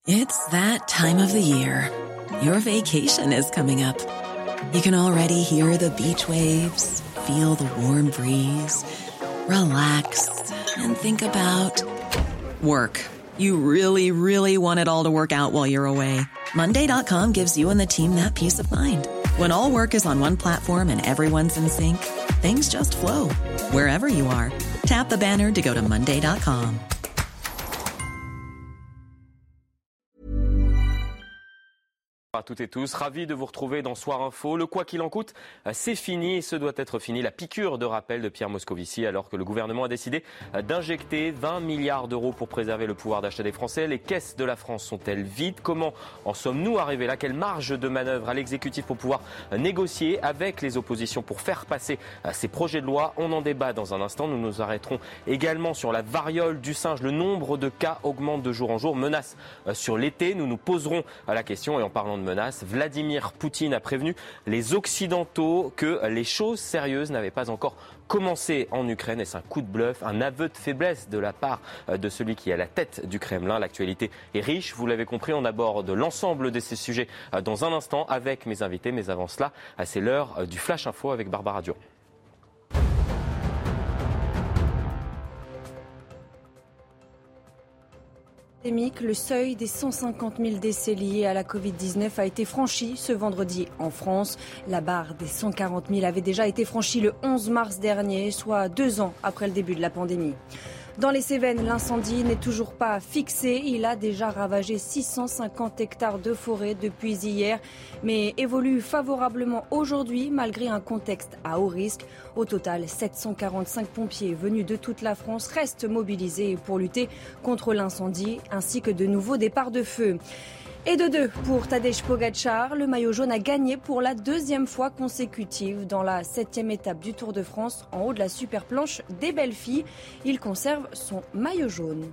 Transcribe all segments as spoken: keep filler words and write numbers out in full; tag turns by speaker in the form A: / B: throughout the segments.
A: It's that time of the year. Your vacation is coming up. You can already hear the beach waves, feel the warm breeze, relax, and think about work. You really, really want it all to work out while you're away. Monday dot com gives you and the team that peace of mind. When all work is on one platform and everyone's in sync, things just flow. Wherever you are, tap the banner to go to Monday dot com.
B: À toutes et tous, ravi de vous retrouver dans Soir Info. Le quoi qu'il en coûte, c'est fini et ce doit être fini. La piqûre de rappel de Pierre Moscovici alors que le gouvernement a décidé d'injecter vingt milliards d'euros pour préserver le pouvoir d'achat des Français. Les caisses de la France sont-elles vides? Comment en sommes-nous arrivés là? Quelle marge de manœuvre à l'exécutif pour pouvoir négocier avec les oppositions pour faire passer ces projets de loi? On en débat dans un instant. Nous nous arrêterons également sur la variole du singe. Le nombre de cas augmente de jour en jour. Menace sur l'été. Nous nous poserons la question et en parlant de menace, Vladimir Poutine a prévenu les Occidentaux que les choses sérieuses n'avaient pas encore commencé en Ukraine. Est-ce un coup de bluff, un aveu de faiblesse de la part de celui qui est à la tête du Kremlin? L'actualité est riche, vous l'avez compris, on aborde l'ensemble de ces sujets dans un instant avec mes invités. Mais avant cela, c'est l'heure du Flash Info avec Barbara Durand.
C: Le seuil des cent cinquante mille décès liés à la covid dix-neuf a été franchi ce vendredi en France. La barre des cent quarante mille avait déjà été franchie le onze mars dernier, soit deux ans après le début de la pandémie. Dans les Cévennes, l'incendie n'est toujours pas fixé. Il a déjà ravagé six cent cinquante hectares de forêt depuis hier, mais évolue favorablement aujourd'hui malgré un contexte à haut risque. Au total, sept cent quarante-cinq pompiers venus de toute la France restent mobilisés pour lutter contre l'incendie ainsi que de nouveaux départs de feu. Et de deux pour Tadej Pogačar, le maillot jaune a gagné pour la deuxième fois consécutive dans la septième étape du Tour de France en haut de la super planche des belles filles. Il conserve son maillot jaune.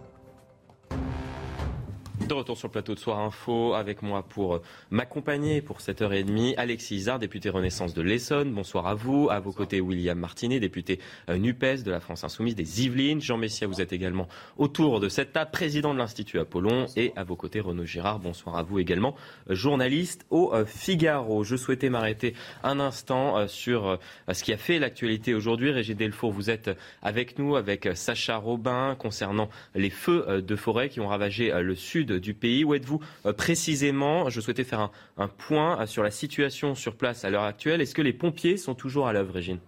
B: De retour sur le plateau de Soir Info, avec moi pour m'accompagner pour cette heure trente, Alexis Isard, député Renaissance de l'Essonne. Bonsoir à vous. À vos côtés, William Martinet, député NUPES de la France Insoumise des Yvelines. Jean Messia, vous êtes également autour de cette table, président de l'Institut Apollon. Et à vos côtés, Renaud Girard. Bonsoir à vous également, journaliste au Figaro. Je souhaitais m'arrêter un instant sur ce qui a fait l'actualité aujourd'hui. Régis Delfour, vous êtes avec nous, avec Sacha Robin, concernant les feux de forêt qui ont ravagé le sud du pays. Où êtes-vous euh, précisément? Je souhaitais faire un, un point sur la situation sur place à l'heure actuelle. Est-ce que les pompiers sont toujours à l'œuvre, Régine?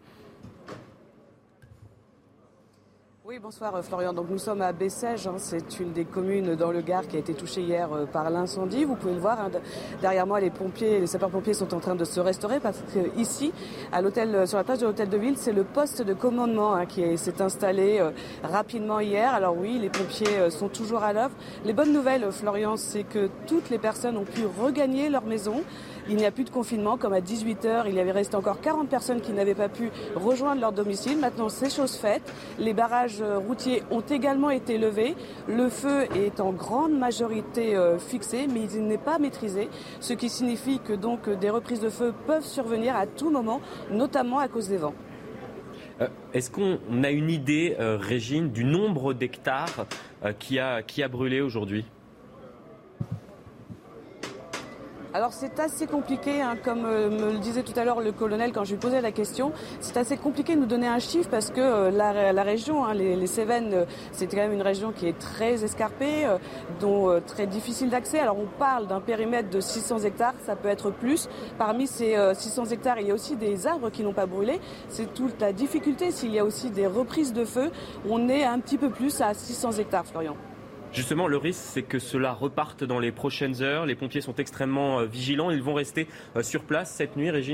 D: Oui, bonsoir Florian. Donc nous sommes à Bessèges, hein. C'est une des communes dans le Gard qui a été touchée hier euh, par l'incendie. Vous pouvez le voir, hein, derrière moi, les pompiers, les sapeurs-pompiers sont en train de se restaurer parce que ici, à l'hôtel, sur la place de l'hôtel de ville, c'est le poste de commandement hein, qui est, s'est installé euh, rapidement hier. Alors oui, les pompiers euh, sont toujours à l'œuvre. Les bonnes nouvelles, Florian, c'est que toutes les personnes ont pu regagner leur maison. Il n'y a plus de confinement, comme à dix-huit heures, il y avait resté encore quarante personnes qui n'avaient pas pu rejoindre leur domicile. Maintenant, c'est chose faite. Les barrages routiers ont également été levés. Le feu est en grande majorité euh, fixé, mais il n'est pas maîtrisé, ce qui signifie que donc des reprises de feu peuvent survenir à tout moment, notamment à cause des vents.
B: Euh, est-ce qu'on a une idée, euh, Régine, du nombre d'hectares euh, qui a, qui a brûlé aujourd'hui ?
D: Alors c'est assez compliqué, hein, comme euh, me le disait tout à l'heure le colonel quand je lui posais la question, c'est assez compliqué de nous donner un chiffre parce que euh, la, la région, hein, les, les Cévennes, euh, c'est quand même une région qui est très escarpée, euh, dont euh, très difficile d'accès. Alors on parle d'un périmètre de six cents hectares, ça peut être plus. Parmi ces euh, six cents hectares, il y a aussi des arbres qui n'ont pas brûlé. C'est toute la difficulté. S'il y a aussi des reprises de feu, on est un petit peu plus à six cents hectares, Florian.
B: Justement, le risque, c'est que cela reparte dans les prochaines heures. Les pompiers sont extrêmement vigilants. Ils vont rester sur place cette nuit, Régine ?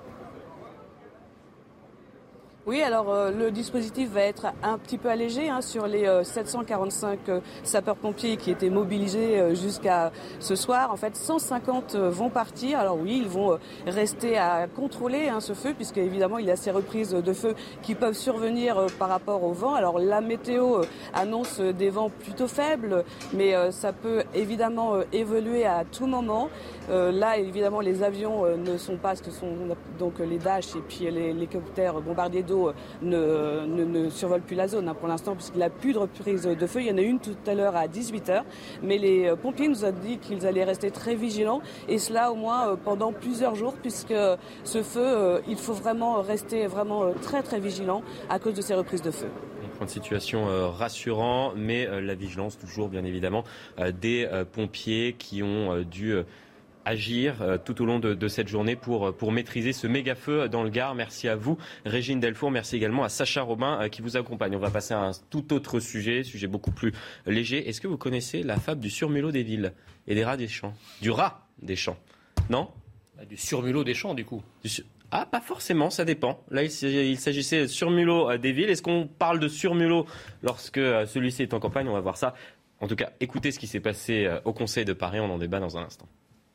D: Oui, alors euh, le dispositif va être un petit peu allégé hein, sur les euh, sept cent quarante-cinq euh, sapeurs-pompiers qui étaient mobilisés euh, jusqu'à ce soir. En fait, cent cinquante euh, vont partir. Alors oui, ils vont euh, rester à contrôler hein, ce feu, puisque évidemment il y a ces reprises de feu qui peuvent survenir euh, par rapport au vent. Alors la météo euh, annonce euh, des vents plutôt faibles, mais euh, ça peut évidemment euh, évoluer à tout moment. Euh, là, évidemment, les avions euh, ne sont pas ce que sont donc les Dash et puis les hélicoptères bombardiers d'eau oiseaux ne, ne, ne survolent plus la zone hein, pour l'instant, puisqu'il n'y a plus de reprise de feu. Il y en a une tout à l'heure à dix-huit heures, mais les pompiers nous ont dit qu'ils allaient rester très vigilants, et cela au moins pendant plusieurs jours, puisque ce feu, il faut vraiment rester vraiment très très vigilant à cause de ces reprises de feu.
B: Point de situation euh, rassurant, mais euh, la vigilance toujours bien évidemment euh, des euh, pompiers qui ont euh, dû euh, agir euh, tout au long de, de cette journée pour, pour maîtriser ce méga feu dans le Gard. Merci à vous Régine Delfour, merci également à Sacha Robin euh, qui vous accompagne. On va passer à un tout autre sujet, sujet beaucoup plus léger. Est-ce que vous connaissez la fable du surmulot des villes et des rats des champs? Du rat des champs, non?
E: Bah, du surmulot des champs du coup.
B: Du su- Ah, pas forcément, ça dépend. Là, il s'agissait de surmulot des villes. Est-ce qu'on parle de surmulot lorsque celui-ci est en campagne? On va voir ça. En tout cas, écoutez ce qui s'est passé au Conseil de Paris. On en débat dans un instant.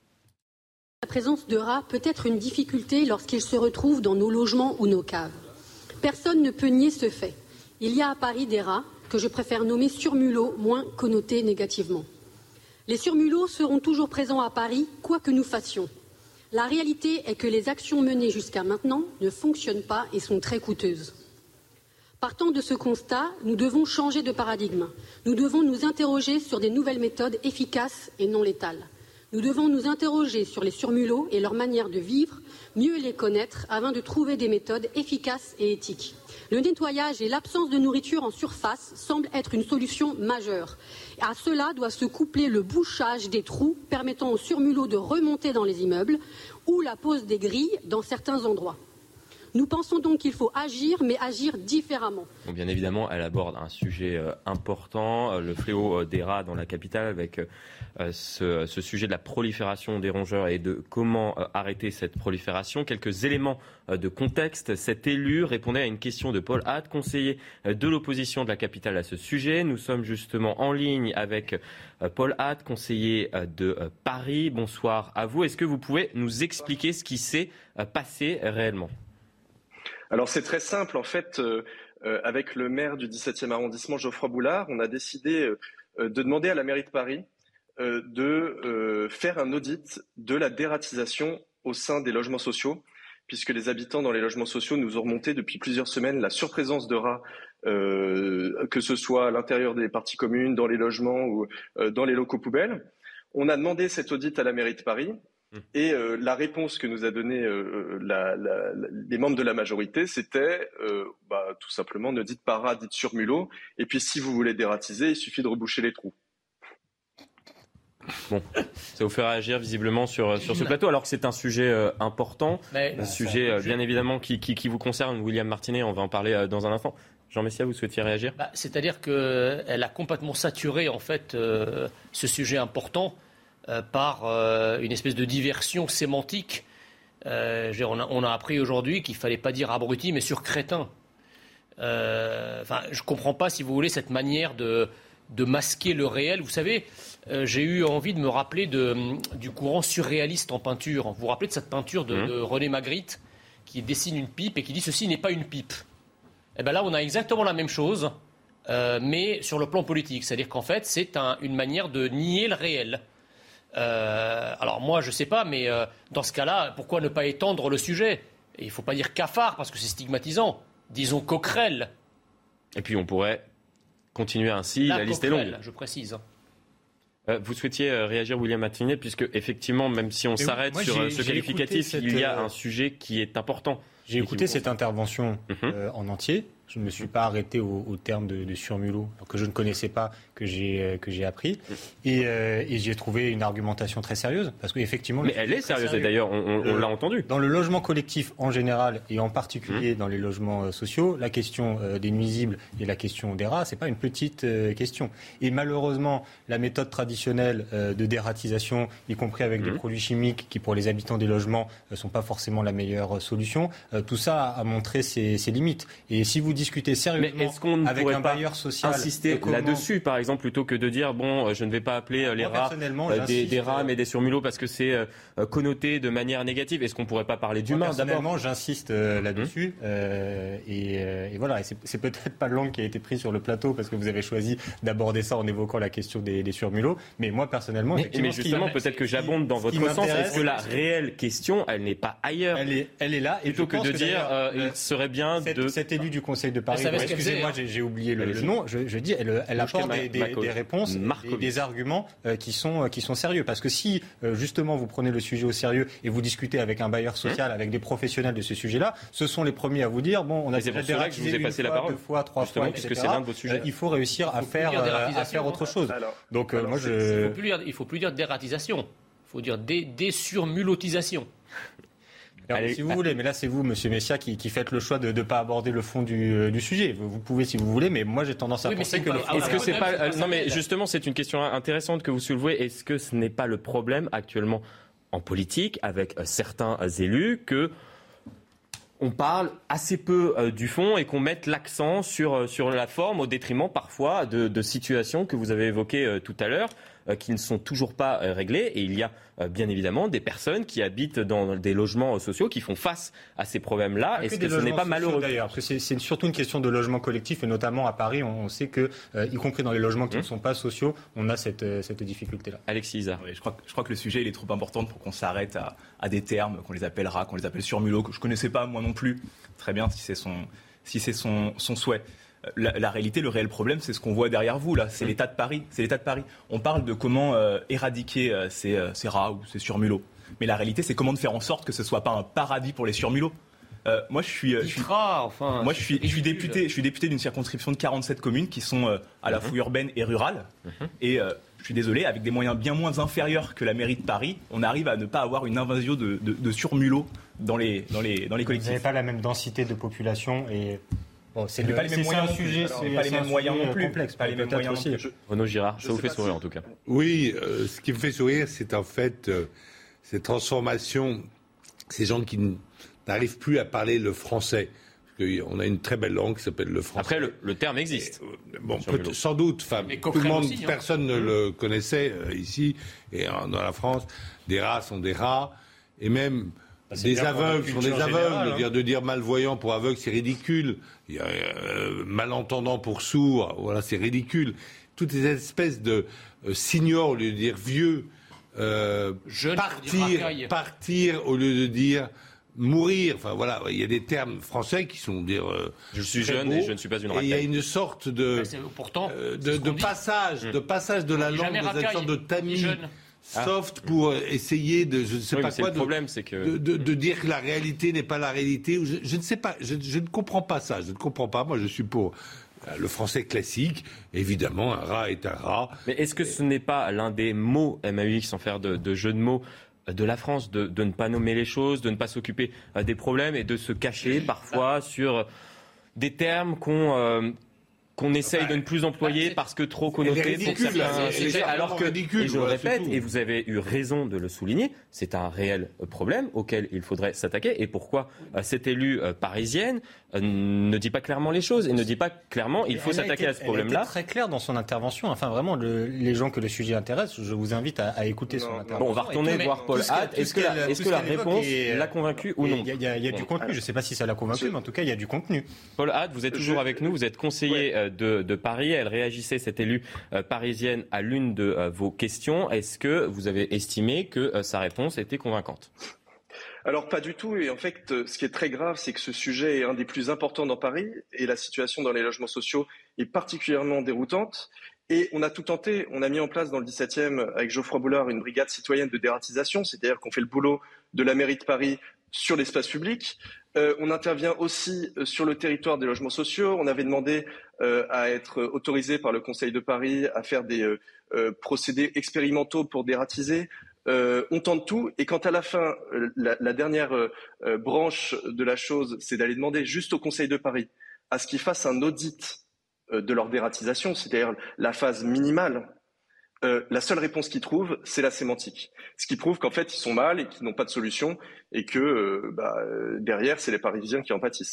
F: La présence de rats peut être une difficulté lorsqu'ils se retrouvent dans nos logements ou nos caves. Personne ne peut nier ce fait. Il y a à Paris des rats que je préfère nommer surmulots, moins connotés négativement. Les surmulots seront toujours présents à Paris, quoi que nous fassions. La réalité est que les actions menées jusqu'à maintenant ne fonctionnent pas et sont très coûteuses. Partant de ce constat, nous devons changer de paradigme. Nous devons nous interroger sur des nouvelles méthodes efficaces et non létales. Nous devons nous interroger sur les surmulots et leur manière de vivre, mieux les connaître afin de trouver des méthodes efficaces et éthiques. Le nettoyage et l'absence de nourriture en surface semblent être une solution majeure. À cela doit se coupler le bouchage des trous permettant aux surmulots de remonter dans les immeubles ou la pose des grilles dans certains endroits. Nous pensons donc qu'il faut agir, mais agir différemment.
B: Bon, bien évidemment, elle aborde un sujet euh, important, euh, le fléau euh, des rats dans la capitale, avec euh, ce, ce sujet de la prolifération des rongeurs et de comment euh, arrêter cette prolifération. Quelques éléments euh, de contexte. Cet élu répondait à une question de Paul Hatt, conseiller euh, de l'opposition de la capitale à ce sujet. Nous sommes justement en ligne avec euh, Paul Hatt, conseiller euh, de euh, Paris. Bonsoir à vous. Est-ce que vous pouvez nous expliquer ce qui s'est euh, passé réellement ?
G: Alors c'est très simple, en fait, euh, euh, avec le maire du dix-septième arrondissement, Geoffroy Boulard, on a décidé euh, de demander à la mairie de Paris euh, de euh, faire un audit de la dératisation au sein des logements sociaux, puisque les habitants dans les logements sociaux nous ont remonté depuis plusieurs semaines la surprésence de rats, euh, que ce soit à l'intérieur des parties communes, dans les logements ou euh, dans les locaux poubelles. On a demandé cet audit à la mairie de Paris. Et euh, la réponse que nous a donnée euh, la, la, la, les membres de la majorité, c'était euh, bah, tout simplement ne dites pas rat, dites surmulot. Et puis si vous voulez dératiser, il suffit de reboucher les trous.
B: Bon, ça vous fait réagir visiblement sur, sur ce plateau, alors que c'est un sujet euh, important, Mais, un sujet euh, bien évidemment qui, qui, qui vous concerne. William Martinet, on va en parler euh, dans un instant. Jean Messia, vous souhaitiez réagir ?
E: bah, C'est-à-dire qu'elle a complètement saturé en fait euh, ce sujet important. Euh, par euh, une espèce de diversion sémantique. Euh, on, a, on a appris aujourd'hui qu'il ne fallait pas dire abruti, mais sur crétin. Euh, je ne comprends pas, si vous voulez, cette manière de, de masquer le réel. Vous savez, euh, j'ai eu envie de me rappeler de, du courant surréaliste en peinture. Vous vous rappelez de cette peinture de, mmh. de René Magritte qui dessine une pipe et qui dit « ceci n'est pas une pipe ». Et bien là, on a exactement la même chose, euh, mais sur le plan politique. C'est-à-dire qu'en fait, c'est un, une manière de nier le réel. Euh, alors moi je sais pas, mais euh, dans ce cas-là, pourquoi ne pas étendre le sujet ? Il ne faut pas dire cafard parce que c'est stigmatisant. Disons coquerelle.
B: Et puis on pourrait continuer ainsi, la, la liste est longue.
E: Je précise.
B: Euh, vous souhaitiez euh, réagir, William Martinet, puisque effectivement, même si on mais s'arrête oui, moi, sur ce qualificatif, cette... il y a un sujet qui est important.
H: J'ai écouté cette intervention mm-hmm. euh, en entier. Je ne me suis pas arrêté au, au terme de, de surmulot, que je ne connaissais pas, que j'ai, euh, que j'ai appris. Et, euh, et j'ai trouvé une argumentation très sérieuse. Parce qu'effectivement,
B: mais elle est sérieuse, sérieux. Et d'ailleurs, on, on, on l'a entendu.
H: Dans le logement collectif en général, et en particulier mmh. dans les logements euh, sociaux, la question euh, des nuisibles et la question des rats, ce n'est pas une petite euh, question. Et malheureusement, la méthode traditionnelle euh, de dératisation, y compris avec mmh. des produits chimiques qui, pour les habitants des logements, ne euh, sont pas forcément la meilleure euh, solution, euh, tout ça a montré ses, ses limites. Et si vous dites discutez sérieusement
B: mais est-ce qu'on ne
H: avec
B: pourrait
H: un
B: pas
H: bailleur social,
B: insister
H: comment...
B: là-dessus, par exemple, plutôt que de dire bon, je ne vais pas appeler les
H: Moi,
B: rats euh, des, des rats mais des surmulots parce que c'est euh, connoté de manière négative. Est-ce qu'on ne pourrait pas parler d'humain d'abord ?
H: Personnellement, j'insiste euh, là-dessus euh, et, euh, et voilà. Et c'est, c'est peut-être pas l'angle qui a été pris sur le plateau parce que vous avez choisi d'aborder ça en évoquant la question des, des surmulots. Mais moi, personnellement,
B: mais, mais justement, qui, peut-être que j'abonde dans votre sens. Est-ce que la réelle question, elle n'est pas ailleurs ?
H: Elle est, elle est là. Et
B: plutôt que de que dire, euh, il serait bien
H: cette,
B: de
H: cet élu du Conseil de Paris. Ouais, excusez-moi, hein. j'ai, j'ai oublié le, le nom. Je, je dis, elle, elle apporte des, des, des réponses, des, des arguments euh, qui sont qui sont sérieux. Parce que si euh, justement vous prenez le sujet au sérieux et vous discutez avec un bailleur social, mmh. avec des professionnels de ce sujet-là, ce sont les premiers à vous dire bon, on a déjà dératisé une fois, la parole. deux fois, trois
B: justement,
H: fois,
B: puisque c'est l'un de vos sujets.
H: Euh, il faut réussir à faire à faire autre chose.
E: Alors,
H: Donc
E: alors,
H: moi je.
E: Il faut plus dire, il faut plus dire dératisation. Il faut dire dé, désurmulotisation.
H: Alors, Allez, si vous ah, voulez, mais là c'est vous, Monsieur Messia, qui, qui faites le choix de ne pas aborder le fond du, euh, du sujet. Vous, vous pouvez si vous voulez, mais moi j'ai tendance à oui, penser que
B: pas,
H: le
B: fond... Est-ce que c'est pas... Euh, non mais justement, c'est une question intéressante que vous soulevez. Est-ce que ce n'est pas le problème actuellement en politique avec euh, certains euh, élus que on parle assez peu euh, du fond et qu'on mette l'accent sur, euh, sur la forme au détriment parfois de, de situations que vous avez évoquées euh, tout à l'heure, euh, qui ne sont toujours pas euh, réglées. Et il y a euh, bien évidemment des personnes qui habitent dans des logements euh, sociaux qui font face à ces problèmes-là. Est-ce que, que ce n'est pas malheureux
H: d'ailleurs, parce que c'est, c'est surtout une question de logement collectif et notamment à Paris, on, on sait que, euh, y compris dans les logements qui mmh. ne sont pas sociaux, on a cette, euh, cette difficulté-là.
B: Alexis Isard.
I: Oui, je crois, je crois que le sujet il est trop important pour qu'on s'arrête à, à des termes, qu'on les appellera, qu'on les appelle surmulots, que je ne connaissais pas moi non plus. Très bien, si c'est son, si c'est son, son souhait. La, la réalité, le réel problème, c'est ce qu'on voit derrière vous là. C'est mmh. l'État de Paris. C'est l'État de Paris. On parle de comment euh, éradiquer euh, ces, euh, ces rats ou ces surmulots. Mais la réalité, c'est comment de faire en sorte que ce soit pas un paradis pour les surmulots. Euh, moi, je suis, euh, je suis,
E: enfin,
I: moi, je suis, je suis député, je suis député d'une circonscription de quarante-sept communes qui sont euh, à la mmh. fois urbaines et rurales. Mmh. Et euh, je suis désolé, avec des moyens bien moins inférieurs que la mairie de Paris, on arrive à ne pas avoir une invasion de, de, de surmulots dans les, dans les, dans les collectifs.
H: Vous n'avez pas la même densité de population et.
I: Bon, c'est le, pas les mêmes moyens
H: un sujet,
I: c'est, c'est pas les mêmes moyens non plus.
H: Complexe,
I: pas les mêmes moyens
B: aussi. Je... Renaud Girard, ça vous fait sourire si... en tout cas.
J: Oui, euh, ce qui me fait sourire, c'est en fait euh, cette transformation, ces gens qui n'arrivent plus à parler le français. Parce qu'on a une très belle langue qui s'appelle le français.
B: Après, le, le terme existe.
J: Et, bon, peut, sans doute. Enfin, tout le monde, aussi, hein. Personne ne mmh. le connaissait euh, ici et en, dans la France. Des rats sont des rats, et même. C'est des aveugles sont des aveugles, générale, hein. De dire malvoyant pour aveugle, c'est ridicule. Il y a, euh, malentendant pour sourd, voilà, c'est ridicule. Toutes ces espèces de euh, seniors au lieu de dire vieux, euh,
E: Jeune,
J: partir, partir au lieu de dire mourir. Enfin voilà, il y a des termes français qui sont dire. Euh,
B: je suis jeune beaux, et je ne suis pas une racaille.
J: Et il y a une sorte de,
E: pourtant,
J: euh, de, de passage, de passage de la langue dans une sorte de tamis. Soft ah. pour essayer de, je ne sais
B: oui,
J: pas quoi,
B: le problème, c'est que...
J: de, de, de dire que la réalité n'est pas la réalité. Je, je ne sais pas, je, je ne comprends pas ça, je ne comprends pas. Moi, je suis pour le français classique. Évidemment, un rat est un rat.
B: Mais est-ce que ce n'est pas l'un des mots, M A U X, sans faire de, de jeu de mots, de la France, de, de ne pas nommer les choses, de ne pas s'occuper des problèmes et de se cacher parfois sur des termes qu'on... Euh, qu'on essaye de ne plus employer parce que trop connoté pour certains sujets, alors que, et je le répète, et vous avez eu raison de le souligner, c'est un réel problème auquel il faudrait s'attaquer. Et pourquoi cette élue parisienne ne dit pas clairement les choses et ne dit pas clairement il faut elle s'attaquer été, à ce problème-là.
H: Elle était très claire dans son intervention. Enfin, vraiment, le, les gens que le sujet intéresse, je vous invite à, à écouter non, son intervention.
B: Bon, on va retourner tout, voir Paul Hatt. Est-ce que la, est-ce que la réponse est, l'a convaincu ou non?
H: Il y a, il y a, il y a bon. du contenu. Je ne sais pas si ça l'a convaincu, mais en tout cas, il y a du contenu.
B: Paul Hatt, vous êtes toujours je... avec nous. Vous êtes conseiller ouais. de, de Paris. Elle réagissait, cette élue euh, parisienne, à l'une de euh, vos questions. Est-ce que vous avez estimé que euh, sa réponse était convaincante?
G: Alors pas du tout, et en fait ce qui est très grave, c'est que ce sujet est un des plus importants dans Paris et la situation dans les logements sociaux est particulièrement déroutante. Et on a tout tenté, on a mis en place dans le dix-septième avec Geoffroy Boulard une brigade citoyenne de dératisation, c'est-à-dire qu'on fait le boulot de la mairie de Paris sur l'espace public. Euh, on intervient aussi sur le territoire des logements sociaux. On avait demandé euh, à être autorisé par le Conseil de Paris à faire des euh, euh, procédés expérimentaux pour dératiser. Euh, on tente tout, et quand à la fin, la, la dernière euh, branche de la chose, c'est d'aller demander juste au Conseil de Paris à ce qu'ils fassent un audit euh, de leur dératisation, c'est-à-dire la phase minimale, euh, la seule réponse qu'ils trouvent, c'est la sémantique. Ce qui prouve qu'en fait, ils sont mal et qu'ils n'ont pas de solution, et que euh, bah, derrière, c'est les Parisiens qui en pâtissent.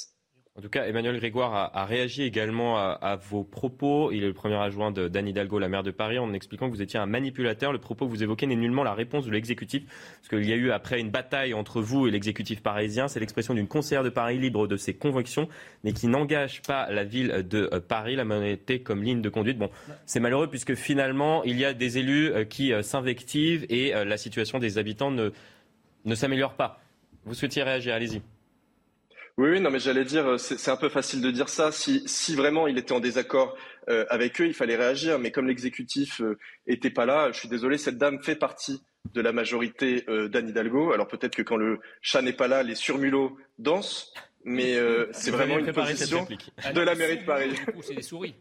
B: En tout cas, Emmanuel Grégoire a, a réagi également à, à vos propos. Il est le premier adjoint de d'Anne Hidalgo, la maire de Paris, en expliquant que vous étiez un manipulateur. Le propos que vous évoquez n'est nullement la réponse de l'exécutif, parce qu'il y a eu après une bataille entre vous et l'exécutif parisien. C'est l'expression d'une conseillère de Paris libre de ses convictions, mais qui n'engage pas la ville de Paris. La monété comme ligne de conduite. Bon, c'est malheureux puisque finalement, il y a des élus qui s'invectivent et la situation des habitants ne, ne s'améliore pas. Vous souhaitiez réagir, allez-y.
G: Oui, oui, non, mais j'allais dire, c'est, c'est un peu facile de dire ça. Si, si vraiment il était en désaccord euh, avec eux, il fallait réagir. Mais comme l'exécutif euh, était pas là, je suis désolé, cette dame fait partie de la majorité euh, d'Anne Hidalgo. Alors peut-être que quand le chat n'est pas là, les surmulots dansent. Mais euh, c'est vraiment une position de la mairie de Paris.
E: Du coup, c'est des souris.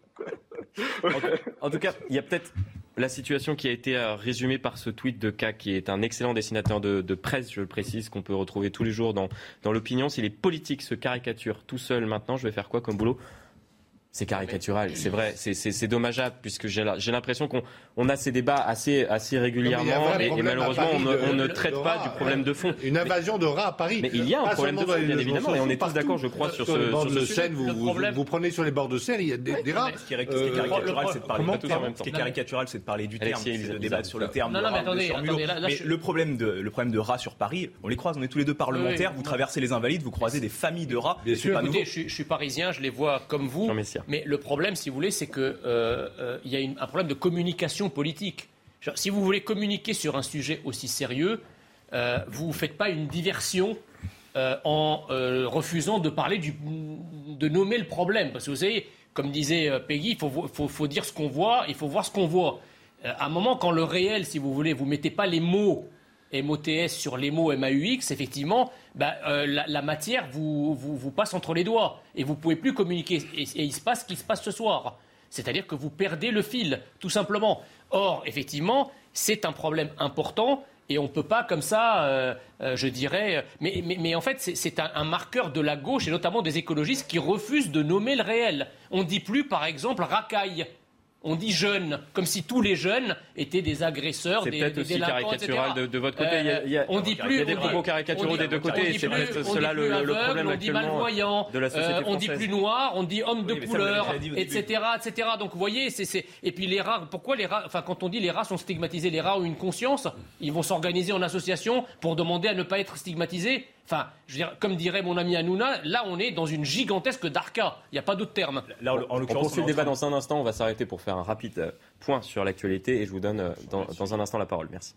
B: en, en tout cas, il y a peut-être la situation qui a été euh, résumée par ce tweet de K, qui est un excellent dessinateur de, de presse, je le précise, qu'on peut retrouver tous les jours dans, dans l'opinion. Si les politiques se caricaturent tout seuls maintenant, je vais faire quoi comme boulot ? C'est caricatural, c'est vrai, c'est, c'est, c'est dommageable, puisque j'ai, la, j'ai l'impression qu'on on a ces débats assez, assez régulièrement, et, et malheureusement on, on ne traite de pas rat, du problème de fond.
J: Une invasion de rats à Paris.
B: Mais il y a un problème de fond, bien évidemment, et on est tous d'accord, je crois, sur, sur ce,
J: sur
B: ce
J: de
B: sujet.
J: Seine, vous, vous, vous prenez sur les bords de Seine, il y a des, des rats.
I: Ce qui est caricatural, c'est de parler Ce qui est caricatural, c'est de parler du terme, c'est de débattre sur le terme.
E: Non, non, mais attendez, attendez, là,
I: mais le problème de le problème de rats sur Paris, on les croise, on est tous les deux parlementaires, vous traversez les Invalides, vous croisez des familles de rats.
E: Bien sûr. Écoutez, je suis parisien, je les vois comme vous, mais le problème, si vous voulez, c'est qu'il euh, euh, y a une, un problème de communication politique. Genre, si vous voulez communiquer sur un sujet aussi sérieux, euh, vous ne faites pas une diversion euh, en euh, refusant de parler du, de nommer le problème. Parce que vous savez, comme disait euh, Peggy, il faut, faut, faut dire ce qu'on voit, il faut voir ce qu'on voit. Euh, à un moment, quand le réel, si vous voulez, vous ne mettez pas les mots M O T S sur les mots M A U X, effectivement, bah, euh, la, la matière vous, vous, vous passe entre les doigts et vous ne pouvez plus communiquer. Et, et il se passe ce qui se passe ce soir. C'est-à-dire que vous perdez le fil, tout simplement. Or, effectivement, c'est un problème important et on ne peut pas comme ça, euh, euh, je dirais... Mais, mais, mais en fait, c'est, c'est un, un marqueur de la gauche et notamment des écologistes qui refusent de nommer le réel. On ne dit plus, par exemple, racaille. On dit jeunes, comme si tous les jeunes étaient des agresseurs,
B: c'est
E: des,
B: peut-être
E: des
B: aussi
E: délinquants,
B: caricatural de, de votre côté.
E: Euh,
B: il y a, il y a,
E: on dit plus,
B: il y a des
E: on
B: propos
E: dit,
B: caricaturaux des deux côtés. Et c'est
E: plus,
B: peut-être cela le,
E: aveugle,
B: le problème
E: on dit
B: actuellement
E: malvoyant,
B: de la société
E: euh, on
B: française.
E: dit plus noir, on dit homme de
I: oui,
E: couleur, et cetera, et cetera. Donc vous voyez, c'est, c'est... et puis les rats. Pourquoi les rats ? Enfin, quand on dit les rats sont stigmatisés, les rats ont une conscience. Ils vont s'organiser en association pour demander à ne pas être stigmatisés. Enfin, je veux dire, comme dirait mon ami Hanouna, là on est dans une gigantesque darka. Il n'y a pas d'autre terme.
B: Là, en, en on poursuit le débat dans un instant. On va s'arrêter pour faire un rapide point sur l'actualité et je vous donne dans, dans un instant la parole. Merci.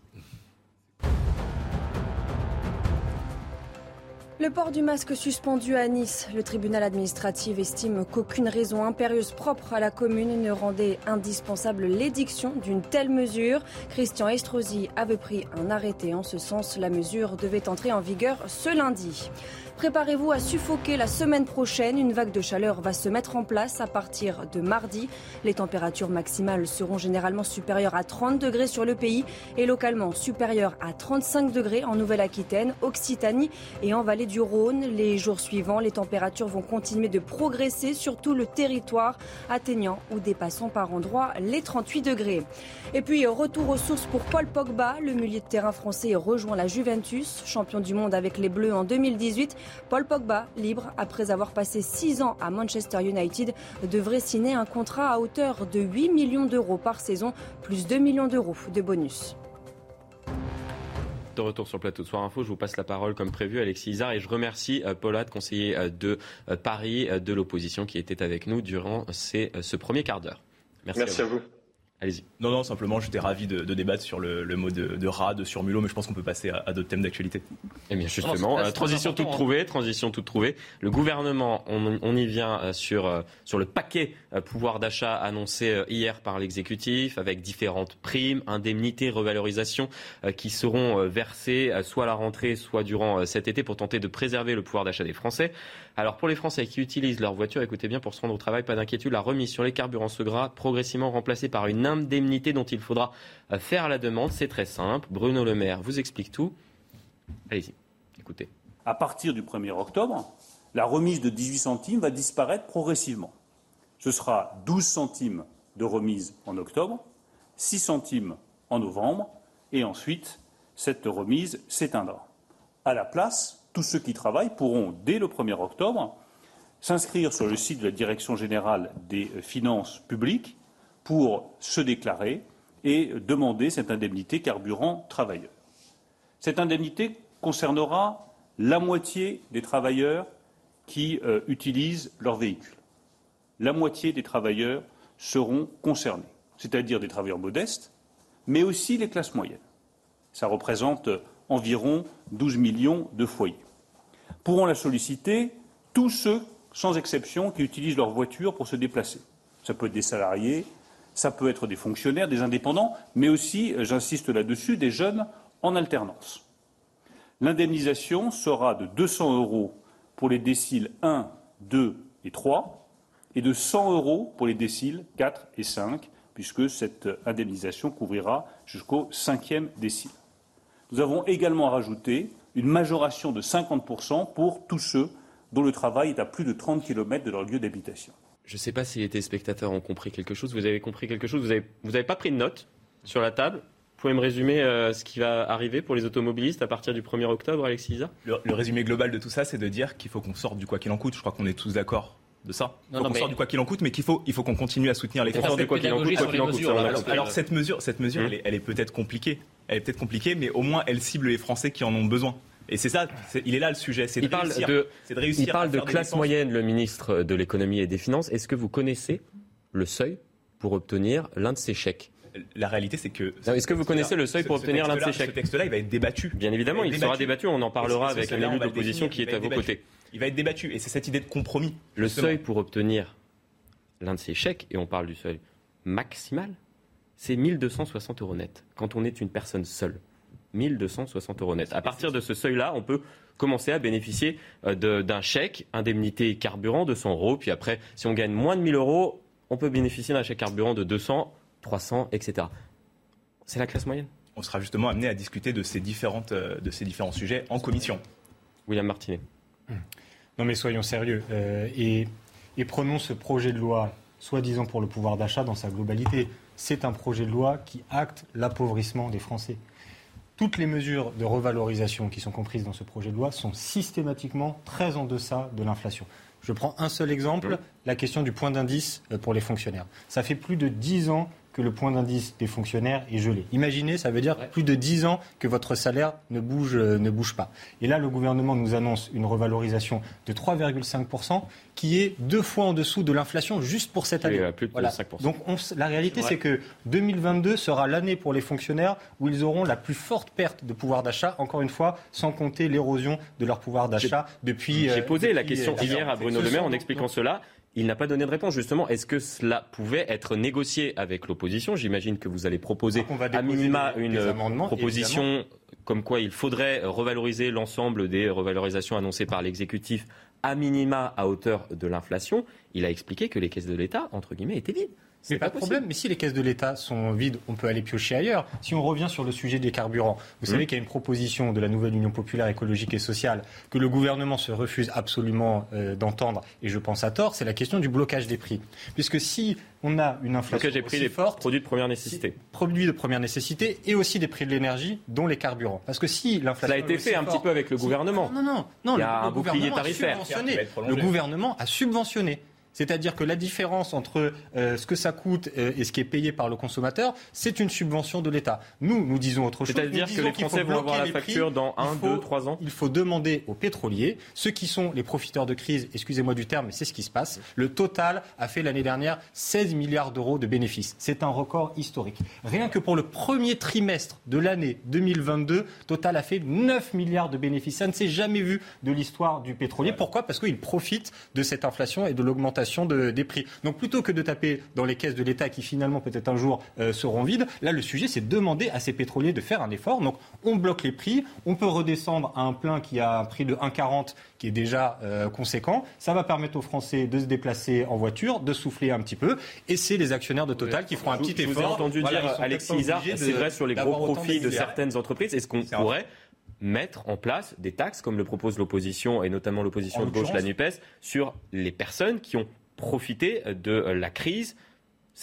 C: Le port du masque suspendu à Nice. Le tribunal administratif estime qu'aucune raison impérieuse propre à la commune ne rendait indispensable l'édiction d'une telle mesure. Christian Estrosi avait pris un arrêté en ce sens. La mesure devait entrer en vigueur ce lundi. Préparez-vous à suffoquer la semaine prochaine. Une vague de chaleur va se mettre en place à partir de mardi. Les températures maximales seront généralement supérieures à trente degrés sur le pays et localement supérieures à trente-cinq degrés en Nouvelle-Aquitaine, Occitanie et en Vallée du Rhône. Les jours suivants, les températures vont continuer de progresser sur tout le territoire, atteignant ou dépassant par endroits les trente-huit degrés. Et puis, retour aux sources pour Paul Pogba. Le milieu de terrain français rejoint la Juventus, champion du monde avec les Bleus en deux mille dix-huit. Paul Pogba, libre après avoir passé six ans à Manchester United, devrait signer un contrat à hauteur de huit millions d'euros par saison, plus deux millions d'euros de bonus.
B: De retour sur le plateau de Soir Info, je vous passe la parole comme prévu, Alexis Isard, et je remercie Paul Hatt, conseiller de Paris de l'opposition, qui était avec nous durant ces, ce premier quart d'heure. Merci,
G: Merci à vous. À vous.
B: Allez-y.
I: Non, non, simplement, j'étais ravi de, de débattre sur le, le mot de, de rat, de surmulot, mais je pense qu'on peut passer à, à d'autres thèmes d'actualité.
B: Eh bien, justement, non, c'est, c'est transition toute trouvée, transition toute trouvée. Le gouvernement, on, on y vient sur, sur le paquet pouvoir d'achat annoncé hier par l'exécutif, avec différentes primes, indemnités, revalorisations qui seront versées soit à la rentrée, soit durant cet été pour tenter de préserver le pouvoir d'achat des Français. Alors, pour les Français qui utilisent leur voiture, écoutez bien, pour se rendre au travail, pas d'inquiétude, la remise sur les carburants sera progressivement remplacée par une indemnité dont il faudra faire la demande. C'est très simple. Bruno Le Maire vous explique tout. Allez-y, écoutez.
K: À partir du premier octobre, la remise de dix-huit centimes va disparaître progressivement. Ce sera douze centimes de remise en octobre, six centimes en novembre, et ensuite, cette remise s'éteindra. À la place, tous ceux qui travaillent pourront, dès le premier octobre, s'inscrire sur le site de la Direction générale des finances publiques pour se déclarer et demander cette indemnité carburant travailleur. Cette indemnité concernera la moitié des travailleurs qui euh, utilisent leur véhicule. La moitié des travailleurs seront concernés, c'est-à-dire des travailleurs modestes, mais aussi les classes moyennes. Ça représente environ douze millions de foyers. Pourront la solliciter tous ceux, sans exception, qui utilisent leur voiture pour se déplacer. Ça peut être des salariés, ça peut être des fonctionnaires, des indépendants, mais aussi, j'insiste là-dessus, des jeunes en alternance. L'indemnisation sera de deux cents euros pour les déciles un, deux et trois et de cent euros pour les déciles quatre et cinq, puisque cette indemnisation couvrira jusqu'au cinquième décile. Nous avons également rajouté une majoration de cinquante pour cent pour tous ceux dont le travail est à plus de trente kilomètres de leur lieu d'habitation.
B: Je ne sais pas si les téléspectateurs ont compris quelque chose. Vous avez compris quelque chose ? Vous n'avez vous avez pas pris de notes sur la table ? Vous pouvez me résumer euh, ce qui va arriver pour les automobilistes à partir du premier octobre, Alexis Liza ?
I: le, le résumé global de tout ça, c'est de dire qu'il faut qu'on sorte du quoi qu'il en coûte. Je crois qu'on est tous d'accord de ça. Il faut non, non, qu'on mais... sorte du quoi qu'il en coûte, mais qu'il faut, il faut qu'on continue à soutenir les Français.
B: Du quoi qu'il en coûte, quoi qu'il en coûte.
I: Alors, alors, alors cette mesure, cette mesure, mmh. elle est, elle est peut-être compliquée. Elle est peut-être compliquée, mais au moins elle cible les Français qui en ont besoin. Et c'est ça, c'est, il est là le sujet, c'est de
B: il
I: réussir.
B: Parle de,
I: c'est de réussir
B: il parle de classe moyenne, le ministre de l'économie et des finances. Est-ce que vous connaissez le seuil pour obtenir l'un de ces chèques ?
I: La réalité, c'est que...
B: Non, est-ce que vous connaissez le seuil pour ce, obtenir ce l'un de ces chèques ?
I: Ce texte-là, il va être débattu.
B: Bien évidemment, il, il sera débattu. On en parlera avec un élu d'opposition qui est à vos côtés.
I: Il va être débattu, et c'est cette idée de compromis.
B: Le justement. Seuil pour obtenir l'un de ces chèques, et on parle du seuil maximal, c'est mille deux cent soixante euros net, quand on est une personne seule. mille deux cent soixante euros net. À partir de ce seuil-là, on peut commencer à bénéficier de, d'un chèque, indemnité carburant de cent euros. Puis après, si on gagne moins de mille euros, on peut bénéficier d'un chèque carburant de deux cents, trois cents, et cetera. C'est la classe moyenne.
I: On sera justement amené à discuter de ces, différentes, de ces différents sujets en commission.
B: William Martinet.
H: Non mais soyons sérieux. Euh, et, et prenons ce projet de loi, soi-disant pour le pouvoir d'achat dans sa globalité. C'est un projet de loi qui acte l'appauvrissement des Français. Toutes les mesures de revalorisation qui sont comprises dans ce projet de loi sont systématiquement très en deçà de l'inflation. Je prends un seul exemple, la question du point d'indice pour les fonctionnaires. Ça fait plus de dix ans que le point d'indice des fonctionnaires est gelé. Imaginez, ça veut dire ouais. plus de dix ans que votre salaire ne bouge, euh, ne bouge pas. Et là, le gouvernement nous annonce une revalorisation de trois virgule cinq pour cent qui est deux fois en dessous de l'inflation juste pour cette année.
B: Oui, plus de voilà. cinq pour cent.
H: Donc on, la réalité, c'est, c'est que deux mille vingt-deux sera l'année pour les fonctionnaires où ils auront la plus forte perte de pouvoir d'achat, encore une fois, sans compter l'érosion de leur pouvoir d'achat
B: J'ai,
H: depuis...
B: J'ai posé
H: euh,
B: la question euh, hier à Bruno Le Maire en expliquant donc, cela. Il n'a pas donné de réponse. Justement, est-ce que cela pouvait être négocié avec l'opposition ? J'imagine que vous allez proposer à minima une proposition évidemment. Comme quoi il faudrait revaloriser l'ensemble des revalorisations annoncées par l'exécutif à minima à hauteur de l'inflation. Il a expliqué que les caisses de l'État, entre guillemets, étaient vides.
H: C'est pas de problème, mais si les caisses de l'État sont vides, on peut aller piocher ailleurs. Si on revient sur le sujet des carburants, vous mmh. savez qu'il y a une proposition de la nouvelle Union populaire écologique et sociale que le gouvernement se refuse absolument euh, d'entendre, et je pense à tort, c'est la question du blocage des prix. Puisque si on a une inflation blocage des prix aussi des forte,
B: produits de première nécessité,
H: produits de première nécessité, et aussi des prix de l'énergie, dont les carburants. Parce que si l'inflation
B: ça a été fait un
H: forte,
B: petit peu avec le
H: si,
B: gouvernement.
H: Non, non, non.
B: Il y
H: le,
B: a
H: le
B: un bouclier tarifaire.
H: Le gouvernement a subventionné. C'est-à-dire que la différence entre euh, ce que ça coûte euh, et ce qui est payé par le consommateur, c'est une subvention de l'État. Nous, nous disons autre chose.
B: C'est-à-dire que les Français vont avoir la facture prix. dans un, deux, trois ans.
H: Il faut demander aux pétroliers, ceux qui sont les profiteurs de crise, excusez-moi du terme, mais c'est ce qui se passe. Le Total a fait l'année dernière seize milliards d'euros de bénéfices. C'est un record historique. Rien que pour le premier trimestre de l'année deux mille vingt-deux, Total a fait neuf milliards de bénéfices. Ça ne s'est jamais vu de l'histoire du pétrolier. Pourquoi ? Parce qu'il profite de cette inflation et de l'augmentation De, des prix. Donc plutôt que de taper dans les caisses de l'État qui finalement peut-être un jour euh, seront vides, là le sujet c'est de demander à ces pétroliers de faire un effort. Donc on bloque les prix, on peut redescendre à un plein qui a un prix de un virgule quarante qui est déjà euh, conséquent. Ça va permettre aux Français de se déplacer en voiture, de souffler un petit peu. Et c'est les actionnaires de Total oui, qui feront un petit
B: je
H: effort.
B: Vous ai entendu voilà, dire, Alexis Liza, c'est vrai sur les gros profits de certaines entreprises. Est-ce qu'on c'est pourrait mettre en place des taxes, comme le propose l'opposition, et notamment l'opposition de gauche, la NUPES, sur les personnes qui ont profiter de la crise ces derniers mois ?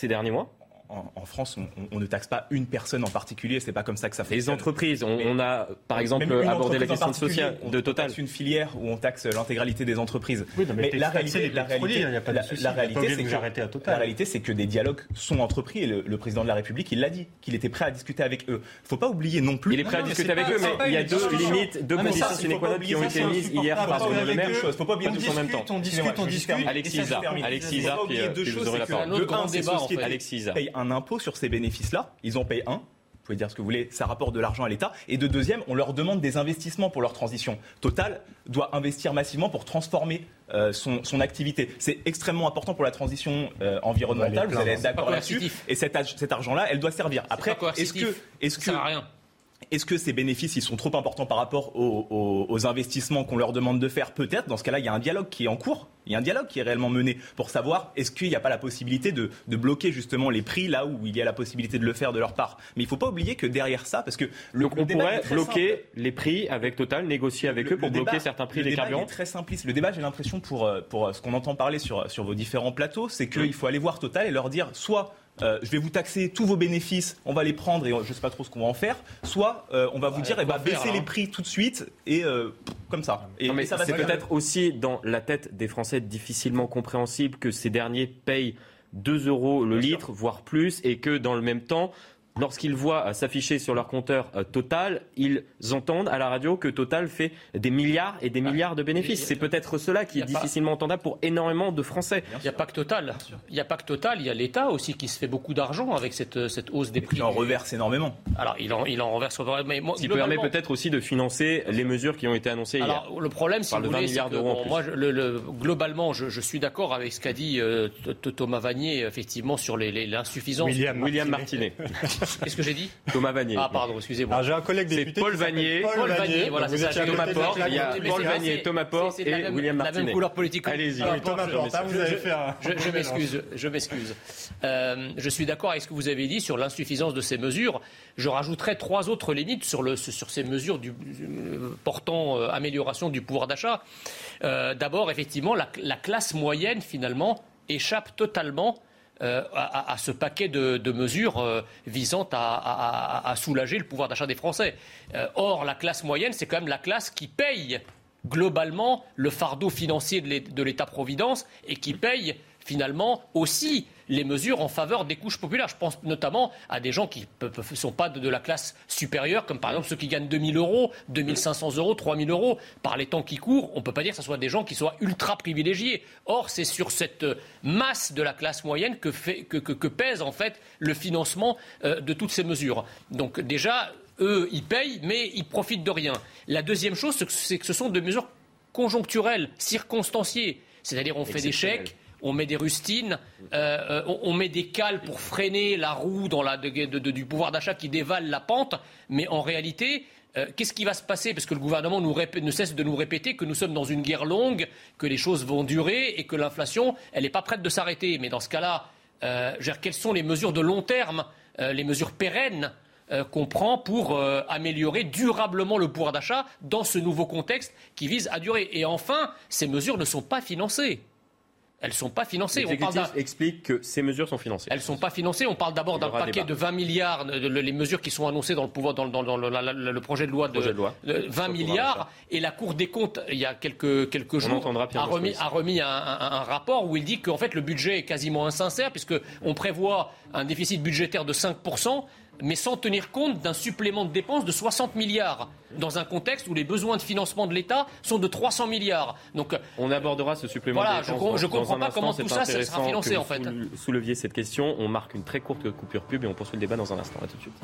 I: en, en France, on, on, on ne taxe pas une personne en particulier. C'est pas comme ça que ça fonctionne.
B: Les entreprises, on, on a par exemple abordé la question sociale de Total.
I: On taxe une filière où on taxe l'intégralité des entreprises.
H: Oui, non, mais,
I: mais la réalité, la réalité,
H: il n'y a pas de souci.
I: La réalité, c'est que,
H: à Total.
I: la réalité, c'est que des dialogues sont entrepris et le, le président de la République, il l'a dit, qu'il était prêt à discuter avec eux. Il ne faut pas oublier non plus.
B: Il est prêt à discuter avec eux, mais il y a deux limites, deux conditions sine qua non qui ont été mises hier par Bruno Le Maire.
I: Il ne faut pas oublier
B: tous en même temps.
H: On discute, on discute.
B: Alexis Isard, Alexis Isard, puis vous aurez la parole.
I: Le un, ces sociétés payent un impôt sur ces bénéfices-là. Ils en payent un. Vous pouvez dire ce que vous voulez, ça rapporte de l'argent à l'État. Et de deuxième, on leur demande des investissements pour leur transition. Total doit investir massivement pour transformer euh, son, son activité. C'est extrêmement important pour la transition euh, environnementale, vous allez être d'accord là-dessus. Et cet, cet argent-là, elle doit servir. Après, est-ce que... Est-ce que,
E: ça sert à rien.
I: Est-ce que ces bénéfices, ils sont trop importants par rapport aux, aux, aux investissements qu'on leur demande de faire ? Peut-être. Dans ce cas-là, il y a un dialogue qui est en cours. Il y a un dialogue qui est réellement mené pour savoir est-ce qu'il n'y a pas la possibilité de, de bloquer justement les prix là où il y a la possibilité de le faire de leur part. Mais il ne faut pas oublier que derrière ça, parce que le,
B: donc
I: le
B: on pourrait bloquer
I: simple.
B: les prix avec Total, négocier avec
I: le,
B: eux pour bloquer
I: débat,
B: certains prix
I: des carburants.
B: Le débat
I: est très simpliste. Le débat, j'ai l'impression pour pour ce qu'on entend parler sur sur vos différents plateaux, c'est qu'il faut aller voir Total et leur dire soit Euh, je vais vous taxer tous vos bénéfices, on va les prendre et je ne sais pas trop ce qu'on va en faire. Soit euh, on va vous dire, eh ben, baisser les prix tout de suite et euh, comme ça. Et,
B: non, mais
I: et ça va
B: c'est
I: faire...
B: peut-être aussi dans la tête des Français difficilement compréhensible que ces derniers payent deux euros le
I: Bien
B: litre,
I: sûr.
B: voire plus, et que dans le même temps, lorsqu'ils voient s'afficher sur leur compteur Total, ils entendent à la radio que Total fait des milliards et des milliards de bénéfices. C'est peut-être cela qui est difficilement entendable pour énormément de Français.
E: Il n'y a pas que Total. Il n'y a pas que Total. Il y a l'État aussi qui se fait beaucoup d'argent avec cette, cette hausse des prix.
I: Il en reverse énormément.
E: Alors il en, il en reverse. Mais moi,
B: ce qui permet peut-être aussi de financer les mesures qui ont été annoncées
E: alors, hier. Alors le problème, si vous voulez, c'est que bon, moi, je, le, le, globalement, je, je suis d'accord avec ce qu'a dit euh, Thomas Vanier, effectivement, sur les, les, l'insuffisance.
B: William, William Martinet.
E: Qu'est-ce que j'ai dit ?
B: Thomas Vanier.
E: Ah pardon, excusez-moi.
H: Alors, j'ai un collègue député.
B: C'est Paul Vanier.
E: Paul, Paul Vanier, voilà, c'est ça.
B: Thomas Porte. Il y a Paul Vanier, Thomas Porte et
E: même,
B: William Martinet.
E: La même couleur politique.
B: Allez-y.
H: Oui, Thomas Porte, vous avez fait un.
E: Je, je m'excuse, je m'excuse. Euh, je suis d'accord avec ce que vous avez dit sur l'insuffisance de ces mesures. Je rajouterai trois autres limites sur, le, sur ces mesures du, portant euh, amélioration du pouvoir d'achat. Euh, d'abord, effectivement, la, la classe moyenne, finalement, échappe totalement Euh, à, à ce paquet de, de mesures euh, visant à, à, à soulager le pouvoir d'achat des Français. Euh, or, la classe moyenne, c'est quand même la classe qui paye globalement le fardeau financier de l'État-providence et qui paye finalement aussi les mesures en faveur des couches populaires. Je pense notamment à des gens qui ne sont pas de, de la classe supérieure, comme par exemple ceux qui gagnent deux mille euros, deux mille cinq cents euros, trois mille euros. Par les temps qui courent, on ne peut pas dire que ce soit des gens qui soient ultra privilégiés. Or, c'est sur cette masse de la classe moyenne que, fait, que, que, que pèse en fait le financement euh, de toutes ces mesures. Donc déjà, eux, ils payent, mais ils profitent de rien. La deuxième chose, c'est que ce sont des mesures conjoncturelles, circonstanciées. C'est-à-dire on fait des chèques, on met des rustines, euh, on, on met des cales pour freiner la roue dans la, de, de, de, du pouvoir d'achat qui dévale la pente. Mais en réalité, euh, qu'est-ce qui va se passer ? Parce que le gouvernement nous répète, ne cesse de nous répéter que nous sommes dans une guerre longue, que les choses vont durer et que l'inflation, elle n'est pas prête de s'arrêter. Mais dans ce cas-là, euh, quelles sont les mesures de long terme, euh, les mesures pérennes Euh, qu'on prend pour euh, améliorer durablement le pouvoir d'achat dans ce nouveau contexte qui vise à durer. Et enfin, ces mesures ne sont pas financées. Elles ne sont pas financées.
B: L'exécutif explique que ces mesures sont financées.
E: Elles ne sont pas financées. On parle d'abord d'un paquet débat. de vingt milliards, de, de, les mesures qui sont annoncées dans le, pouvoir, dans, dans, dans le, la, le projet de loi de,
B: projet de, loi.
E: de vingt milliards. Et la Cour des comptes, il y a quelques, quelques jours, a remis, a remis un, un, un rapport où il dit qu'en fait le budget est quasiment insincère puisqu'on prévoit un déficit budgétaire de cinq pour cent, mais sans tenir compte d'un supplément de dépenses de soixante milliards, dans un contexte où les besoins de financement de l'État sont de trois cents milliards. Donc,
B: on abordera ce supplément
E: voilà,
B: de dépenses.
E: Je ne comprends pas
B: instant,
E: comment tout ça sera financé, en fait.
B: Vous souleviez cette question. On marque une très courte coupure pub et on poursuit le débat dans un instant. À tout de suite.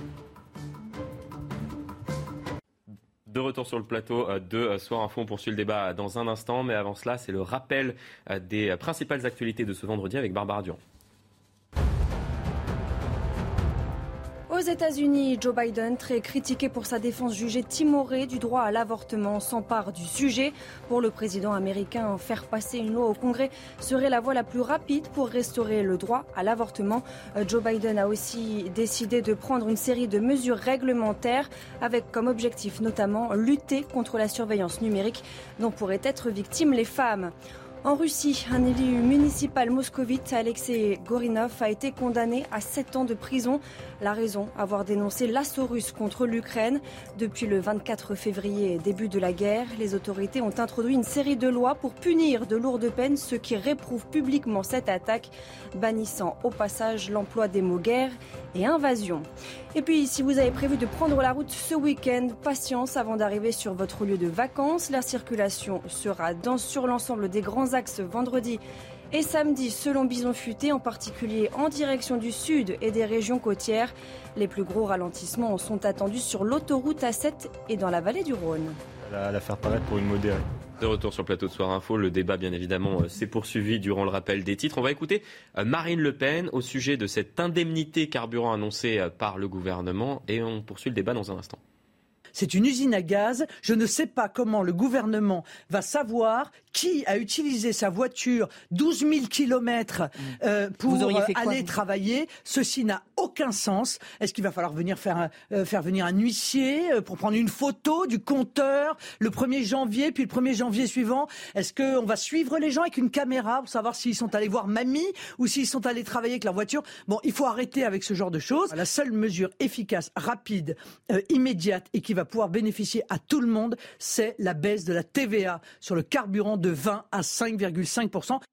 B: De retour sur le plateau de Soir Info, on poursuit le débat dans un instant. Mais avant cela, c'est le rappel des principales actualités de ce vendredi avec Barbara Durand.
C: Aux États-Unis, Joe Biden, très critiqué pour sa défense jugée timorée du droit à l'avortement, s'empare du sujet. Pour le président américain, faire passer une loi au Congrès serait la voie la plus rapide pour restaurer le droit à l'avortement. Joe Biden a aussi décidé de prendre une série de mesures réglementaires avec comme objectif notamment lutter contre la surveillance numérique dont pourraient être victimes les femmes. En Russie, un élu municipal moscovite, Alexei Gorinov, a été condamné à sept ans de prison. La raison, avoir dénoncé l'assaut russe contre l'Ukraine. Depuis le vingt-quatre février, début de la guerre, les autorités ont introduit une série de lois pour punir de lourdes peines ceux qui réprouvent publiquement cette attaque, bannissant au passage l'emploi des mots guerre et invasion. Et puis, si vous avez prévu de prendre la route ce week-end, patience avant d'arriver sur votre lieu de vacances. La circulation sera dense sur l'ensemble des grands axes vendredi et samedi selon Bison Futé, en particulier en direction du sud et des régions côtières. Les plus gros ralentissements sont attendus sur l'autoroute A sept et dans la vallée du Rhône.
H: À la faire paraître pour une modérée.
B: De retour sur le plateau de Soir Info, le débat bien évidemment s'est poursuivi durant le rappel des titres. On va écouter Marine Le Pen au sujet de cette indemnité carburant annoncée par le gouvernement et on poursuit le débat dans un instant.
L: C'est une usine à gaz. Je ne sais pas comment le gouvernement va savoir qui a utilisé sa voiture douze mille kilomètres euh, pour euh, aller vous travailler. Ceci n'a aucun sens. Est-ce qu'il va falloir venir faire, euh, faire venir un huissier euh, pour prendre une photo du compteur le premier janvier, puis le premier janvier suivant? Est-ce qu'on va suivre les gens avec une caméra pour savoir s'ils sont allés voir mamie ou s'ils sont allés travailler avec leur voiture? Bon, il faut arrêter avec ce genre de choses. La seule mesure efficace, rapide, euh, immédiate et qui va pouvoir bénéficier à tout le monde, c'est la baisse de la T V A sur le carburant de vingt à cinq virgule cinq pour cent.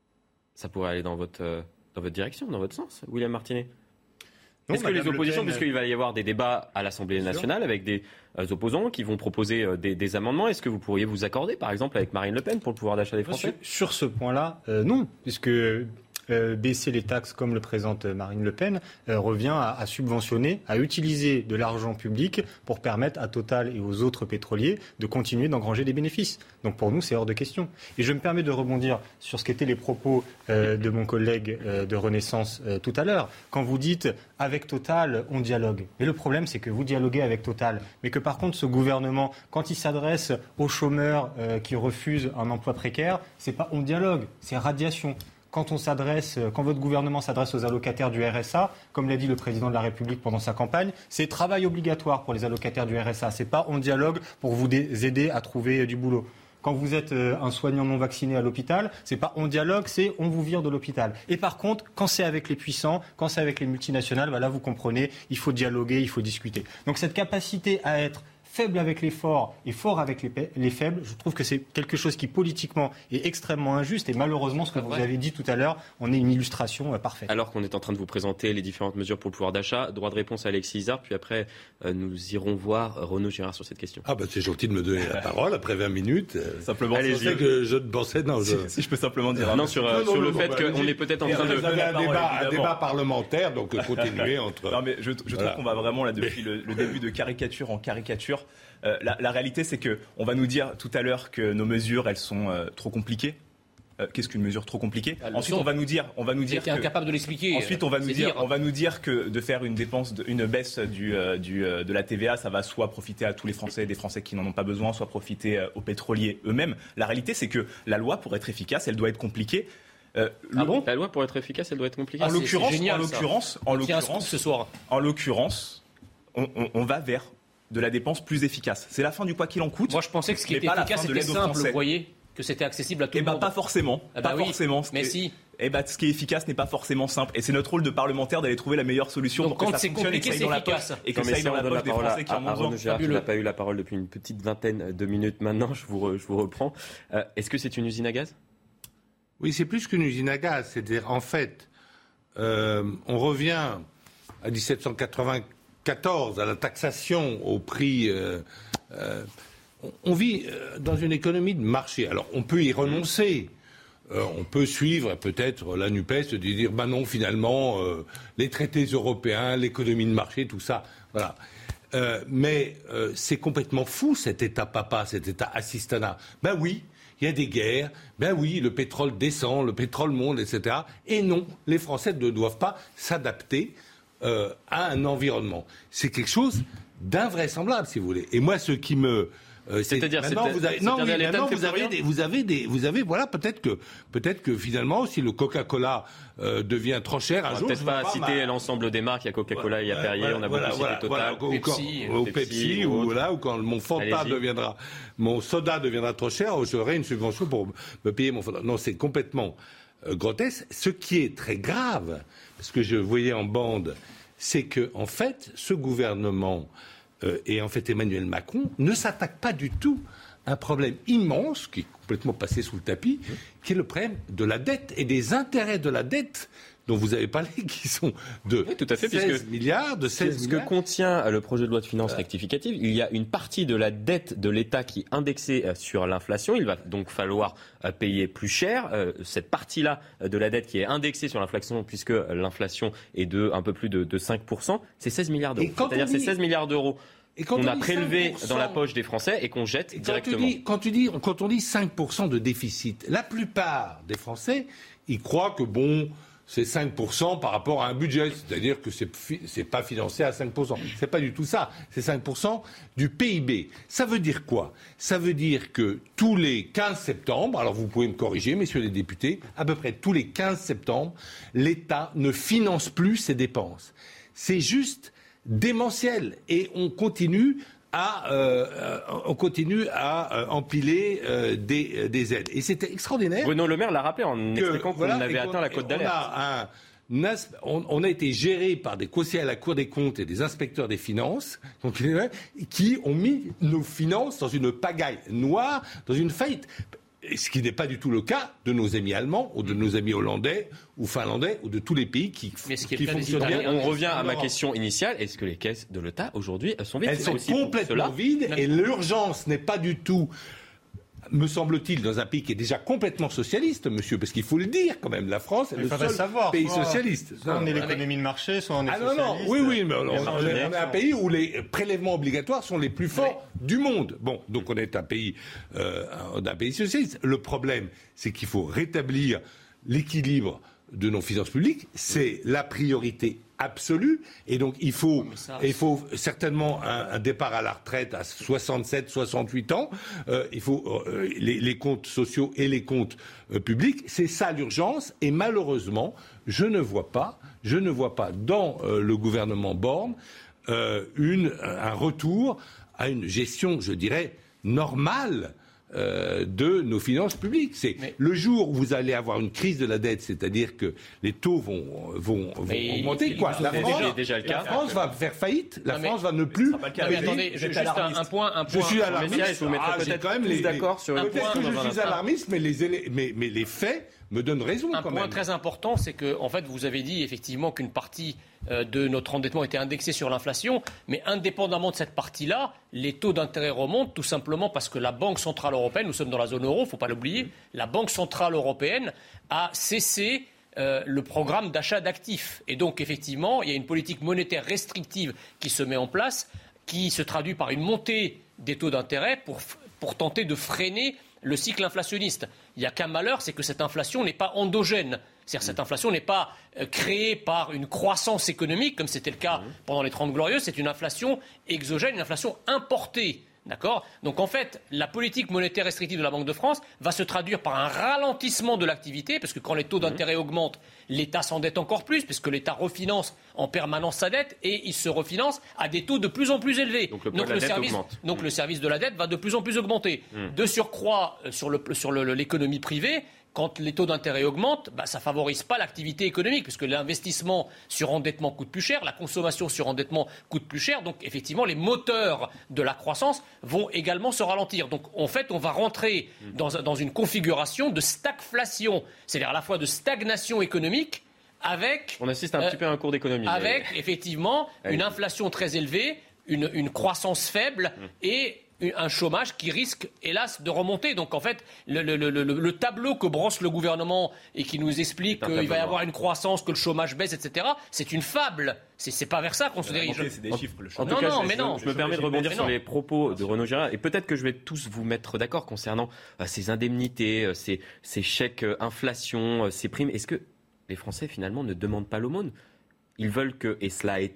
B: Ça pourrait aller dans votre, euh, dans votre direction, dans votre sens, William Martinet? Est-ce que
H: Madame
B: les oppositions,
H: Le Pen,
B: puisqu'il va y avoir des débats à l'Assemblée nationale avec des euh, opposants qui vont proposer euh, des, des amendements, est-ce que vous pourriez vous accorder, par exemple, avec Marine Le Pen pour le pouvoir d'achat des Français?
H: Sur, sur ce point-là, euh, non, puisque euh, baisser les taxes, comme le présente Marine Le Pen, euh, revient à, à subventionner, à utiliser de l'argent public pour permettre à Total et aux autres pétroliers de continuer d'engranger des bénéfices. Donc pour nous, c'est hors de question. Et je me permets de rebondir sur ce qu'étaient les propos euh, de mon collègue euh, de Renaissance euh, tout à l'heure. Quand vous dites « avec Total, on dialogue ». Mais le problème, c'est que vous dialoguez avec Total, mais que par contre, ce gouvernement, quand il s'adresse aux chômeurs euh, qui refusent un emploi précaire, c'est pas « on dialogue », c'est « radiation ». Quand on s'adresse, quand votre gouvernement s'adresse aux allocataires du R S A, comme l'a dit le président de la République pendant sa campagne, c'est travail obligatoire pour les allocataires du R S A. C'est pas on dialogue pour vous aider à trouver du boulot. Quand vous êtes un soignant non vacciné à l'hôpital, c'est pas on dialogue, c'est on vous vire de l'hôpital. Et par contre, quand c'est avec les puissants, quand c'est avec les multinationales, bah là vous comprenez, il faut dialoguer, il faut discuter. Donc cette capacité à être faible avec les forts et fort avec les, les faibles, je trouve que c'est quelque chose qui politiquement est extrêmement injuste et malheureusement ce que vous avez dit tout à l'heure en est une illustration euh, parfaite.
B: Alors qu'on est en train de vous présenter les différentes mesures pour le pouvoir d'achat, droit de réponse à Alexis Isard, puis après euh, nous irons voir Renaud Girard sur cette question.
J: Ah bah c'est gentil de me donner la parole après vingt minutes.
I: Simplement,
J: je sais que je ne pensais non. Je...
I: Si, si je peux simplement dire.
B: Non, sur, euh, non, sur non, le non, fait bah, qu'on est peut-être en train de.
J: Vous avez un débat, un débat parlementaire, donc continuez entre.
I: Non mais je, je voilà. trouve qu'on va vraiment là depuis le, le début de caricature en caricature. Euh, la, la réalité, c'est qu'on va nous dire tout à l'heure que nos mesures, elles sont euh, trop compliquées. Euh, qu'est-ce qu'une mesure trop compliquée?
E: ah,
I: Ensuite, on va nous dire, on va nous dire
E: que, incapable de l'expliquer.
I: Ensuite, on va nous dire,
E: dire,
I: on va nous dire que de faire une dépense, de, une baisse du, euh, du, euh, de la T V A, ça va soit profiter à tous les Français, des Français qui n'en ont pas besoin, soit profiter euh, aux pétroliers eux-mêmes. La réalité, c'est que la loi, pour être efficace, elle doit être compliquée.
B: Euh, ah bon La loi, pour être efficace, elle doit être compliquée.
I: En
B: ah,
I: l'occurrence,
E: c'est génial,
I: en l'occurrence, en l'occurrence,
E: ce soir.
I: En l'occurrence, on, on, on va vers de la dépense plus efficace. C'est la fin du quoi qu'il en coûte.
E: Moi, je pensais que ce qui était efficace, c'était simple, vous voyez, que c'était accessible à tout
I: eh
E: le
I: bah,
E: monde.
I: Pas forcément.
E: Ah bah
I: pas
E: oui,
I: forcément.
E: Mais
I: est,
E: si.
I: Eh bah, ce qui est efficace n'est pas forcément simple. Et c'est notre rôle de parlementaire d'aller trouver la meilleure solution
E: Donc,
I: pour que ça fonctionne et que ça aille dans la poche, et que ça aille dans la poche des Français qui en ont besoin.
B: Gérard, qui n'a pas eu la parole depuis une petite vingtaine de minutes maintenant. Je vous, re, je vous reprends. Euh, est-ce que c'est une usine à gaz?
J: Oui, c'est plus qu'une usine à gaz. C'est-à-dire, en fait, euh, on revient à dix-sept cent quatre-vingt-quatorze, à la taxation au prix. Euh, euh, on, on vit dans une économie de marché. Alors, on peut y renoncer. Euh, on peut suivre peut-être la NUPES de dire ben non, finalement, euh, les traités européens, l'économie de marché, tout ça. Voilà. Euh, mais euh, c'est complètement fou cet État papa, cet État assistanat. Ben oui. Il y a des guerres, ben oui, le pétrole descend, le pétrole monte, et cetera. Et non, les Français ne doivent pas s'adapter euh, à un environnement. C'est quelque chose d'invraisemblable, si vous voulez. Et moi, ce qui me Euh,
B: C'est-à-dire,
J: maintenant, vous avez, non, oui, maintenant vous avez, des, vous avez des, vous avez, voilà, peut-être que, peut-être que finalement, si le Coca-Cola euh, devient trop cher, un
B: on
J: jour,
B: peut-être pas, pas citer
J: ma...
B: l'ensemble des marques. Il y a Coca-Cola, il y a Perrier, voilà, on a
J: voilà,
B: beaucoup
J: voilà,
B: cité Total,
J: voilà,
B: Pepsi,
J: au, au
B: Pepsi,
J: Pepsi, ou là, ou quand mon Fanta
B: Allez-y.
J: deviendra, mon soda deviendra trop cher, j'aurai une subvention pour me payer mon Fanta. Non, c'est complètement euh, grotesque. Ce qui est très grave, parce que je voyais en bande, c'est que en fait, ce gouvernement euh, et en fait Emmanuel Macron ne s'attaquent pas du tout à un problème immense qui est complètement passé sous le tapis, qui est le problème de la dette et des intérêts de la dette dont vous avez parlé, qui sont de
B: oui, tout à fait,
J: seize
B: puisque
J: milliards, de seize
B: ce
J: milliards.
B: que contient le projet de loi de finances euh. rectificative, il y a une partie de la dette de l'État qui est indexée sur l'inflation. Il va donc falloir payer plus cher. Cette partie-là de la dette qui est indexée sur l'inflation, puisque l'inflation est de un peu plus de, de cinq pour cent, c'est seize milliards d'euros. C'est-à-dire c'est seize milliards d'euros qu'on a prélevé dans la poche des Français et qu'on jette
J: et quand
B: directement.
J: Tu dis, quand, tu dis, quand on dit cinq pour cent de déficit, la plupart des Français, ils croient que bon, c'est cinq pour cent par rapport à un budget, c'est-à-dire que c'est, c'est pas financé à cinq pour cent. C'est pas du tout ça. C'est cinq pour cent du P I B. Ça veut dire quoi? Ça veut dire que tous les quinze septembre, alors vous pouvez me corriger, messieurs les députés, à peu près tous les quinze septembre, l'État ne finance plus ses dépenses. C'est juste démentiel. Et on continue à, euh, on continue à euh, empiler euh, des, des aides. Et c'était extraordinaire.
B: Bruno Le Maire l'a rappelé en
J: que,
B: expliquant qu'on
J: voilà,
B: avait atteint la cote d'alerte.
J: A un, on, on a été géré par des conseillers à la Cour des comptes et des inspecteurs des finances donc, qui ont mis nos finances dans une pagaille noire, dans une faillite. Ce qui n'est pas du tout le cas de nos amis allemands ou de nos amis hollandais ou finlandais ou de tous les pays qui,
E: Mais ce qui,
J: qui fonctionnent bien.
B: On revient à ma question initiale. Est-ce que les caisses de l'État aujourd'hui sont vides?
J: Elles sont complètement vides et l'urgence n'est pas du tout, me semble-t-il, dans un pays qui est déjà complètement socialiste, monsieur, parce qu'il faut le dire quand même, la France est le seul
H: savoir,
J: pays
H: soit,
J: socialiste.
H: Soit on est l'économie de marché, soit on est
J: ah
H: socialiste.
J: Non, non, oui, oui, mais on, on, on est un pays où les prélèvements obligatoires sont les plus forts oui. du monde. Bon, donc on est un pays, euh, un pays socialiste. Le problème, c'est qu'il faut rétablir l'équilibre de nos finances publiques. C'est la priorité absolue. Et donc, il faut, ça, il faut certainement un, un départ à la retraite à soixante-sept, soixante-huit ans. Euh, il faut euh, les, les comptes sociaux et les comptes euh, publics. C'est ça l'urgence. Et malheureusement, je ne vois pas, je ne vois pas dans euh, le gouvernement Borne euh, une, un retour à une gestion, je dirais, normale Euh, de nos finances publiques. C'est mais, le jour où vous allez avoir une crise de la dette, c'est-à-dire que les taux vont, vont, vont augmenter.
B: Il,
J: quoi
B: il,
J: la France,
B: déjà, déjà le cas.
J: La France va faire faillite. La non, France va ne plus.
E: Non, mais attendez, je, juste un, un point, un point.
J: Je suis alarmiste.
B: Je vous mettrai ah, peut-être quand même les d'accord sur
J: un point. Que je suis alarmiste, mais les, mais, mais les faits me donnent raison.
E: Un
J: quand
E: point
J: même.
E: très important, c'est que, en fait, vous avez dit effectivement qu'une partie de notre endettement était indexée sur l'inflation, mais indépendamment de cette partie-là, les taux d'intérêt remontent tout simplement parce que la Banque centrale européenne, nous sommes dans la zone euro, il ne faut pas l'oublier, la Banque centrale européenne a cessé euh, le programme d'achat d'actifs. Et donc, effectivement, il y a une politique monétaire restrictive qui se met en place, qui se traduit par une montée des taux d'intérêt pour, pour tenter de freiner le cycle inflationniste. Il n'y a qu'un malheur, c'est que cette inflation n'est pas endogène. C'est-à-dire que cette inflation n'est pas euh, créée par une croissance économique, comme c'était le cas pendant les Trente Glorieuses, c'est une inflation exogène, une inflation importée. D'accord ? Donc en fait, la politique monétaire restrictive de la Banque de France va se traduire par un ralentissement de l'activité, parce que quand les taux d'intérêt augmentent, l'État s'endette encore plus, parce que l'État refinance en permanence sa dette, et il se refinance à des taux de plus en plus élevés.
B: Donc le,
E: donc, le, service, donc mmh. le service de la dette va de plus en plus augmenter. Mmh. De surcroît, sur, le, sur le, l'économie privée, quand les taux d'intérêt augmentent, bah, ça ne favorise pas l'activité économique, puisque l'investissement sur endettement coûte plus cher, la consommation sur endettement coûte plus cher. Donc, effectivement, les moteurs de la croissance vont également se ralentir. Donc, en fait, on va rentrer dans, dans une configuration de stagflation, c'est-à-dire à la fois de stagnation économique, avec...
B: On assiste un euh, petit peu à un cours d'économie.
E: Avec, mais... effectivement, une inflation très élevée, une, une croissance faible mmh. et... un chômage qui risque, hélas, de remonter. Donc, en fait, le, le, le, le, le tableau que brosse le gouvernement et qui nous explique qu'il va y avoir une croissance, que le chômage baisse, et cetera, c'est une fable. C'est, c'est pas vers ça qu'on se dirige.
I: C'est des chiffres, le
B: en tout
E: non,
B: cas,
E: non,
B: je,
E: mais non.
B: Je me permets de rebondir sur les propos de Renaud Girard. Et peut-être que je vais tous vous mettre d'accord concernant euh, ces indemnités, euh, ces, ces chèques euh, inflation, euh, ces primes. Est-ce que les Français, finalement, ne demandent pas l'aumône ? Ils veulent que, et cela a été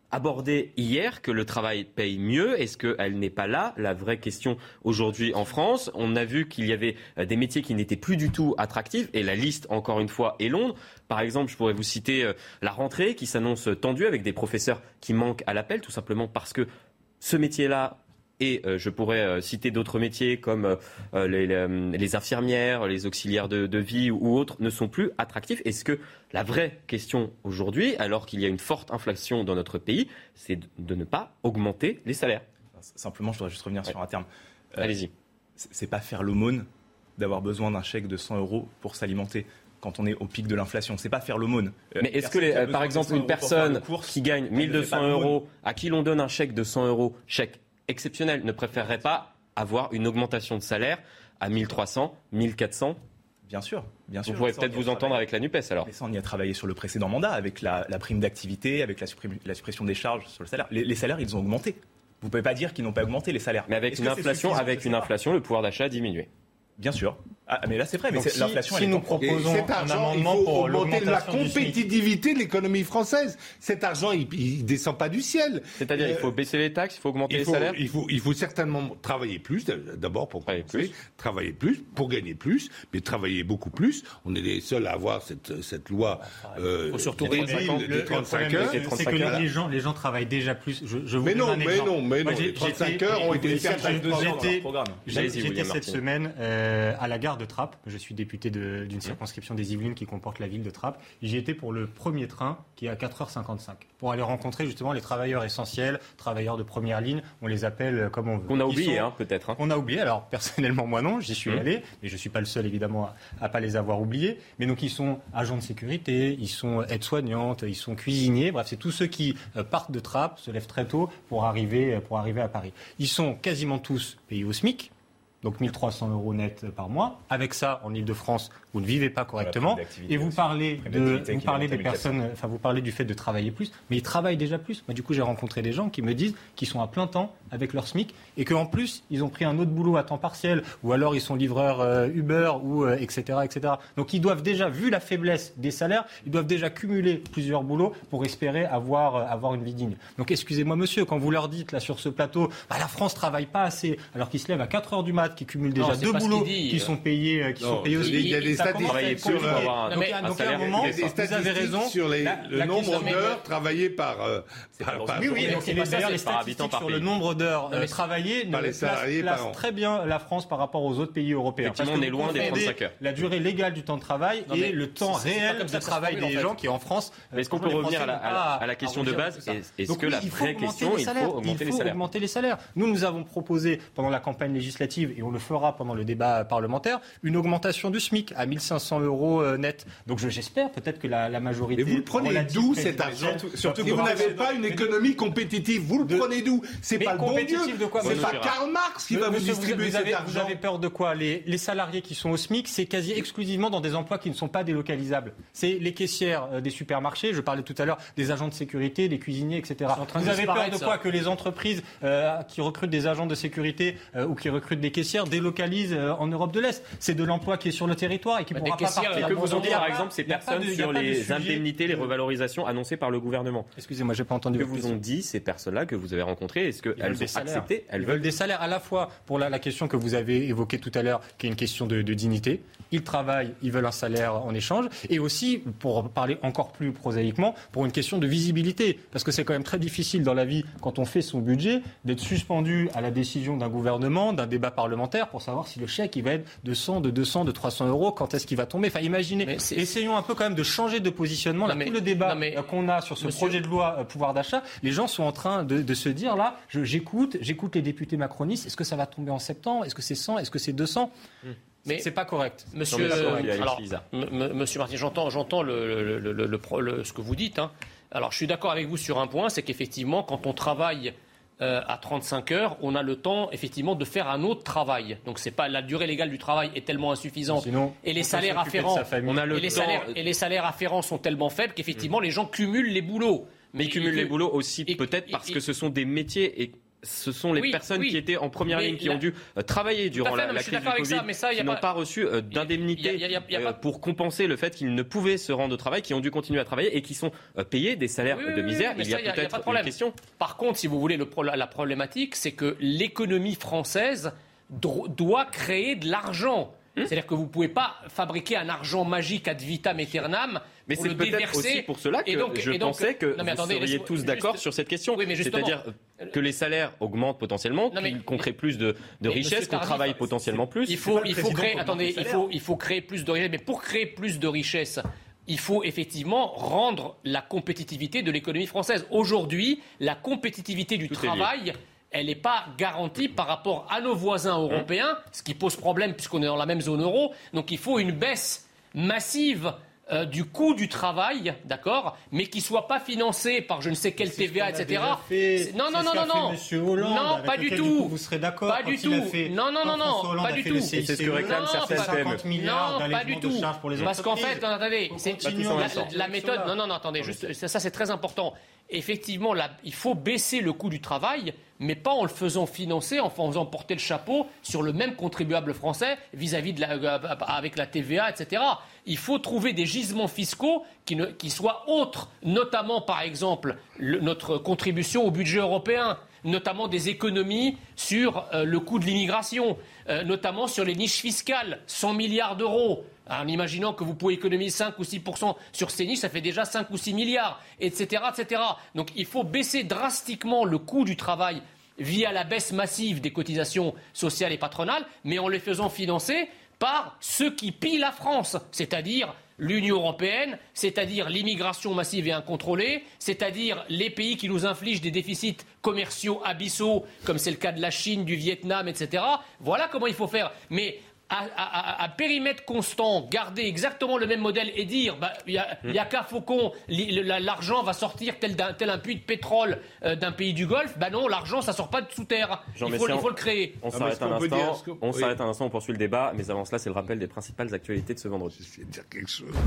B: abordé hier que le travail paye mieux. Est-ce qu'elle n'est pas là? La vraie question aujourd'hui en France. On a vu qu'il y avait des métiers qui n'étaient plus du tout attractifs et la liste, encore une fois, est longue. Par exemple, je pourrais vous citer la rentrée qui s'annonce tendue avec des professeurs qui manquent à l'appel, tout simplement parce que ce métier-là, et euh, je pourrais euh, citer d'autres métiers comme euh, les, les, les infirmières, les auxiliaires de, de vie ou, ou autres, ne sont plus attractifs. Est-ce que la vraie question aujourd'hui, alors qu'il y a une forte inflation dans notre pays, c'est de, de ne pas augmenter les salaires?
I: Simplement, je voudrais juste revenir ouais. sur un terme.
B: Euh, Allez-y.
I: C'est pas faire l'aumône d'avoir besoin d'un chèque de cent euros pour s'alimenter quand on est au pic de l'inflation. C'est pas faire l'aumône.
B: Mais est-ce que, les, par exemple, une personne qui gagne mille deux cents euros, à qui l'on donne un chèque de cent euros, chèque exceptionnel, ne préférerait pas avoir une augmentation de salaire à mille trois cents, mille quatre cents?
I: Bien sûr, bien sûr.
B: Vous pourrez peut-être vous entendre avec la NUPES alors.
I: Mais ça, on y a travaillé sur le précédent mandat, avec la, la prime d'activité, avec la, supprim- la suppression des charges sur le salaire. Les, les salaires, ils ont augmenté. Vous ne pouvez pas dire qu'ils n'ont pas augmenté les salaires.
B: Mais avec
I: Est-ce
B: une inflation, avec une inflation, le pouvoir d'achat a diminué.
I: Bien sûr. Ah, mais là, c'est vrai. Mais c'est,
H: si,
I: l'inflation,
H: si
I: elle
H: nous
I: est
H: proposons
J: cet argent,
H: un
J: il
H: amendement
J: faut
H: pour
J: augmenter la
H: l'augmentation
J: compétitivité de l'économie française. Cet argent, il ne descend pas du ciel.
B: C'est-à-dire, euh, il faut baisser les taxes, il faut augmenter
J: il
B: les
J: faut,
B: salaires.
J: Il faut, il faut certainement travailler plus, d'abord pour travailler plus, travailler plus, pour gagner plus, mais travailler beaucoup plus. On est les seuls à avoir cette, cette loi.
H: Euh, il faut surtout réduire les trente-cinq heures. C'est que les gens, les gens travaillent déjà plus. Je, je vous
J: mais non,
H: un
J: mais non, mais non. Les trente-cinq heures ont été certaines de
H: J'étais cette semaine à la gare de Trappes. Je suis député de, d'une circonscription des Yvelines qui comporte la ville de Trappes. J'y étais pour le premier train qui est à quatre heures cinquante-cinq pour aller rencontrer justement les travailleurs essentiels, travailleurs de première ligne, on les appelle comme on veut.
B: Qu'on a oublié, sont, hein, peut-être. Hein.
H: On a oublié, alors personnellement moi non, j'y suis mmh. allé, mais je ne suis pas le seul évidemment à ne pas les avoir oubliés. Mais donc ils sont agents de sécurité, ils sont aides-soignantes, ils sont cuisiniers, bref c'est tous ceux qui euh, partent de Trappes, se lèvent très tôt pour arriver, pour arriver à Paris. Ils sont quasiment tous payés au SMIC. Donc mille trois cents euros net par mois. Avec ça, en Ile-de-France, vous ne vivez pas correctement. Et vous parlez, de, vous parlez des personnes, enfin vous parlez du fait de travailler plus, mais ils travaillent déjà plus. Moi, du coup, j'ai rencontré des gens qui me disent qu'ils sont à plein temps avec leur SMIC et qu'en plus, ils ont pris un autre boulot à temps partiel ou alors ils sont livreurs euh, Uber ou euh, et cetera, et cetera. Donc ils doivent déjà, vu la faiblesse des salaires, ils doivent déjà cumuler plusieurs boulots pour espérer avoir euh, avoir une vie digne. Donc excusez-moi, monsieur, quand vous leur dites là sur ce plateau, bah, la France travaille pas assez, alors qu'ils se lèvent à quatre heures du mat, qui cumulent déjà non, deux boulots dit, qui sont payés, euh, qui non, sont payés aussi.
J: Il y a des statistiques sur le,
H: donc, donc, donc à un moment, vous avez raison
J: sur les, la, le la nombre d'heures travaillées par. Euh,
H: par, par oui, oui. Donc, d'ailleurs, les statistiques sur le nombre d'heures euh, travaillées ne placent très bien la France par rapport aux autres pays européens.
B: Effectivement, on est loin des trente-cinq heures.
H: La durée légale du temps de travail et le temps réel de travail des gens qui en France.
B: Est-ce qu'on peut revenir à la question de base? Est-ce que la vraie question, il faut augmenter les salaires?
H: Il faut augmenter les salaires. Nous, nous avons proposé pendant la campagne législative et on le fera pendant le débat parlementaire, une augmentation du SMIC à mille cinq cents euros net. Donc je, j'espère peut-être que la, la majorité...
J: Mais vous le prenez d'où cet argent? Surtout que vous n'avez pas une économie compétitive. Vous le prenez d'où? C'est pas le bon Dieu. C'est pas Karl Marx qui va vous distribuer cet argent.
H: Vous avez peur de quoi? les, les salariés qui sont au SMIC, c'est quasi exclusivement dans des emplois qui ne sont pas délocalisables. C'est les caissières des supermarchés, je parlais tout à l'heure des agents de sécurité, des cuisiniers, et cetera. Vous avez peur de quoi? Que les entreprises euh, qui recrutent des agents de sécurité euh, ou qui recrutent des caissières délocalisent euh, en Europe de l'Est? C'est de l'emploi qui est sur le territoire et qui ne pourra pas partir.
B: Que vous ont dit par exemple ces personnes de, sur les indemnités, les revalorisations annoncées par le gouvernement?
H: Excusez-moi, j'ai pas entendu.
B: Que vous ont dit ces personnes-là que vous avez rencontrées? Est-ce qu'elles ont accepté?
H: Elles veulent des salaires à la fois pour la, la question que vous avez évoquée tout à l'heure, qui est une question de, de dignité. Ils travaillent, ils veulent un salaire en échange, et aussi, pour parler encore plus prosaïquement, pour une question de visibilité. Parce que c'est quand même très difficile dans la vie, quand on fait son budget, d'être suspendu à la décision d'un gouvernement, d'un débat parlementaire, pour savoir si le chèque il va être de cent, de deux cents, de trois cents euros, quand est-ce qu'il va tomber. Enfin, imaginez. Essayons un peu quand même de changer de positionnement. Là, mais, tout le débat mais, qu'on a sur ce monsieur... projet de loi euh, pouvoir d'achat, les gens sont en train de, de se dire là, je, j'écoute, j'écoute les députés macronistes. Est-ce que ça va tomber en septembre? Est-ce que c'est cent? Est-ce que c'est deux cents? hum. Mais c'est pas correct.
E: Monsieur, correct. Alors, m- m- Monsieur Martin, j'entends, j'entends le, le, le, le, le, ce que vous dites. Hein. Alors, je suis d'accord avec vous sur un point, c'est qu'effectivement, quand on travaille euh, à trente-cinq heures, on a le temps, effectivement, de faire un autre travail. Donc, c'est pas la durée légale du travail est tellement insuffisante, sinon, et les salaires afférents, on a le et les salaires, et les salaires afférents sont tellement faibles qu'effectivement, mmh. les gens cumulent les boulots.
B: Mais ils cumulent les boulots aussi, et, peut-être et, parce et, que ce sont des métiers et ce sont les
E: oui,
B: personnes
E: oui.
B: qui étaient en première
E: mais
B: ligne, qui
E: la...
B: ont dû euh, travailler durant
E: fait,
B: la, la crise du Covid,
E: ça, mais ça,
B: qui n'ont pas, pas reçu euh, d'indemnité
E: y a, y a, y a, y a
B: euh, pour compenser le fait qu'ils ne pouvaient se rendre au travail, qui ont dû continuer à travailler et qui sont euh, payés des salaires
E: oui,
B: de misère.
E: Oui, oui,
B: il y a
E: ça,
B: peut-être
E: y a, y a
B: une question.
E: Par contre, si vous voulez, le, la problématique, c'est que l'économie française doit créer de l'argent. Hum? C'est-à-dire que vous ne pouvez pas fabriquer un argent magique ad vitam aeternam.
B: Mais c'est peut-être déverser. Aussi pour cela que donc, je donc, pensais que non, vous attendez, seriez tous d'accord juste... sur cette question. Oui, c'est-à-dire que les salaires augmentent potentiellement, non, mais... qu'on crée plus de, de richesses, qu'on travaille potentiellement plus.
E: Il faut, il faut créer. Attendez, il faut, il faut créer plus de richesses. Mais pour créer plus de richesses, il faut effectivement rendre la compétitivité de l'économie française. Aujourd'hui, la compétitivité du Tout travail. Elle n'est pas garantie par rapport à nos voisins européens, ce qui pose problème puisqu'on est dans la même zone euro. Donc il faut une baisse massive euh, du coût du travail, d'accord, mais qui ne soit pas financée par je ne sais quelle T V A, et cetera.
H: Fait,
E: non, non, non, non, non.
H: Monsieur Hollande,
E: non, pas du tout.
H: Coup, vous serez d'accord.
E: Pas du tout. Non, non, non, non, pas du tout.
B: C'est ce que réclament certaines
H: cinquante milliards
E: non, pas du tout.
H: Pour les
E: Parce qu'en fait, attendez, c'est la, la méthode. Non, non, non, attendez, juste ça, ça c'est très important. Effectivement, là, il faut baisser le coût du travail, mais pas en le faisant financer, en faisant porter le chapeau sur le même contribuable français vis-à-vis de la, avec la T V A, et cetera. Il faut trouver des gisements fiscaux qui, ne, qui soient autres, notamment, par exemple, le, notre contribution au budget européen, notamment des économies sur euh, le coût de l'immigration, euh, notamment sur les niches fiscales, cent milliards d'euros. En imaginant que vous pouvez économiser cinq ou six pour cent sur ces niches, ça fait déjà cinq ou six milliards, et cetera, et cetera. Donc il faut baisser drastiquement le coût du travail via la baisse massive des cotisations sociales et patronales, mais en les faisant financer par ceux qui pillent la France, c'est-à-dire l'Union européenne, c'est-à-dire l'immigration massive et incontrôlée, c'est-à-dire les pays qui nous infligent des déficits commerciaux abyssaux, comme c'est le cas de la Chine, du Vietnam, et cetera. Voilà comment il faut faire. Mais À, à, à périmètre constant, garder exactement le même modèle et dire bah, il n'y a, a qu'à Faucon, l'argent va sortir tel, tel un puits de pétrole euh, d'un pays du Golfe, bah non, l'argent ça sort pas de sous terre. Il faut, il faut le créer.
B: On ah, s'arrête un instant, que... on oui. s'arrête un instant, on poursuit le débat, mais avant cela, c'est le rappel des principales actualités de ce vendredi.
J: Je vais dire quelque chose.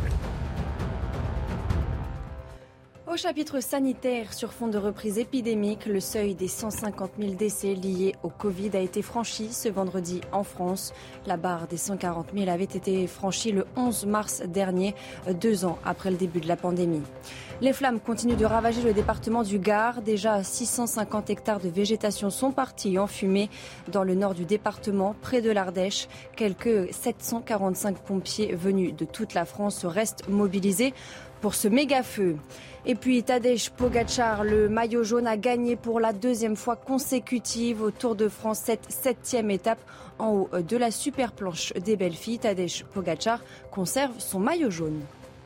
C: Au chapitre sanitaire, sur fond de reprise épidémique, le seuil des cent cinquante mille décès liés au Covid a été franchi ce vendredi en France. La barre des cent quarante mille avait été franchie le onze mars dernier, deux ans après le début de la pandémie. Les flammes continuent de ravager le département du Gard. Déjà, six cent cinquante hectares de végétation sont partis en fumée dans le nord du département, près de l'Ardèche. Quelques sept cent quarante-cinq pompiers venus de toute la France restent mobilisés pour ce méga-feu. Et puis Tadej Pogačar, le maillot jaune, a gagné pour la deuxième fois consécutive au Tour de France, cette septième étape en haut de la super planche des belles filles. Tadej Pogačar conserve son maillot jaune.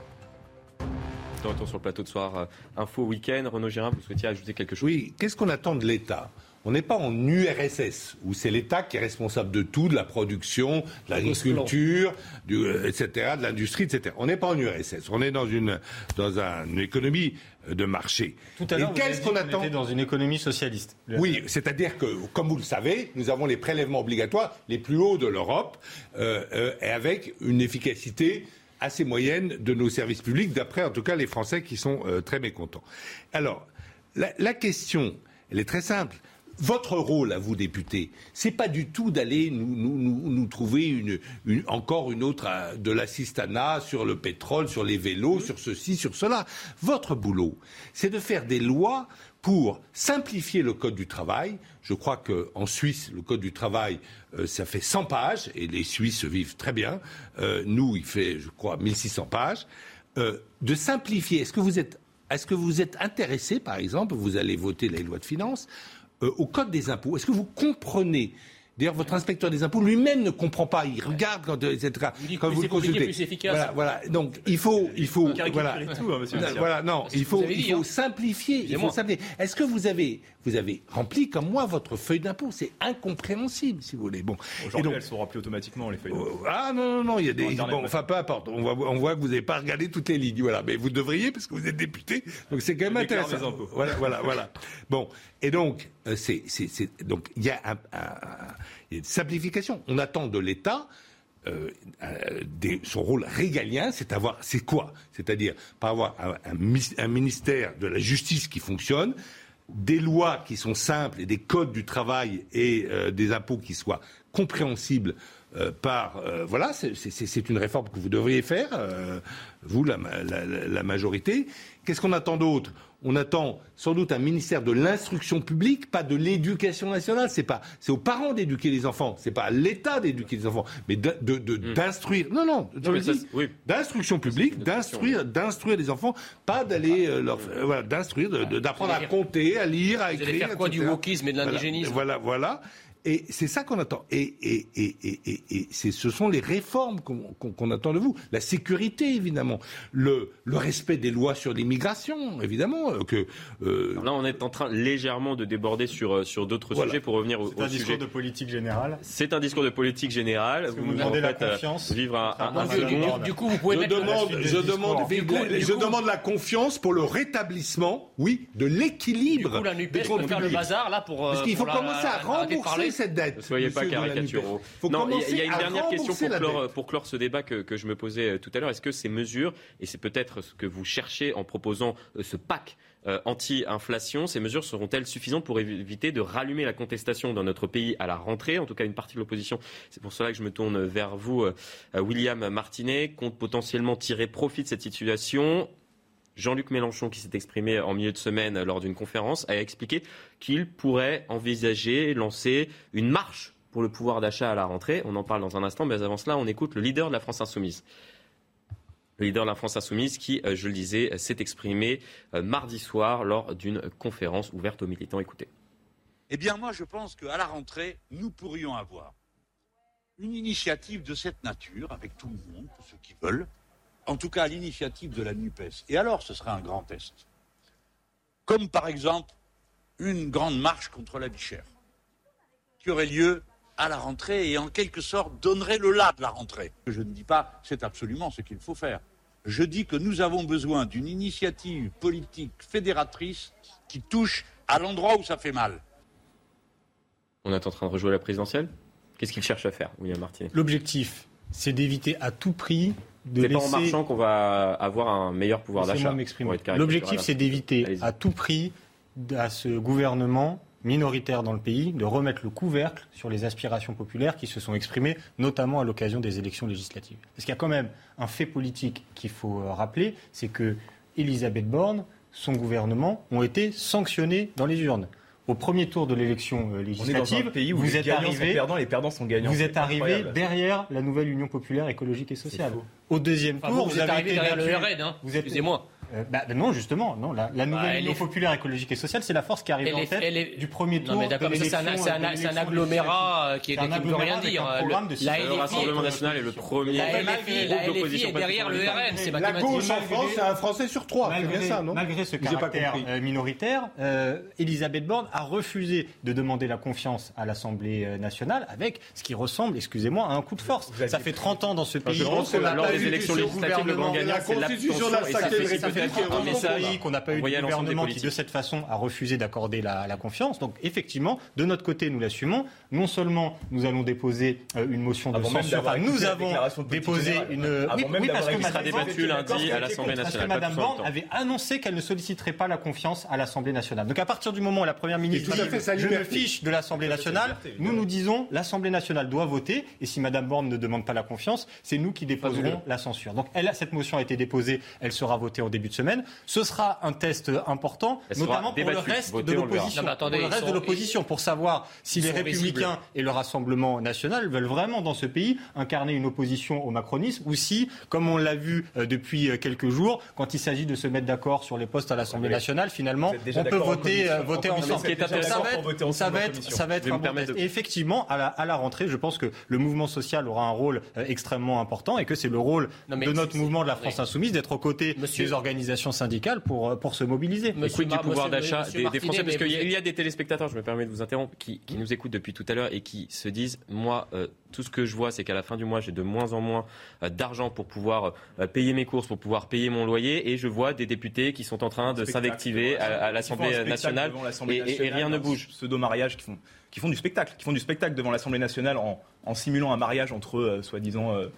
B: De retour sur le plateau de Soir Info Week-end. Renaud Gérin, vous souhaitiez ajouter quelque chose?
J: Oui, qu'est-ce qu'on attend de l'État? On n'est pas en U R S S, où c'est l'État qui est responsable de tout, de la production, de l'agriculture, du, euh, et cetera, de l'industrie, et cetera. On n'est pas en U R S S. On est dans une, dans un, une économie de marché.
H: Tout à l'heure, qu'est-ce qu'on attend? On était dans une économie socialiste.
J: Oui, c'est-à-dire que, comme vous le savez, nous avons les prélèvements obligatoires les plus hauts de l'Europe, euh, euh, et avec une efficacité assez moyenne de nos services publics, d'après en tout cas les Français qui sont euh, très mécontents. Alors, la, la question, elle est très simple. Votre rôle, à vous, députés, c'est pas du tout d'aller nous, nous, nous, nous trouver une, une, encore une autre euh, de l'assistanat sur le pétrole, sur les vélos, sur ceci, sur cela. Votre boulot, c'est de faire des lois pour simplifier le code du travail. Je crois qu'en Suisse, le code du travail, euh, ça fait cent pages, et les Suisses vivent très bien. Euh, nous, il fait, je crois, mille six cents pages. Euh, de simplifier. Est-ce que vous êtes, est-ce que vous êtes intéressé, par exemple, vous allez voter les lois de finances, euh, au code des impôts? Est-ce que vous comprenez? D'ailleurs, votre inspecteur des impôts lui-même ne comprend pas. Il regarde quand, et cetera. Quand vous le consultez.
E: Plus efficace.
J: Voilà, voilà. Donc, il faut, il faut, voilà.
I: Tout, hein, monsieur
J: voilà, non, il faut, il faut
E: hein.
J: simplifier. Il faut simplifier. Est-ce que vous avez, vous avez rempli comme moi votre feuille d'impôt? C'est incompréhensible, si vous voulez. Bon.
I: Aujourd'hui, elles sont remplies automatiquement, les feuilles d'impôt.
J: Ah non, non, non, il y a des. Bon, enfin, peu importe. On voit, on voit que vous n'avez pas regardé toutes les lignes. Voilà, mais vous devriez parce que vous êtes député. Donc c'est quand même
I: Je
J: intéressant.
I: mes impôts.
J: Voilà, voilà, voilà. Bon, et donc, euh, c'est, c'est, c'est, donc il y a un, un, un il y a une simplification. On attend de l'État euh, euh, des, son rôle régalien, c'est avoir, c'est quoi? C'est-à-dire pas avoir un, un, un ministère de la justice qui fonctionne, des lois qui sont simples et des codes du travail et euh, des impôts qui soient compréhensibles euh, par... Euh, voilà, c'est, c'est, c'est une réforme que vous devriez faire, euh, vous, la, la, la majorité. Qu'est-ce qu'on attend d'autre ? On attend sans doute un ministère de l'instruction publique, pas de l'éducation nationale. C'est pas, c'est aux parents d'éduquer les enfants. C'est pas à l'État d'éduquer les enfants, mais de, de, de, mmh. d'instruire. Non, non, non mais ça, oui. d'instruction publique, d'instruire, d'instruire les enfants, pas d'aller euh, leur, euh, voilà, d'instruire, de, de, d'apprendre à compter, à lire, à écrire.
E: Vous allez faire quoi, et cetera. Du wokisme et de l'indigénisme ?
J: Voilà, voilà. voilà. Et c'est ça qu'on attend. Et, et, et, et, et, et c'est, ce sont les réformes qu'on, qu'on, qu'on attend de vous. La sécurité, évidemment. Le, le respect des lois sur l'immigration, évidemment. Que,
B: euh... Là, on est en train légèrement de déborder sur, sur d'autres voilà. sujets pour revenir au, au sujet.
H: C'est un discours de politique générale.
B: C'est un discours de politique générale.
H: Vous, vous nous demandez la confiance.
B: Vivre un, un, un second.
E: Du, du coup, vous pouvez
J: je
E: mettre
J: demande, je demande, du coup, la, je coup, demande la confiance pour le rétablissement, oui, de l'équilibre.
E: Du coup, la NUPES peut faire le bazar, là, pour...
J: Parce qu'il faut
E: pour
J: commencer
E: la,
J: à rembourser cette dette.
B: Ne soyez pas caricaturaux. Non, il y, y a une dernière question pour clore, pour clore ce débat que, que je me posais tout à l'heure. Est-ce que ces mesures, et c'est peut-être ce que vous cherchez en proposant ce pack euh, anti-inflation, ces mesures seront-elles suffisantes pour éviter de rallumer la contestation dans notre pays à la rentrée ? En tout cas, une partie de l'opposition, c'est pour cela que je me tourne vers vous, euh, William Martinet, compte potentiellement tirer profit de cette situation. Jean-Luc Mélenchon, qui s'est exprimé en milieu de semaine lors d'une conférence, a expliqué qu'il pourrait envisager, lancer une marche pour le pouvoir d'achat à la rentrée. On en parle dans un instant, mais avant cela, on écoute le leader de la France Insoumise. Le leader de la France Insoumise qui, je le disais, s'est exprimé mardi soir lors d'une conférence ouverte aux militants. Écoutez.
M: Eh bien, moi, je pense qu'à la rentrée, nous pourrions avoir une initiative de cette nature, avec tout le monde, tous ceux qui veulent, en tout cas à l'initiative de la NUPES. Et alors, ce sera un grand test. Comme, par exemple, une grande marche contre la vie chère, qui aurait lieu à la rentrée et en quelque sorte donnerait le là de la rentrée. Je ne dis pas c'est absolument ce qu'il faut faire. Je dis que nous avons besoin d'une initiative politique fédératrice qui touche à l'endroit où ça fait mal.
B: On est en train de rejouer la présidentielle ? Qu'est-ce qu'il cherche à faire, William Martinet ?
H: L'objectif, c'est d'éviter à tout prix de
B: c'est
H: laisser...
B: pas en marchant qu'on va avoir un meilleur pouvoir d'achat.
H: L'objectif, c'est d'éviter Allez-y. à tout prix à ce gouvernement minoritaire dans le pays de remettre le couvercle sur les aspirations populaires qui se sont exprimées, notamment à l'occasion des élections législatives. Parce qu'il y a quand même un fait politique qu'il faut rappeler, c'est que Elisabeth Borne, son gouvernement, ont été sanctionnés dans les urnes. Au premier tour de l'élection législative,
I: on est dans un pays où
H: vous
I: les
H: êtes
I: gagnants
H: arrivé,
I: sont perdants, les perdants sont gagnants.
H: Vous êtes arrivé derrière la nouvelle Union populaire écologique et sociale.
E: Au
H: deuxième
E: enfin,
H: tour,
E: vous,
H: vous,
E: vous êtes
H: avez
E: arrivé
H: été
E: derrière
H: battu,
E: le R N, hein.
H: Vous êtes,
E: excusez-moi.
H: Euh, bah, non, justement, non. La, la nouvelle bah, Union est... populaire écologique et sociale, c'est la force qui arrive
E: elle
H: en
E: est,
H: tête
E: est...
H: du premier tour.
E: Non, mais d'accord, mais c'est un, c'est un, c'est un agglomérat qui, est, qui ne veut rien dire.
B: Le, la le Rassemblement national est le premier.
E: La L F I, la L F I est derrière le R N. C'est
J: la gauche en France, c'est un Français sur trois.
H: Malgré,
J: c'est bien ça, non
H: malgré ce caractère minoritaire, euh, Elisabeth Borne a refusé de demander la confiance à l'Assemblée nationale avec ce qui ressemble, excusez-moi, à un coup de force. Ça fait trente ans dans ce pays.
B: Je pense que lors des élections législatives, le grand gagnant, c'est l'abstention.
H: Et ça fait un message qu'on n'a pas eu de gouvernement qui, de cette façon, a refusé d'accorder la, la confiance. Donc, effectivement, de notre côté, nous l'assumons. Non seulement nous allons déposer euh, une motion de censure, enfin, nous avons déposé une...
B: Oui, oui, parce que sera débattue lundi à l'Assemblée nationale.
H: Parce que Mme Borne avait annoncé qu'elle ne solliciterait pas la confiance à l'Assemblée nationale. Donc, à partir du moment où la Première ministre dit « je me fiche de l'Assemblée nationale », nous nous disons « l'Assemblée nationale doit voter » et si Mme Borne ne demande pas la confiance, c'est nous qui déposerons la censure. Donc, elle, cette motion a été déposée, elle sera votée en début de semaine. Ce sera un test important, elle notamment pour le reste de l'opposition. Non, attendez, pour le reste sont, de l'opposition, pour savoir si les Républicains visibles. Et le Rassemblement national veulent vraiment dans ce pays incarner une opposition au macronisme, ou si, comme on l'a vu euh, depuis euh, quelques jours, quand il s'agit de se mettre d'accord sur les postes à l'Assemblée oui. nationale, finalement, on peut voter, euh, voter ensemble. Ce qui est intéressant, ça va être, ça va être un bon test. De... Et effectivement, à la, à la rentrée, je pense que le mouvement social aura un rôle euh, extrêmement important et que c'est le rôle non, de notre mouvement de la France oui. Insoumise d'être aux côtés Monsieur... des organisations syndicales pour, pour se mobiliser.
B: Monsieur du pouvoir d'achat des, des Français, parce qu'il y, y a des téléspectateurs, je me permets de vous interrompre, qui, qui nous écoutent depuis tout à l'heure et qui se disent, moi, euh, tout ce que je vois, c'est qu'à la fin du mois, j'ai de moins en moins euh, d'argent pour pouvoir euh, payer mes courses, pour pouvoir payer mon loyer, et je vois des députés qui sont en train de s'invectiver à, à l'Assemblée nationale, et, et, et rien ne bouge.
I: Pseudo-mariage qui font, qui font du spectacle, qui font du spectacle devant l'Assemblée nationale en, en simulant un mariage entre, euh, soi-disant... Euh,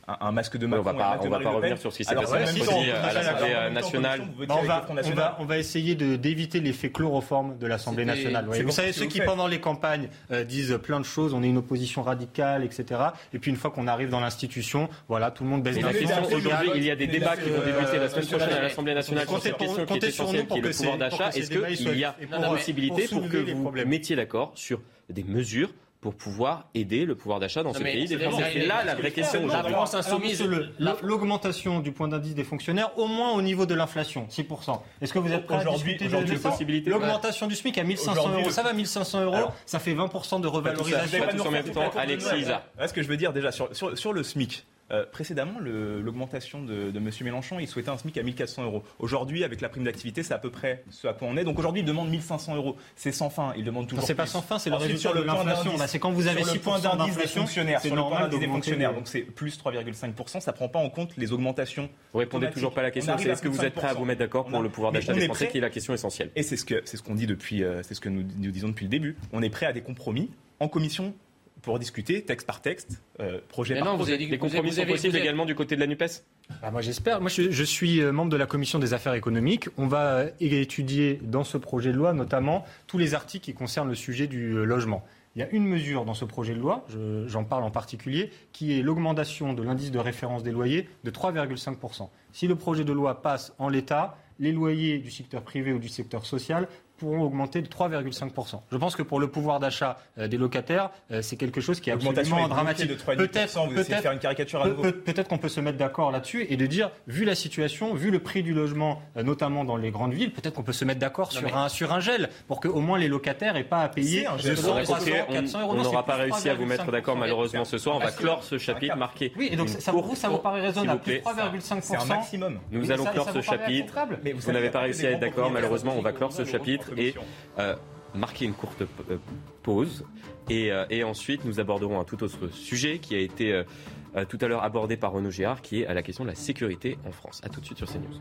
I: un, un masque de Macron.
B: Oui, on va pas, on va pas revenir sur ce qui s'est passé mercredi à l'Assemblée nationale.
H: Bah on, va, on, va, on va essayer de, d'éviter l'effet chloroforme de l'Assemblée nationale. Vous savez, ceux qui, pendant les campagnes, euh, disent plein de choses, on est une opposition radicale, et cetera. Et puis, une fois qu'on arrive dans l'institution, voilà, tout le monde baisse d'un
B: pied. Aujourd'hui, il y a des débats qui vont débuter la semaine prochaine à l'Assemblée nationale sur cette question qui est essentielle, qui est le pouvoir d'achat. Est-ce qu'il y a une possibilité pour que vous mettiez d'accord sur des mesures pour pouvoir aider le pouvoir d'achat dans ce pays des Français? C'est là la vraie question.
H: La France insoumise, l'augmentation du point d'indice des fonctionnaires, au moins au niveau de l'inflation, six pour cent. Est-ce que vous êtes prêts à discuter de la possibilité? L'augmentation du SMIC à mille cinq cents euros, ça va, mille cinq cents euros, ça fait vingt pour cent de revalorisation.
B: Pas tous en même temps, Alexis Isa.
I: Ce que je veux dire déjà sur, sur, sur le SMIC. Euh, précédemment, le, l'augmentation de, de M. Mélenchon, il souhaitait un SMIC à mille quatre cents euros. Aujourd'hui, avec la prime d'activité, c'est à peu près ce à quoi on est. Donc aujourd'hui, il demande mille cinq cents euros. C'est sans fin. Il demande toujours.
H: Non, c'est
I: plus.
H: pas sans fin, c'est le résultat de l'inflation. Là, c'est quand vous avez six pour cent d'inflation,
I: c'est sur normal le point d'indice des fonctionnaires. Donc c'est plus trois virgule cinq pour cent. Ça prend pas en compte les augmentations.
B: Vous répondez toujours pas à la question. C'est est-ce que vous êtes prêt à vous mettre d'accord pour le pouvoir d'achat des Français, qui est la question essentielle?
I: Et c'est ce que c'est ce qu'on dit depuis, c'est ce que nous, nous disons depuis le début. On est prêt à des compromis en commission pour discuter texte par texte, euh, projet
B: mais
I: par
B: non,
I: projet.
B: Vous avez, les compromis sont possibles également du côté de la NUPES?
H: Ah, moi j'espère. Moi je, je suis membre de la commission des affaires économiques. On va étudier dans ce projet de loi notamment tous les articles qui concernent le sujet du logement. Il y a une mesure dans ce projet de loi, je, j'en parle en particulier, qui est l'augmentation de l'indice de référence des loyers de trois virgule cinq pour cent. Si le projet de loi passe en l'état, les loyers du secteur privé ou du secteur social pourront augmenter de trois virgule cinq pour cent. Je pense que pour le pouvoir d'achat euh, des locataires, euh, c'est quelque chose qui est absolument dramatique.
I: De trois virgule cinq pour cent, peut-être, vous essayez de faire une caricature à nouveau.
H: Peut, peut-être qu'on peut se mettre d'accord là-dessus et de dire, vu la situation, vu le prix du logement, euh, notamment dans les grandes villes, peut-être qu'on peut se mettre d'accord non sur, mais... un, sur un gel pour qu'au moins les locataires n'aient pas à payer
B: deux cents, trois cents, quatre cents euros. On n'aura pas réussi à vous mettre d'accord malheureusement ce soir. On va clore ce chapitre marqué.
H: Oui, et donc ça vous, ça vous paraît raisonnable. trois virgule cinq pour cent.
I: C'est un maximum.
B: Nous allons clore ce chapitre. Vous n'avez pas réussi à être d'accord, malheureusement. On va clore ce chapitre et Euh, marquer une courte euh, pause et, euh, et ensuite nous aborderons un tout autre sujet qui a été euh, euh, tout à l'heure abordé par Renaud Girard, qui est à la question de la sécurité en France. A tout de suite sur CNews.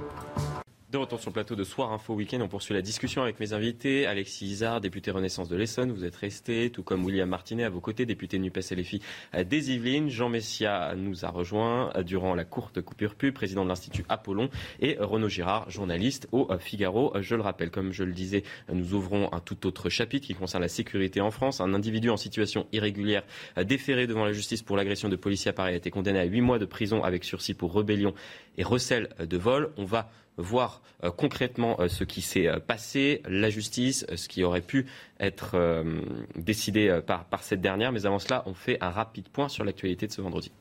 B: De retour sur le plateau de Soir Info Week-end, on poursuit la discussion avec mes invités. Alexis Isard, député Renaissance de l'Essonne, vous êtes resté, tout comme William Martinet à vos côtés, député NUPES L F I des Yvelines. Jean Messia nous a rejoint durant la courte coupure pub, président de l'Institut Apollon, et Renaud Girard, journaliste au Figaro. Je le rappelle, comme je le disais, nous ouvrons un tout autre chapitre qui concerne la sécurité en France. Un individu en situation irrégulière déféré devant la justice pour l'agression de policiers à Paris a été condamné à huit mois de prison avec sursis pour rébellion et recel de vol. On va voir euh, concrètement euh, ce qui s'est euh, passé, la justice, euh, ce qui aurait pu être euh, décidé euh, par, par cette dernière. Mais avant cela, on fait un rapide point sur l'actualité de ce vendredi.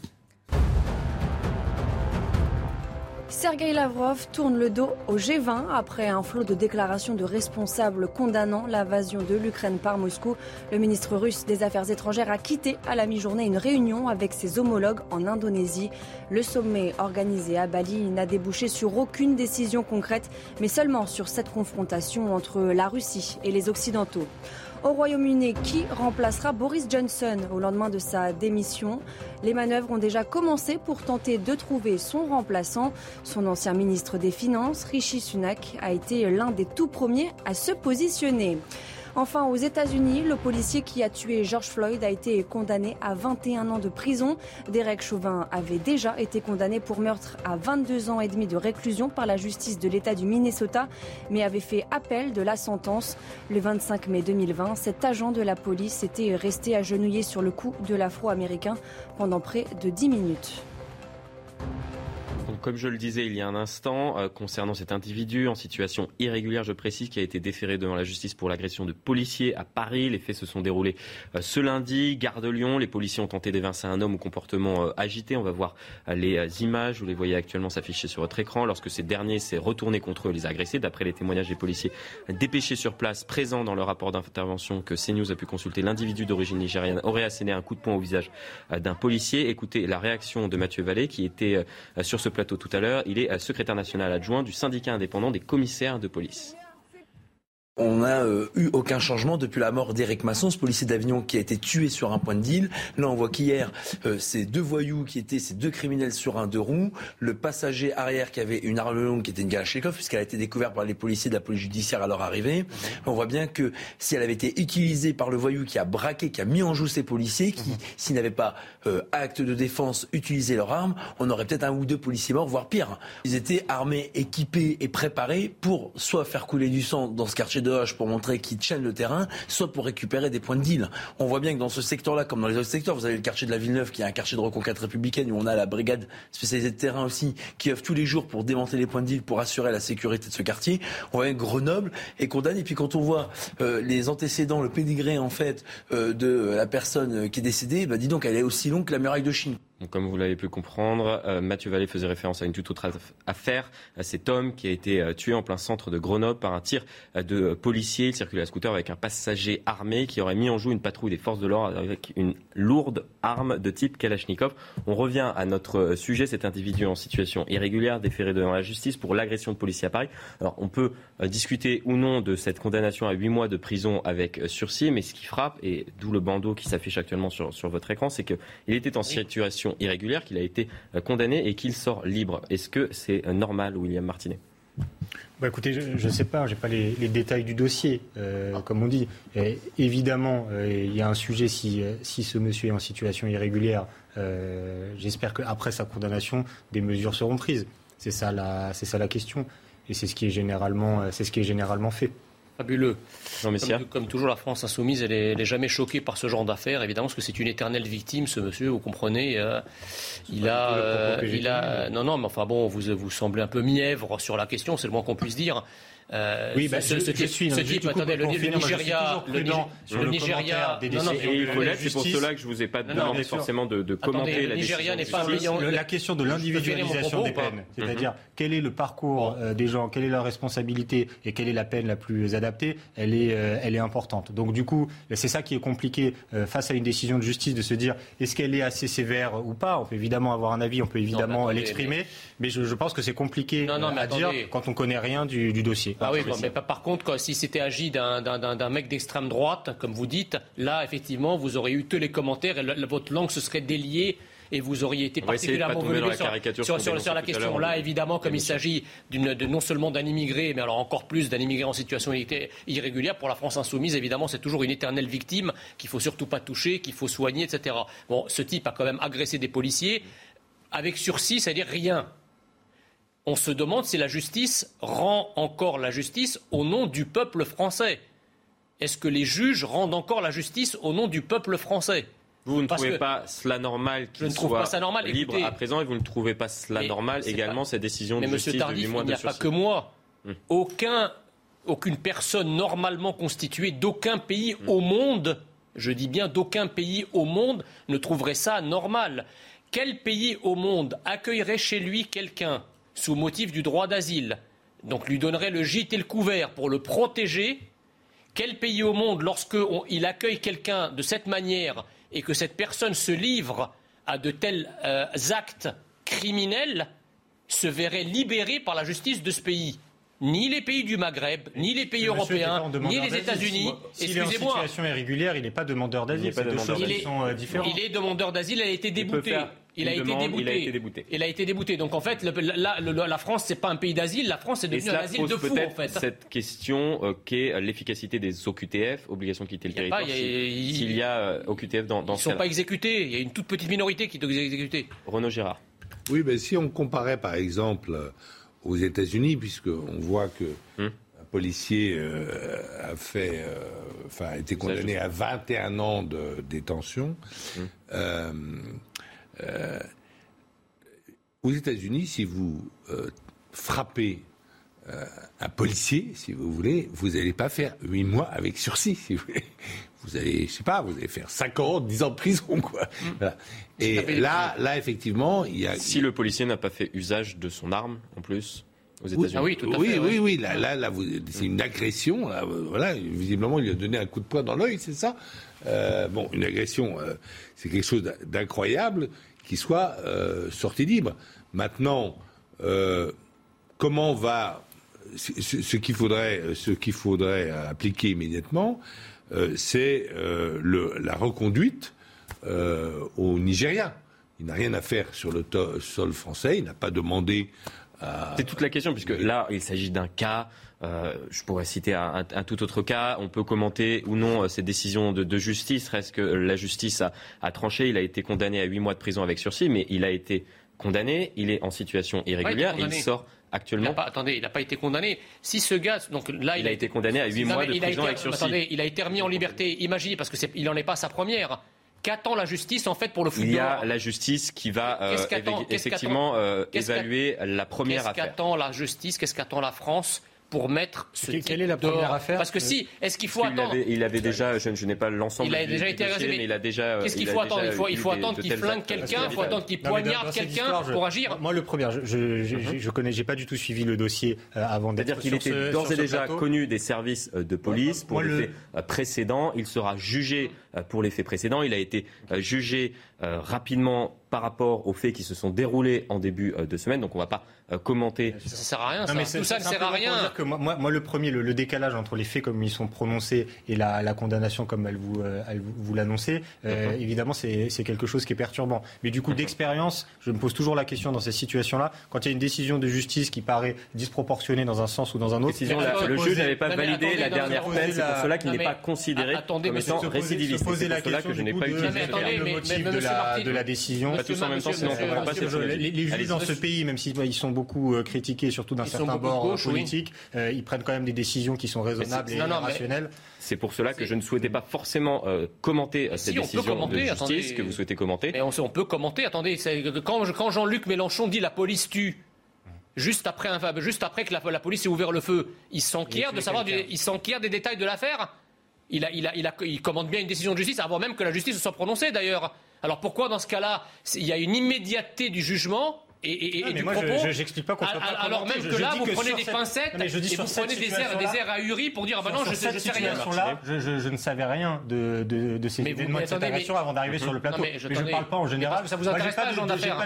C: Sergueï Lavrov tourne le dos au G vingt après un flot de déclarations de responsables condamnant l'invasion de l'Ukraine par Moscou. Le ministre russe des Affaires étrangères a quitté à la mi-journée une réunion avec ses homologues en Indonésie. Le sommet organisé à Bali n'a débouché sur aucune décision concrète, mais seulement sur cette confrontation entre la Russie et les Occidentaux. Au Royaume-Uni, qui remplacera Boris Johnson au lendemain de sa démission? Les manœuvres ont déjà commencé pour tenter de trouver son remplaçant. Son ancien ministre des Finances, Rishi Sunak, a été l'un des tout premiers à se positionner. Enfin, aux États-Unis, le policier qui a tué George Floyd a été condamné à vingt et un ans de prison. Derek Chauvin avait déjà été condamné pour meurtre à vingt-deux ans et demi de réclusion par la justice de l'État du Minnesota, mais avait fait appel de la sentence. Le vingt-cinq mai deux mille vingt, cet agent de la police était resté agenouillé sur le cou de l'Afro-Américain pendant près de dix minutes.
B: Donc, comme je le disais il y a un instant, euh, concernant cet individu en situation irrégulière, je précise, qui a été déféré devant la justice pour l'agression de policiers à Paris. Les faits se sont déroulés euh, ce lundi, gare de Lyon. Les policiers ont tenté d'évincer un homme au comportement euh, agité. On va voir euh, les euh, images. Vous les voyez actuellement s'afficher sur votre écran. Lorsque ces derniers s'est retourné contre eux et les a agressés, d'après les témoignages des policiers dépêchés sur place, présents dans le rapport d'intervention que CNews a pu consulter, l'individu d'origine nigériane aurait asséné un coup de poing au visage euh, d'un policier. Écoutez la réaction de Mathieu Vallée, qui était euh, sur ce plateau tout à l'heure. Il est secrétaire national adjoint du syndicat indépendant des commissaires de police.
N: On n'a euh, eu aucun changement depuis la mort d'Éric Masson, ce policier d'Avignon qui a été tué sur un point de deal. Là, on voit qu'hier, euh, ces deux voyous qui étaient ces deux criminels sur un deux roues, le passager arrière qui avait une arme longue qui était une Kalachnikov, puisqu'elle a été découverte par les policiers de la police judiciaire à leur arrivée. Mmh. On voit bien que si elle avait été utilisée par le voyou qui a braqué, qui a mis en joue ces policiers, qui, mmh. s'ils n'avaient pas euh, acte de défense, utilisé leur arme, on aurait peut-être un ou deux policiers morts, voire pire. Ils étaient armés, équipés et préparés pour soit faire couler du sang dans ce quartier de Hoche pour montrer qu'ils tiennent le terrain, soit pour récupérer des points de deal. On voit bien que dans ce secteur-là, comme dans les autres secteurs, vous avez le quartier de la Villeneuve qui est un quartier de reconquête républicaine où on a la brigade spécialisée de terrain aussi qui œuvre tous les jours pour démanteler les points de deal, pour assurer la sécurité de ce quartier. On voit bien que Grenoble est condamné. Et puis quand on voit euh, les antécédents, le pédigré en fait euh, de la personne qui est décédée, bah dis donc elle est aussi longue que la muraille de Chine.
B: Donc, comme vous l'avez pu comprendre, euh, Mathieu Vallée faisait référence à une toute autre affaire, à cet homme qui a été euh, tué en plein centre de Grenoble par un tir euh, de policier. Il circulait à scooter avec un passager armé qui aurait mis en joue une patrouille des forces de l'ordre avec une lourde arme de type Kalachnikov. On revient à notre sujet, cet individu en situation irrégulière déféré devant la justice pour l'agression de policiers à Paris. Alors on peut euh, discuter ou non de cette condamnation à huit mois de prison avec euh, sursis, mais ce qui frappe, et d'où le bandeau qui s'affiche actuellement sur, sur votre écran, c'est qu'il était en situation irrégulière, qu'il a été condamné et qu'il sort libre. Est-ce que c'est normal, William Martinet ?
H: Bah écoutez, je ne sais pas, je n'ai pas les, les détails du dossier, euh, comme on dit. Et évidemment, euh, il y a un sujet si, si ce monsieur est en situation irrégulière. Euh, j'espère qu'après sa condamnation, des mesures seront prises. C'est ça la, c'est ça la question. Et c'est ce qui est généralement, c'est ce qui est généralement fait.
E: Fabuleux. Comme, comme toujours, la France insoumise, elle n'est jamais choquée par ce genre d'affaires, évidemment, parce que c'est une éternelle victime, ce monsieur, vous comprenez. Euh, il a, euh, il a, non, non, mais enfin bon, vous vous semblez un peu mièvre sur la question, c'est le moins qu'on puisse dire. Euh,
H: oui, bah,
E: ce,
H: je,
E: ce
H: je
E: type,
H: suis,
E: ce
H: non,
E: type
H: coup,
E: attendez, le, le Nigeria, le,
H: le,
E: le Nigeria,
H: des
B: non, non, et il faut l'être, c'est pour cela que je vous ai pas demandé non, non, forcément de, de commenter attendez, la
E: Nigeria
B: décision.
E: N'est pas payant,
H: le, la question de l'individualisation des peines, c'est-à-dire mm-hmm. quel est le parcours euh, des gens, quelle est leur responsabilité et quelle est la peine la plus adaptée, elle est, euh, elle est importante. Donc du coup, c'est ça qui est compliqué euh, face à une décision de justice de se dire est-ce qu'elle est assez sévère ou pas. On peut évidemment avoir un avis, on peut évidemment non, mais l'exprimer, mais, mais je, je pense que c'est compliqué non, non, à attendez. dire quand on connaît rien du, du dossier.
E: Ah oui, bon, mais par contre, quoi, si c'était agi d'un, d'un, d'un mec d'extrême droite, comme vous dites, là, effectivement, vous auriez eu tous les commentaires et le, votre langue se serait déliée et vous auriez été particulièrement volubile sur, sur, sur, sur la question. Là, évidemment, comme il s'agit d'une, de, non seulement d'un immigré, mais alors encore plus d'un immigré en situation irrégulière, pour la France insoumise, évidemment, c'est toujours une éternelle victime qu'il ne faut surtout pas toucher, qu'il faut soigner, et cetera. Bon, ce type a quand même agressé des policiers avec sursis, c'est-à-dire rien. On se demande si la justice rend encore la justice au nom du peuple français. Est-ce que les juges rendent encore la justice au nom du peuple français ?
B: Vous ne
E: Parce
B: trouvez
E: que
B: pas cela normal qu'il
E: soit pas ça normal.
B: libre
E: Écoutez,
B: à présent et vous ne trouvez pas cela normal également
E: pas...
B: cette décision de
E: mais
B: justice
E: Tardif,
B: de huit mois de sursis ?
E: Il n'y a pas que moi. Hum. Aucun, aucune personne normalement constituée d'aucun pays hum. au monde, je dis bien d'aucun pays au monde, ne trouverait ça normal. Quel pays au monde accueillerait chez lui quelqu'un sous motif du droit d'asile, donc lui donnerait le gîte et le couvert pour le protéger? Quel pays au monde, lorsqu'il accueille quelqu'un de cette manière et que cette personne se livre à de tels euh, actes criminels, se verrait libéré par la justice de ce pays? Ni les pays du Maghreb, ni les pays européens, ni les États-Unis.
H: S'il est en situation irrégulière, il n'est pas demandeur d'asile. C'est deux choses qui sont différentes.
E: Il est demandeur d'asile, elle a été déboutée. Il a, été débouté. il a été débouté. Il a été débouté. Donc en fait, le, la, le, la France, c'est pas un pays d'asile. La France est devenue un asile de fous, en fait.
B: Cette question euh, qu'est l'efficacité des O Q T F, obligation de quitter le territoire. S'il y a euh, O Q T F dans, dans
E: ils ne sont pas exécutés. Il y a une toute petite minorité qui est exécutée.
B: Renaud Girard.
J: Oui, mais si on comparait, par exemple, aux États-Unis, puisqu'on voit que hum. un policier euh, a fait, euh, enfin, a été condamné à vingt et un ans de détention. Hum. Euh, Euh, aux États-Unis, si vous euh, frappez euh, un policier, si vous voulez, vous n'allez pas faire huit mois avec sursis, si vous voulez. Vous allez, je sais pas, vous allez faire cinq ans, dix ans de prison, quoi. Mmh. Voilà. Et là, là, effectivement, il y a...
B: Si le policier n'a pas fait usage de son arme, en plus, aux États-Unis.
E: Ah oui, tout à
J: oui,
E: fait.
J: Oui,
E: oui,
J: oui, là, là, là vous, c'est une agression. Là, voilà, visiblement, il lui a donné un coup de poing dans l'œil, c'est ça. Euh, bon, une agression, euh, c'est quelque chose d'incroyable qui soit euh, sorti libre. Maintenant, euh, comment va ce, ce qu'il faudrait, ce qu'il faudrait appliquer immédiatement, euh, c'est euh, le, la reconduite euh, au Nigeria. Il n'a rien à faire sur le to- sol français. Il n'a pas demandé. À...
B: C'est toute la question, puisque là, il s'agit d'un cas. Euh, je pourrais citer un, un, un tout autre cas. On peut commenter ou non cette décision de, de justice. Reste que la justice a, a tranché. Il a été condamné à huit mois de prison avec sursis, mais il a été condamné. Il est en situation irrégulière et il sort actuellement.
E: Il pas, attendez, il n'a pas été condamné. Si ce gars, donc là,
B: il, il a été condamné à huit mois de prison
E: été,
B: avec sursis.
E: Attendez, il a été remis en liberté. Imaginez, parce que c'est, il n'en est pas sa première. Qu'attend la justice en fait pour le football ?
B: Il y a la justice qui va euh, éve- effectivement euh, évaluer la première
E: qu'est-ce
B: affaire.
E: Qu'est-ce qu'attend la justice ? Qu'est-ce qu'attend la France pour mettre ce
H: Quelle
E: type
H: est la première
E: dehors.
H: affaire ?
E: Parce que si, est-ce qu'il faut
B: il
E: attendre
B: avait, il avait déjà, je, je n'ai pas l'ensemble
E: il a
B: du,
E: déjà
B: du
E: été
B: dossier,
E: agressé,
B: mais il a déjà.
E: Qu'est-ce qu'il
B: il
E: faut
B: a
E: attendre
B: déjà
E: Il faut, il faut
B: eu
E: attendre
B: de
E: qu'il
B: tels
E: flingue
B: actes.
E: quelqu'un, il faut attendre qu'il poignarde quelqu'un
H: je,
E: pour agir.
H: Moi, le premier, je, je, je,
B: Mm-hmm.
H: je connais, j'ai pas du tout suivi le dossier euh, avant d'être.
B: C'est-à-dire qu'il était
H: ce,
B: d'ores et déjà
H: plateau.
B: connu des services de police
H: moi,
B: pour
H: moi,
B: les
H: le...
B: faits précédents. Il sera jugé pour les faits précédents. Il a été jugé euh, rapidement par rapport aux faits qui se sont déroulés en début de semaine. Donc on ne va pas euh, commenter.
E: Ça ne sert à rien. Ça.
H: Non, mais
E: Tout ça ne sert à rien.
H: Dire que moi, moi, moi, le premier, le, le décalage entre les faits comme ils sont prononcés et la, la condamnation comme elle vous, euh, elle vous, vous l'annoncez, euh, uh-huh. évidemment, c'est, c'est quelque chose qui est perturbant. Mais du coup, uh-huh. d'expérience, je me pose toujours la question dans ces situations-là, quand il y a une décision de justice qui paraît disproportionnée dans un sens ou dans un autre.
B: Décision, la, le juge n'avait pas non, validé attendez, la dernière peine, c'est pour cela qu'il non, n'est pas considéré
E: attendez,
B: comme étant récidiviste. C'est pour cela que je n'ai pas utilisé
H: le motif de la décision.
B: Pas tous en même temps, sinon on ne comprend pas cette chose.
H: Les juges dans ce pays, même s'ils sont beaucoup critiqués, surtout d'un certain bord politique, ils prennent quand même des décisions qui sont raisonnables et rationnelles.
B: C'est pour cela que je ne souhaitais pas forcément euh, commenter euh, cette
E: si,
B: décision
E: commenter,
B: de justice
E: attendez,
B: que vous souhaitez commenter.
E: Mais on, on peut commenter. Attendez, c'est, quand, quand Jean-Luc Mélenchon dit la police tue, juste après, un, juste après que la, la police ait ouvert le feu, il s'enquiert de savoir, du, il s'enquiert des détails de l'affaire. Il, a, il, a, il, a, il commande bien une décision de justice avant même que la justice se soit prononcée d'ailleurs. Alors pourquoi dans ce cas-là, il y a une immédiateté du jugement? Et, et,
H: ah,
E: et
H: mais
E: du
H: moi,
E: propos,
H: je, je, j'explique pas qu'on soit pas
E: alors même
H: je,
E: que là,
H: je
E: vous
H: que
E: prenez des
H: cette...
E: pincettes
H: non, je dis
E: et vous prenez des airs, des airs ahuris pour dire ah bah non, je, je sais rien.
H: Là, je, je, je ne savais rien de, de, de ces
E: mais
H: événements de cette agression avant d'arriver sur le plateau.
E: Non, mais je
H: ne parle pas en général.
E: Parce que ça vous intéresse pas, ce genre d'affaires.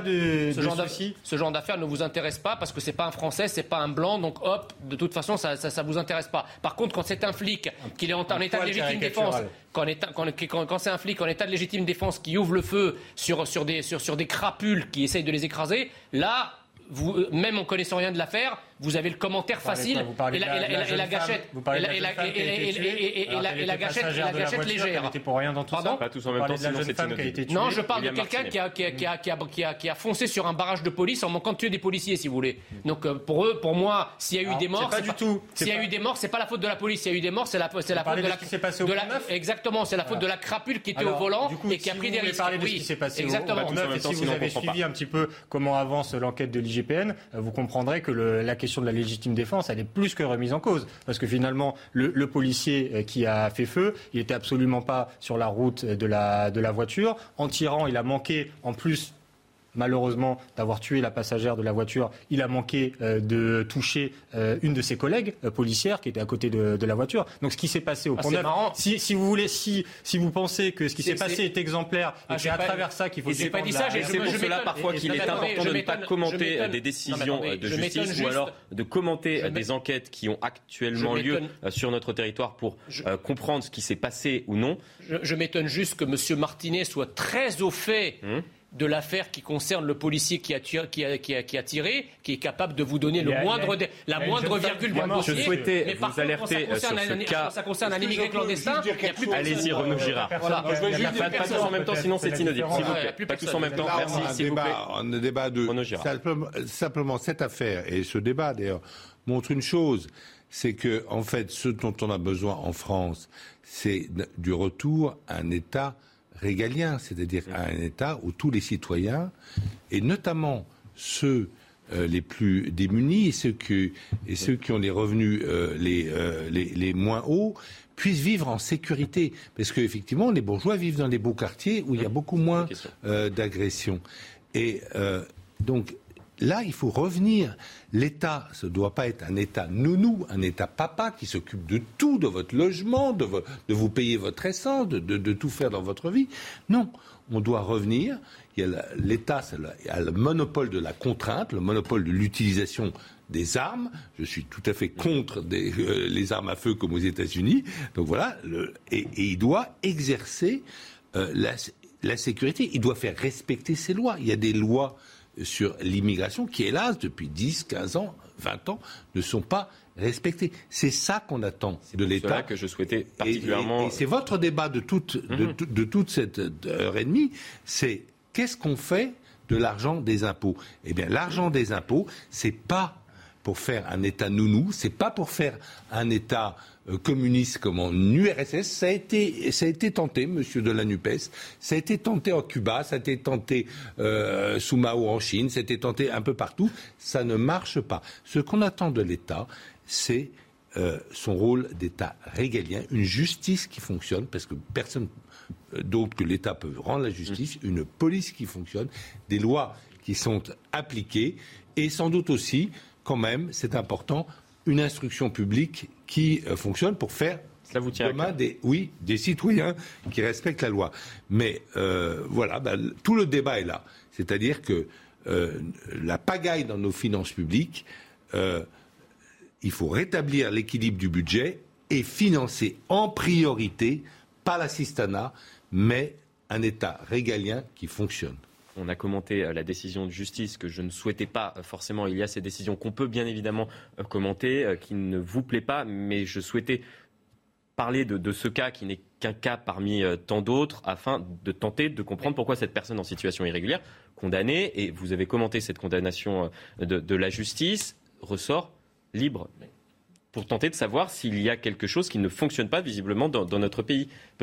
H: Ce,
E: ce genre d'affaires ne vous intéresse pas parce que c'est pas un Français, c'est pas un blanc, donc hop, de toute façon, ça, ça, ça vous intéresse pas. Par contre, quand c'est un flic qu'il est en état de légitime défense, quand, quand, quand, quand c'est un flic en état de légitime défense qui ouvre le feu sur, sur, des, sur, sur des crapules qui essayent de les écraser, là, vous, même en connaissant rien de l'affaire, vous avez le commentaire facile et la gâchette et la gâchette légère.
H: N'était pour rien dans tout ça.
B: Pas tous en même temps.
E: Non, je parle de quelqu'un qui a, qui, a, qui, a, qui, a, qui, a, qui a foncé sur un barrage de police en manquant de tuer des policiers, si vous voulez. Donc pour eux, pour moi, s'il y a eu Alors, des morts,
H: c'est pas du tout.
E: S'il y a eu des morts, c'est pas la faute de la police. S'il y a eu des morts, c'est la, c'est la faute de la.
H: Ce qui s'est passé au
E: de la exactement, c'est la faute de la crapule qui était au volant et qui a pris des risques.
H: Parler de ce qui s'est passé au neuf et si vous avez suivi un petit peu comment avance l'enquête de l'I G P N, vous comprendrez que la question de la légitime défense, elle est plus que remise en cause. Parce que finalement, le, le policier qui a fait feu, il n'était absolument pas sur la route de la, de la voiture. En tirant, il a manqué, en plus, malheureusement, d'avoir tué la passagère de la voiture, il a manqué euh, de toucher euh, une de ses collègues euh, policières qui était à côté de, de la voiture. Donc ce qui s'est passé au
E: ah,
H: Pont Neuf, si, si vous voulez, si, si vous pensez que ce qui
E: c'est,
H: s'est passé
E: c'est...
H: est exemplaire et
E: ah,
H: c'est à
E: pas...
H: travers ça qu'il faut...
E: Et c'est pas dit ça, j'ai,
B: c'est pour cela parfois qu'il est important de ne pas commenter des décisions de justice ou alors de commenter des enquêtes qui ont actuellement lieu sur notre territoire pour comprendre ce qui s'est passé ou non.
E: Je m'étonne juste que M. Martinet soit très au fait de l'affaire qui concerne le policier qui a, tué, qui, a, qui, a, qui a tiré, qui est capable de vous donner le a, moindre, a, la moindre virgule du dossier.
B: Je souhaitais
E: mais
B: vous alerter
E: contre,
B: sur ce
E: un,
B: cas.
E: Ça concerne un immigré clandestin. Il n'y a plus
B: Allez-y, Renaud Girard. Voilà. Pas, pas tous en même temps, sinon c'est inaudible. S'il vous plaît. Pas tous en même temps. Merci, s'il vous plaît.
J: On a débat de simplement, simplement cette affaire et ce débat d'ailleurs montre une chose, c'est que en fait, ce dont on a besoin en France, c'est du retour à un État régalien, c'est-à-dire à un État où tous les citoyens, et notamment ceux euh, les plus démunis et ceux, qui, et ceux qui ont les revenus euh, les, euh, les, les moins hauts, puissent vivre en sécurité. Parce qu'effectivement, les bourgeois vivent dans les beaux quartiers où il y a beaucoup moins euh, d'agressions. Et euh, donc, là, il faut revenir. L'État, ce ne doit pas être un État nounou, un État papa qui s'occupe de tout, de votre logement, de, vo- de vous payer votre essence, de, de, de tout faire dans votre vie. Non, on doit revenir. Il y a la, L'État a le monopole de la contrainte, le monopole de l'utilisation des armes. Je suis tout à fait contre des, euh, les armes à feu comme aux États-Unis. Donc voilà, le, et, et il doit exercer euh, la, la sécurité. Il doit faire respecter ses lois. Il y a des lois sur l'immigration qui, hélas, depuis dix, quinze ans, vingt ans, ne sont pas respectées. C'est ça qu'on attend de l'État.
B: C'est cela que je souhaitais particulièrement...
J: Et, et, et c'est votre débat de toute, de, mm-hmm. de toute cette heure et demie, c'est qu'est-ce qu'on fait de l'argent des impôts ? Eh bien, l'argent des impôts, c'est pas pour faire un État nounou, c'est pas pour faire un État euh, communiste comme en U R S S. Ça a été, ça a été tenté, monsieur de la NUPES. Ça a été tenté en Cuba, ça a été tenté euh, sous Mao en Chine, ça a été tenté un peu partout. Ça ne marche pas. Ce qu'on attend de l'État, c'est euh, son rôle d'État régalien, une justice qui fonctionne, parce que personne d'autre que l'État peut rendre la justice, une police qui fonctionne, des lois qui sont appliquées, et sans doute aussi, quand même, c'est important, une instruction publique qui euh, fonctionne pour faire
B: Cela vous tient
J: demain des, oui, des citoyens qui respectent la loi. Mais euh, voilà, bah, tout le débat est là. C'est-à-dire que euh, la pagaille dans nos finances publiques, euh, il faut rétablir l'équilibre du budget et financer en priorité, pas l'assistanat, mais un État régalien qui fonctionne.
B: On a commenté la décision de justice que je ne souhaitais pas forcément. Il y a ces décisions qu'on peut bien évidemment commenter, qui ne vous plaît pas, mais je souhaitais parler de, de ce cas qui n'est qu'un cas parmi tant d'autres, afin de tenter de comprendre pourquoi cette personne en situation irrégulière, condamnée, et vous avez commenté cette condamnation de, de la justice, ressort libre, pour tenter de savoir s'il y a quelque chose qui ne fonctionne pas visiblement dans, dans notre pays. Peut-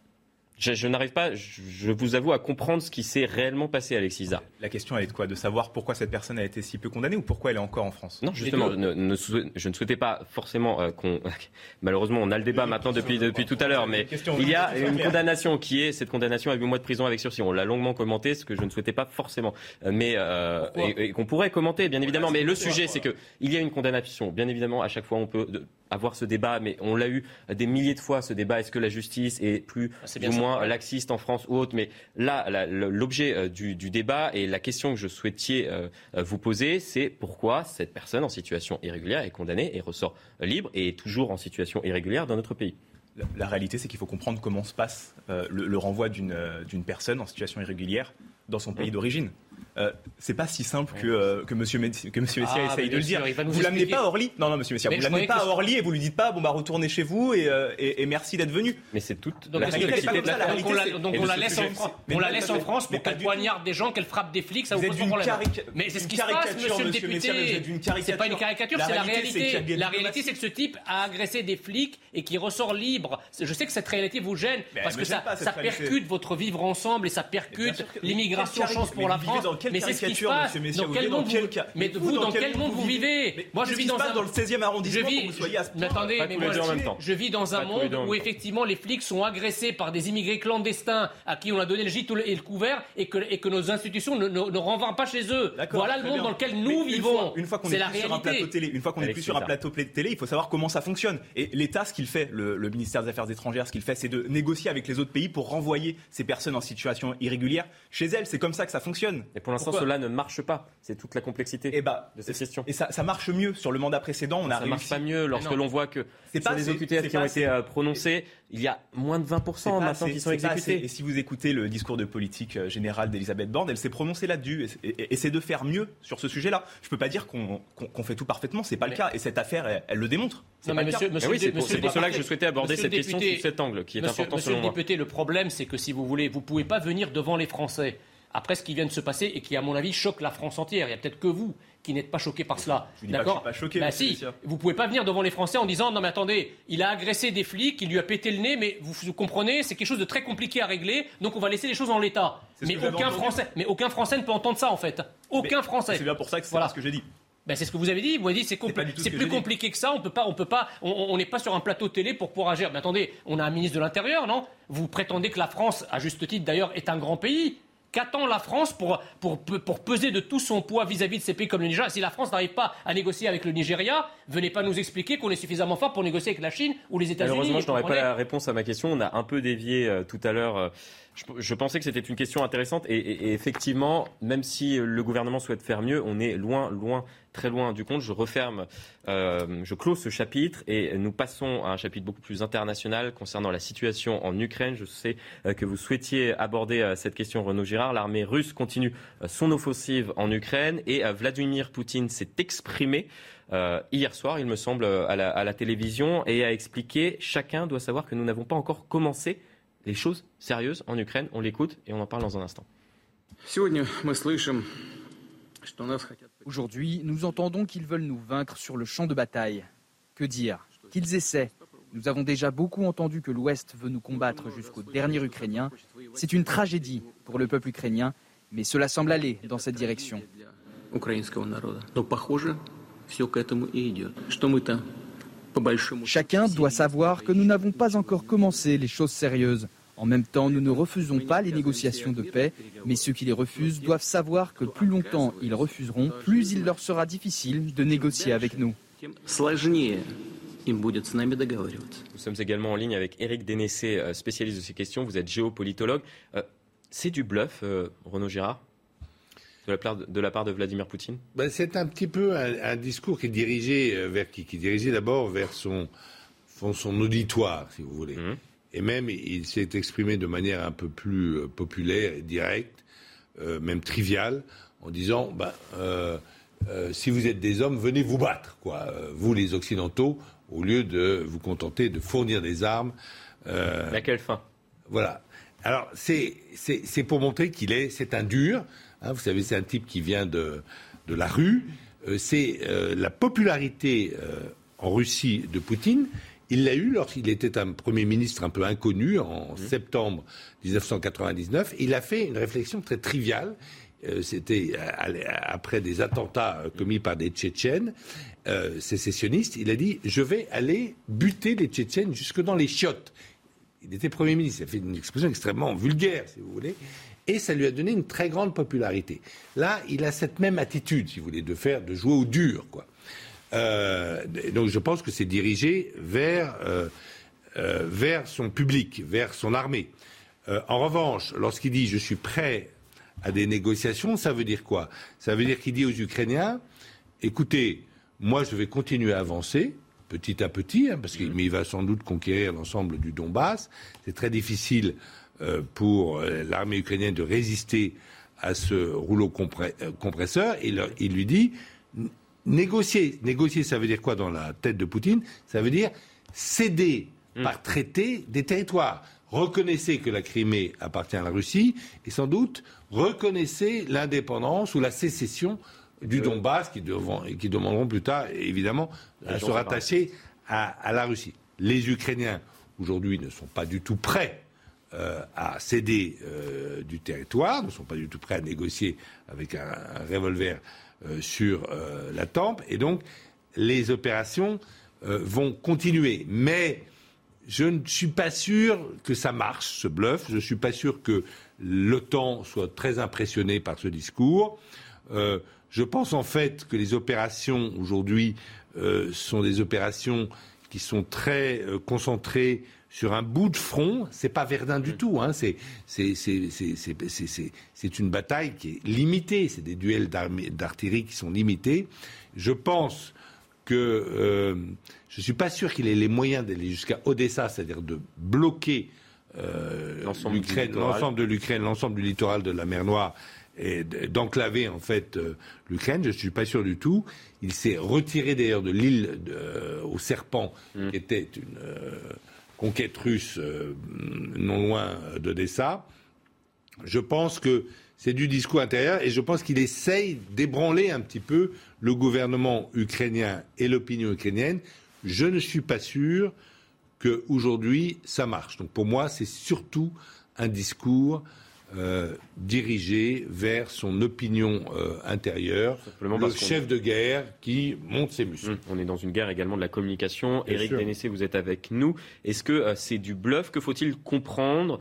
B: Je, je n'arrive pas, je, je vous avoue, à comprendre ce qui s'est réellement passé, Alexis Zard.
I: La question, elle est de quoi ? De savoir pourquoi cette personne a été si peu condamnée ou pourquoi elle est encore en France ?
B: Non, justement, ne, ne, je ne souhaitais pas forcément euh, qu'on... Malheureusement, on a le débat maintenant depuis, depuis tout à l'heure, mais il y a une condamnation qui est cette condamnation à huit mois de prison avec sursis. On l'a longuement commenté, ce que je ne souhaitais pas forcément. Mais, euh, et, et qu'on pourrait commenter, bien évidemment. Mais le sujet, c'est qu'il y a une condamnation. Bien évidemment, à chaque fois, on peut... De, avoir ce débat, mais on l'a eu des milliers de fois, ce débat. Est-ce que la justice est plus ou moins ça. laxiste en France ou autre ? Mais là, la, l'objet euh, du, du débat et la question que je souhaitais euh, vous poser, c'est pourquoi cette personne en situation irrégulière est condamnée et ressort libre et est toujours en situation irrégulière dans notre pays ?
I: La, la réalité, c'est qu'il faut comprendre comment se passe euh, le, le renvoi d'une, euh, d'une personne en situation irrégulière dans son pays mmh. d'origine. Euh, c'est pas si simple que, euh, que Monsieur Messia, que Monsieur Messia ah, essaye de le dire. Sûr, vous l'amenez pas à Orly. Non, non, Monsieur Messia, vous l'amenez pas à Orly et vous lui dites pas, bon bah retournez chez vous et, euh, et, et merci d'être venu.
B: Mais c'est toute
E: donc,
B: la complexité de la
E: Donc on la, donc on la laisse en France. On la laisse en France pour qu'elle poignarde des gens, qu'elle frappe des flics, ça vous pose pas problème. Mais c'est ce qui se passe, Monsieur le député. C'est pas une caricature, c'est la réalité. La réalité, c'est que ce type a agressé des flics et qui ressort libre. Je sais que cette réalité vous gêne parce que ça percute votre vivre ensemble et ça percute l'immigration, chance pour la France. Mais c'est ce qui se passe. Dans quel monde vous, mais vous, dans quel monde vous vivez ?
I: Moi, je vis dans un dans le seizième arrondissement.
E: Je vis,
I: vous soyez à ce
E: mais attendez, mais moi, je vis dans un monde où effectivement les flics sont agressés par des immigrés clandestins à qui on a donné le gîte et le couvert et que, et que nos institutions ne, ne, ne renvoient pas chez eux. Voilà le monde bien. Dans lequel nous mais vivons.
I: Une fois, une fois qu'on est, est plus sur un plateau télé, une fois qu'on est plus sur un plateau télé, il faut savoir comment ça fonctionne. Et l'État, ce qu'il fait, le, le ministère des Affaires étrangères, ce qu'il fait, c'est de négocier avec les autres pays pour renvoyer ces personnes en situation irrégulière chez elles. C'est comme ça que ça fonctionne.
B: Et pour l'instant, Pourquoi cela ne marche pas. C'est toute la complexité
I: et bah,
B: de cette question.
I: Et ça, ça marche mieux sur le mandat précédent. On a
B: ça
I: réussi.
B: marche pas mieux lorsque l'on voit que c'est sur pas, les O Q T F qui ont été euh, prononcés, il y a moins de vingt pour cent maintenant qui sont exécutés.
I: Et si vous écoutez le discours de politique générale d'Elisabeth Borne, elle s'est prononcée là-dessus. Et, et, et c'est de faire mieux sur ce sujet-là. Je peux pas dire qu'on, qu'on, qu'on fait tout parfaitement. C'est pas mais... le cas. Et cette affaire, elle, elle le démontre. C'est
E: non,
I: pas
E: mais
I: le
E: monsieur,
I: cas.
E: monsieur,
B: oui, c'est pour,
E: monsieur
B: c'est pour cela que je souhaitais aborder cette question sous cet angle qui est
E: monsieur,
B: important
E: monsieur
B: selon moi.
E: Monsieur le député, le problème, c'est que si vous voulez, vous pouvez pas venir devant les Français après ce qui vient de se passer et qui, à mon avis, choque la France entière. Il n'y a peut-être que vous qui n'êtes pas choqué par cela.
I: Je dis d'accord. Pas que je suis pas choqué.
E: Bah si, vous pouvez pas venir devant les Français en disant non mais attendez, il a agressé des flics, il lui a pété le nez, mais vous, vous comprenez, c'est quelque chose de très compliqué à régler, donc on va laisser les choses en l'état. Mais aucun Français, mais aucun Français ne peut entendre ça en fait. Aucun mais Français.
I: C'est bien pour ça que c'est
E: voilà.
I: ce que j'ai dit.
E: Ben c'est ce que vous avez dit. Vous avez dit c'est, compl- c'est, c'est plus compliqué dit. que ça. On peut pas, on peut pas, on n'est pas sur un plateau télé pour pouvoir agir. Mais attendez, on a un ministre de l'Intérieur, non ? Vous prétendez que la France, à juste titre d'ailleurs, est un grand pays. Qu'attend la France pour, pour, pour peser de tout son poids vis-à-vis de ces pays comme le Nigeria? Si la France n'arrive pas à négocier avec le Nigeria, venez pas nous expliquer qu'on est suffisamment fort pour négocier avec la Chine ou les États-Unis.
B: Malheureusement, je n'aurais pas la réponse à ma question. On a un peu dévié euh, tout à l'heure. Euh, je, je pensais que c'était une question intéressante. Et, et, et effectivement, même si le gouvernement souhaite faire mieux, on est loin, loin, très loin du compte. Je referme, euh, je close ce chapitre et nous passons à un chapitre beaucoup plus international concernant la situation en Ukraine. Je sais euh, que vous souhaitiez aborder euh, cette question, Renaud Girard. L'armée russe continue euh, son offensive en Ukraine et euh, Vladimir Poutine s'est exprimé euh, hier soir, il me semble, à la, à la télévision et a expliqué « Chacun doit savoir que nous n'avons pas encore commencé les choses sérieuses en Ukraine ». On l'écoute et on en parle dans un instant.
O: Aujourd'hui, nous entendons qu'ils veulent nous vaincre sur le champ de bataille. Que dire? Qu'ils essaient. Nous avons déjà beaucoup entendu que l'Ouest veut nous combattre jusqu'au dernier Ukrainien. C'est une tragédie pour le peuple ukrainien, mais cela semble aller dans cette direction. Chacun doit savoir que nous n'avons pas encore commencé les choses sérieuses. En même temps, nous ne refusons pas les négociations de paix, mais ceux qui les refusent doivent savoir que plus longtemps ils refuseront, plus il leur sera difficile de négocier avec nous.
B: Nous sommes également en ligne avec Éric Dénessé, spécialiste de ces questions. Vous êtes géopolitologue. Euh, c'est du bluff, euh, Renaud Girard, de la part de, de, la part de Vladimir Poutine?
J: Ben, c'est un petit peu un, un discours qui est dirigé vers qui, qui est dirigé d'abord vers son, son auditoire, si vous voulez. Mmh. Et même, il s'est exprimé de manière un peu plus euh, populaire et directe, euh, même triviale, en disant ben, euh, euh, si vous êtes des hommes, venez vous battre, quoi. Euh, vous, les Occidentaux, au lieu de vous contenter de fournir des armes.
B: Euh, Mais à quelle fin?
J: Voilà. Alors, c'est, c'est, c'est pour montrer qu'il est, c'est un dur. Hein, vous savez, c'est un type qui vient de, de la rue. Euh, c'est euh, la popularité euh, en Russie de Poutine. Il l'a eu lorsqu'il était un Premier ministre un peu inconnu en mmh. septembre dix-neuf cent quatre-vingt-dix-neuf. Il a fait une réflexion très triviale. Euh, c'était euh, après des attentats euh, commis par des Tchétchènes euh, sécessionnistes. Il a dit « Je vais aller buter les Tchétchènes jusque dans les chiottes ». Il était Premier ministre. Il a fait une expression extrêmement vulgaire, si vous voulez. Et ça lui a donné une très grande popularité. Là, il a cette même attitude, si vous voulez, de faire, de jouer au dur, quoi. Euh, donc je pense que c'est dirigé vers, euh, euh, vers son public, vers son armée. Euh, en revanche, lorsqu'il dit « je suis prêt à des négociations », ça veut dire quoi? Ça veut dire qu'il dit aux Ukrainiens « écoutez, moi je vais continuer à avancer, petit à petit, hein, parce qu'il mais il va sans doute conquérir l'ensemble du Donbass. C'est très difficile euh, pour euh, l'armée ukrainienne de résister à ce rouleau compré- euh, compresseur. » Et le, il lui dit « Négocier, négocier, ça veut dire quoi dans la tête de Poutine? Ça veut dire céder mmh. par traité des territoires. Reconnaissez que la Crimée appartient à la Russie et sans doute reconnaissez l'indépendance ou la sécession du euh... Donbass qui, devront, qui demanderont plus tard, évidemment, à se rattacher à, à la Russie. Les Ukrainiens, aujourd'hui, ne sont pas du tout prêts euh, à céder euh, du territoire, ne sont pas du tout prêts à négocier avec un, un revolver Euh, sur euh, la tempe, et donc les opérations euh, vont continuer. Mais je ne suis pas sûr que ça marche, ce bluff. Je ne suis pas sûr que l'OTAN soit très impressionnée par ce discours. Euh, je pense en fait que les opérations aujourd'hui euh, sont des opérations qui sont très euh, concentrées sur un bout de front. C'est pas Verdun du tout, hein. c'est, c'est, c'est, c'est, c'est, c'est, c'est, c'est une bataille qui est limitée, c'est des duels d'artillerie qui sont limités. Je pense que euh, je ne suis pas sûr qu'il ait les moyens d'aller jusqu'à Odessa, c'est-à-dire de bloquer euh, l'ensemble, l'Ukraine, l'ensemble de l'Ukraine, l'ensemble du littoral de la mer Noire, et d'enclaver en fait euh, l'Ukraine. Je ne suis pas sûr du tout. Il s'est retiré d'ailleurs de l'île de, euh, au Serpent, mmh. qui était une euh, conquête russe euh, non loin d'Odessa. Je pense que c'est du discours intérieur et je pense qu'il essaye d'ébranler un petit peu le gouvernement ukrainien et l'opinion ukrainienne. Je ne suis pas sûr qu'aujourd'hui ça marche. Donc pour moi, c'est surtout un discours euh, dirigé vers son opinion euh, intérieure, le chef de guerre qui monte ses muscles.
B: On est dans une guerre également de la communication. Bien Éric Dénessé, vous êtes avec nous. Est-ce que euh, c'est du bluff? Que faut-il comprendre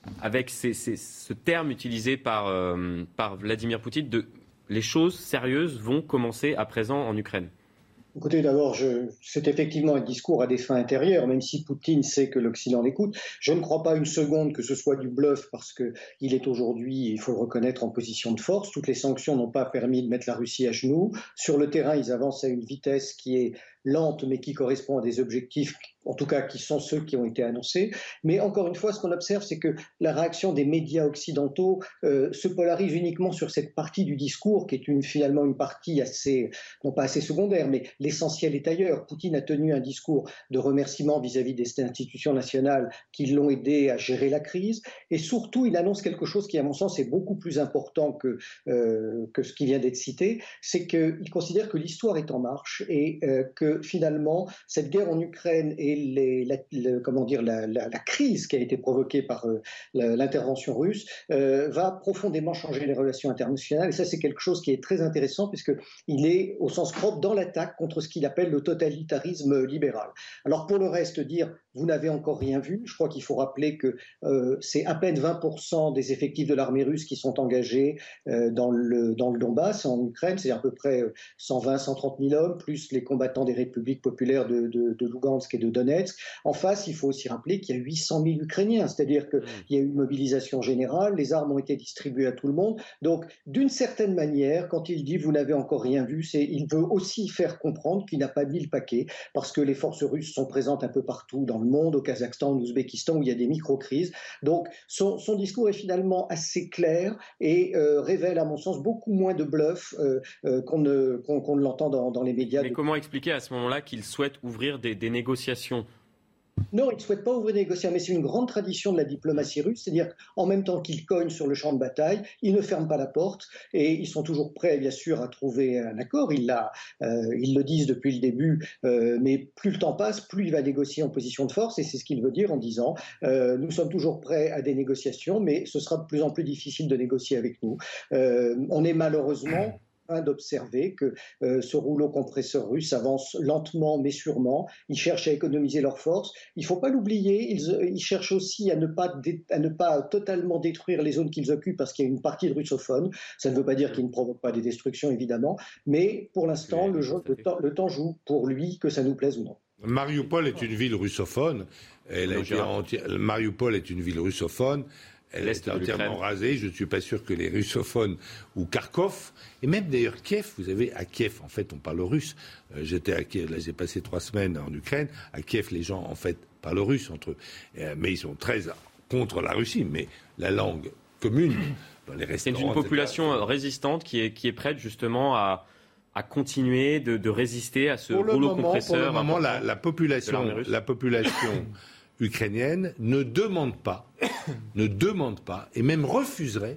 B: avec ces, ces, ce terme utilisé par, euh, par Vladimir Poutine, de, les choses sérieuses vont commencer à présent en Ukraine?
P: Écoutez, d'abord, je, c'est effectivement un discours à des fins intérieures, même si Poutine sait que l'Occident l'écoute. Je ne crois pas une seconde que ce soit du bluff, parce qu'il est aujourd'hui, il faut le reconnaître, en position de force. Toutes les sanctions n'ont pas permis de mettre la Russie à genoux. Sur le terrain, ils avancent à une vitesse qui est lente, mais qui correspond à des objectifs, en tout cas qui sont ceux qui ont été annoncés. Mais encore une fois, ce qu'on observe, c'est que la réaction des médias occidentaux euh, se polarise uniquement sur cette partie du discours, qui est une, finalement une partie assez, non pas assez secondaire, mais l'essentiel est ailleurs. Poutine a tenu un discours de remerciement vis-à-vis des institutions nationales qui l'ont aidé à gérer la crise, et surtout, il annonce quelque chose qui, à mon sens, est beaucoup plus important que, euh, que ce qui vient d'être cité, c'est qu'il considère que l'histoire est en marche et euh, que finalement, cette guerre en Ukraine et les, la, le, comment dire, la, la, la crise qui a été provoquée par euh, la, l'intervention russe euh, va profondément changer les relations internationales. Et ça, c'est quelque chose qui est très intéressant puisqu'il est, au sens propre, dans l'attaque contre ce qu'il appelle le totalitarisme libéral. Alors, pour le reste, dire « vous n'avez encore rien vu », je crois qu'il faut rappeler que euh, c'est à peine vingt pour cent des effectifs de l'armée russe qui sont engagés euh, dans, le, dans le Donbass, en Ukraine, c'est à peu près cent vingt à cent trente mille hommes, plus les combattants des républiques populaires de, de, de Lugansk et de Donetsk. En face, il faut aussi rappeler qu'il y a huit cent mille Ukrainiens, c'est-à-dire qu'il y a eu une mobilisation générale, les armes ont été distribuées à tout le monde. Donc, d'une certaine manière, quand il dit « vous n'avez encore rien vu », c'est, il veut aussi faire comprendre qu'il n'a pas mis le paquet, parce que les forces russes sont présentes un peu partout dans le monde, au Kazakhstan, en Ouzbékistan, où il y a des micro-crises. Donc, son, son discours est finalement assez clair et euh, révèle, à mon sens, beaucoup moins de bluff euh, euh, qu'on, ne, qu'on, qu'on ne l'entend dans, dans les médias.
B: Mais comment expliquer à ce moment-là qu'il souhaite ouvrir des, des négociations?
P: Non, il ne souhaite pas ouvrir des négociations, mais c'est une grande tradition de la diplomatie russe, c'est-à-dire qu'en même temps qu'ils cognent sur le champ de bataille, ils ne ferment pas la porte et ils sont toujours prêts, bien sûr, à trouver un accord. Ils, l'a, euh, ils le disent depuis le début, euh, mais plus le temps passe, plus il va négocier en position de force, et c'est ce qu'il veut dire en disant euh, nous sommes toujours prêts à des négociations, mais ce sera de plus en plus difficile de négocier avec nous. Euh, on est malheureusement d'observer que euh, ce rouleau compresseur russe avance lentement mais sûrement. Ils cherchent à économiser leurs forces. Il ne faut pas l'oublier, ils, ils cherchent aussi à ne, pas dé, à ne pas totalement détruire les zones qu'ils occupent parce qu'il y a une partie de russophones. Ça ne veut pas dire qu'ils ne provoquent pas des destructions, évidemment, mais pour l'instant, le, jeu, le, temps, le temps joue pour lui, que ça nous plaise ou non.
J: Mariupol est une ville russophone. Elle a été enti... Mariupol est une ville russophone. Elle est entièrement rasée. Je ne suis pas sûr que les russophones ou Kharkov, et même d'ailleurs Kiev, vous avez à Kiev, en fait, on parle russe. Euh, j'étais à Kiev, là j'ai passé trois semaines en Ukraine. À Kiev, les gens, en fait, parlent russe entre eux. Euh, mais ils sont très contre la Russie. Mais la langue commune, dans les restaurants...
B: C'est une population et cetera résistante qui est, qui est prête justement à... à continuer de, de résister à ce rouleau moment, compresseur.
J: Pour le moment, la, la population, la population ukrainienne ne demande pas, ne demande pas, et même refuserait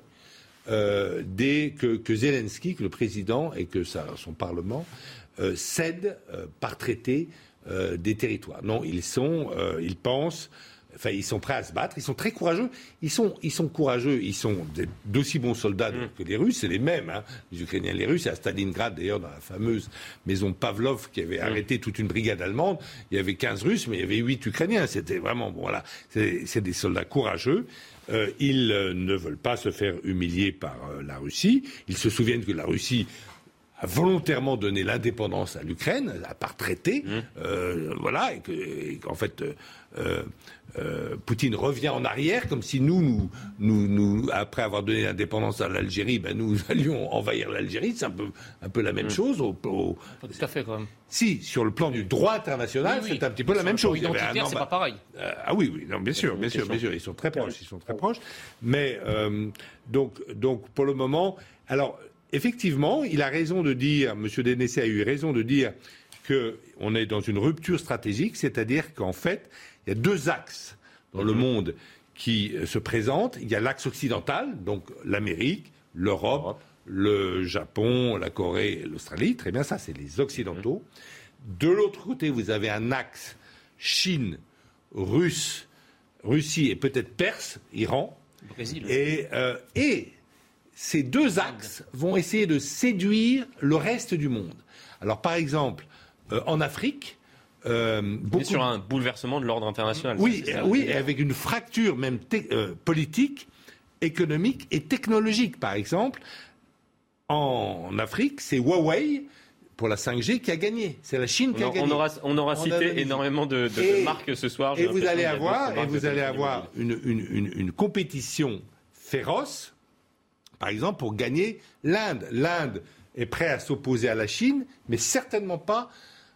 J: euh, dès que, que Zelensky, que le président et que sa, son parlement euh, cèdent euh, par traité euh, des territoires. Non, ils sont, euh, ils pensent. Enfin, ils sont prêts à se battre, ils sont très courageux. Ils sont, ils sont courageux, ils sont d'aussi bons soldats mmh. que les Russes, c'est les mêmes, hein, les Ukrainiens et les Russes. À Stalingrad, d'ailleurs, dans la fameuse maison Pavlov qui avait mmh. arrêté toute une brigade allemande, il y avait quinze Russes, mais il y avait huit Ukrainiens. C'était vraiment, bon, voilà, c'est, c'est des soldats courageux. Euh, ils euh, ne veulent pas se faire humilier par euh, la Russie. Ils se souviennent que la Russie a volontairement donné l'indépendance à l'Ukraine, à par traité, mmh. euh, voilà, et, que, et qu'en fait, euh, euh, Poutine revient en arrière, comme si nous, nous, nous, nous après avoir donné l'indépendance à l'Algérie, ben nous allions envahir l'Algérie. C'est un peu, un peu la même mmh. chose. Au, au...
E: Pas tout à fait, quand même.
J: Si, sur le plan du droit international, oui, oui. c'est un petit peu sur la même chose.
E: Identitaire, c'est pas pareil.
J: Euh, ah oui, oui, non, bien sûr, bien sûr, bien sûr, ils sont très proches, ils sont très proches. Mais euh, donc, donc, pour le moment, alors. Effectivement, il a raison de dire, M. Denessé a eu raison de dire qu'on est dans une rupture stratégique, c'est-à-dire qu'en fait, il y a deux axes dans mmh. le monde qui se présentent. Il y a l'axe occidental, donc l'Amérique, l'Europe, le Japon, la Corée, l'Australie. Très bien, ça, c'est les Occidentaux. Mmh. De l'autre côté, vous avez un axe Chine, Russe, Russie et peut-être Perse, Iran.
E: Brésil.
J: Et, euh, et ces deux axes vont essayer de séduire le reste du monde. Alors, par exemple, euh, en Afrique, Euh, beaucoup...
B: sur un bouleversement de l'ordre international.
J: Oui,
B: ça,
J: oui, avec une fracture même te- euh, politique, économique et technologique. Par exemple, en Afrique, c'est Huawei pour la cinq G qui a gagné. C'est la Chine qui
B: on,
J: a gagné.
B: On aura, on aura cité
J: Indonésie.
B: énormément de, de,
J: et,
B: de marques ce soir.
J: Et vous allez avoir, et vous allez avoir une, une, une, une compétition féroce, par exemple, pour gagner l'Inde. L'Inde est prête à s'opposer à la Chine, mais certainement pas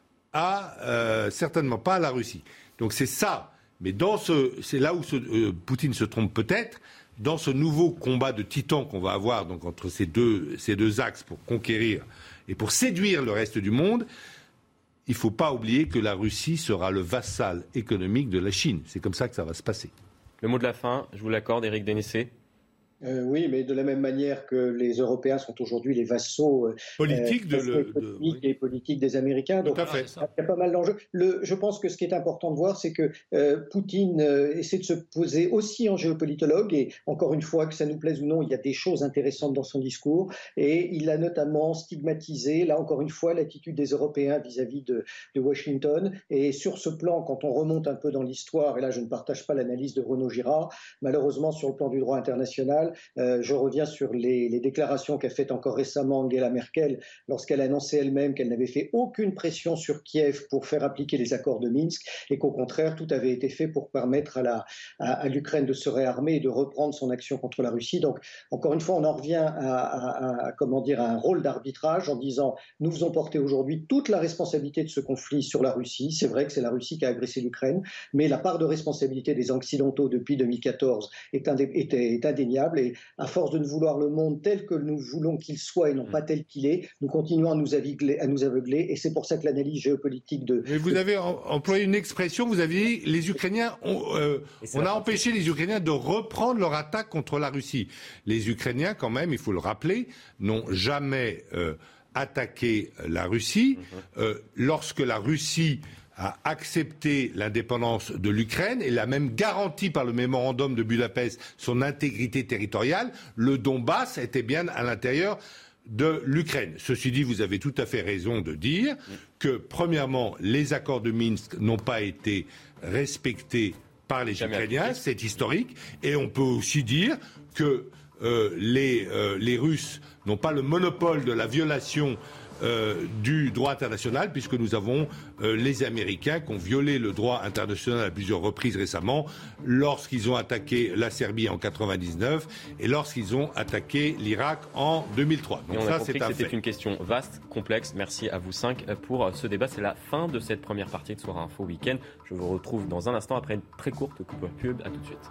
J: à, euh, certainement pas à la Russie. Donc c'est ça. Mais dans ce, c'est là où ce, euh, Poutine se trompe peut-être. Dans ce nouveau combat de titans qu'on va avoir donc entre ces deux, ces deux axes pour conquérir et pour séduire le reste du monde, il ne faut pas oublier que la Russie sera le vassal économique de la Chine. C'est comme ça que ça va se passer.
B: Le mot de la fin, je vous l'accorde, Éric Dénissé.
P: Euh, oui, mais de la même manière que les Européens sont aujourd'hui les vassaux euh,
J: politiques de, le,
P: économiques de, oui. et politiques des Américains. Donc,
J: Tout à fait.
P: il y a pas mal d'enjeux. Le, je pense que ce qui est important de voir, c'est que euh, Poutine euh, essaie de se poser aussi en géopolitologue, et encore une fois, que ça nous plaise ou non, il y a des choses intéressantes dans son discours, et il a notamment stigmatisé, là encore une fois, l'attitude des Européens vis-à-vis de, de Washington. Et sur ce plan, quand on remonte un peu dans l'histoire, et là je ne partage pas l'analyse de Renaud Girard, malheureusement sur le plan du droit international, Euh, je reviens sur les, les déclarations qu'a faites encore récemment Angela Merkel lorsqu'elle annonçait elle-même qu'elle n'avait fait aucune pression sur Kiev pour faire appliquer les accords de Minsk et qu'au contraire tout avait été fait pour permettre à, la, à, à l'Ukraine de se réarmer et de reprendre son action contre la Russie. Donc encore une fois on en revient à, à, à, comment dire, à un rôle d'arbitrage en disant nous faisons porter aujourd'hui toute la responsabilité de ce conflit sur la Russie. C'est vrai que c'est la Russie qui a agressé l'Ukraine, mais la part de responsabilité des Occidentaux depuis deux mille quatorze est, indé- est, est indéniable. Et à force de ne vouloir le monde tel que nous voulons qu'il soit et non pas tel qu'il est, nous continuons à nous aveugler, à nous aveugler et c'est pour ça que l'analyse géopolitique de...
J: Mais vous avez employé une expression, vous avez dit les Ukrainiens ont, euh, on a empêché les Ukrainiens de reprendre leur attaque contre la Russie. Les Ukrainiens, quand même, il faut le rappeler, n'ont jamais euh, attaqué la Russie. Mm-hmm. Euh, lorsque la Russie a accepté l'indépendance de l'Ukraine et l'a même garanti par le mémorandum de Budapest son intégrité territoriale, le Donbass était bien à l'intérieur de l'Ukraine. Ceci dit, vous avez tout à fait raison de dire que, premièrement, les accords de Minsk n'ont pas été respectés par les Jamais Ukrainiens, appliqué. C'est historique, et on peut aussi dire que euh, les, euh, les Russes n'ont pas le monopole de la violation Euh, du droit international, puisque nous avons euh, les Américains qui ont violé le droit international à plusieurs reprises récemment, lorsqu'ils ont attaqué la Serbie en quatre-vingt-dix-neuf et lorsqu'ils ont attaqué l'Irak en deux mille trois. Donc
B: et on
J: ça,
B: a compris
J: c'est
B: que
J: un
B: c'était
J: fait.
B: une question vaste, complexe. Merci à vous cinq pour ce débat. C'est la fin de cette première partie de Soir Info Week-end. Je vous retrouve dans un instant après une très courte coupure pub. À tout de suite.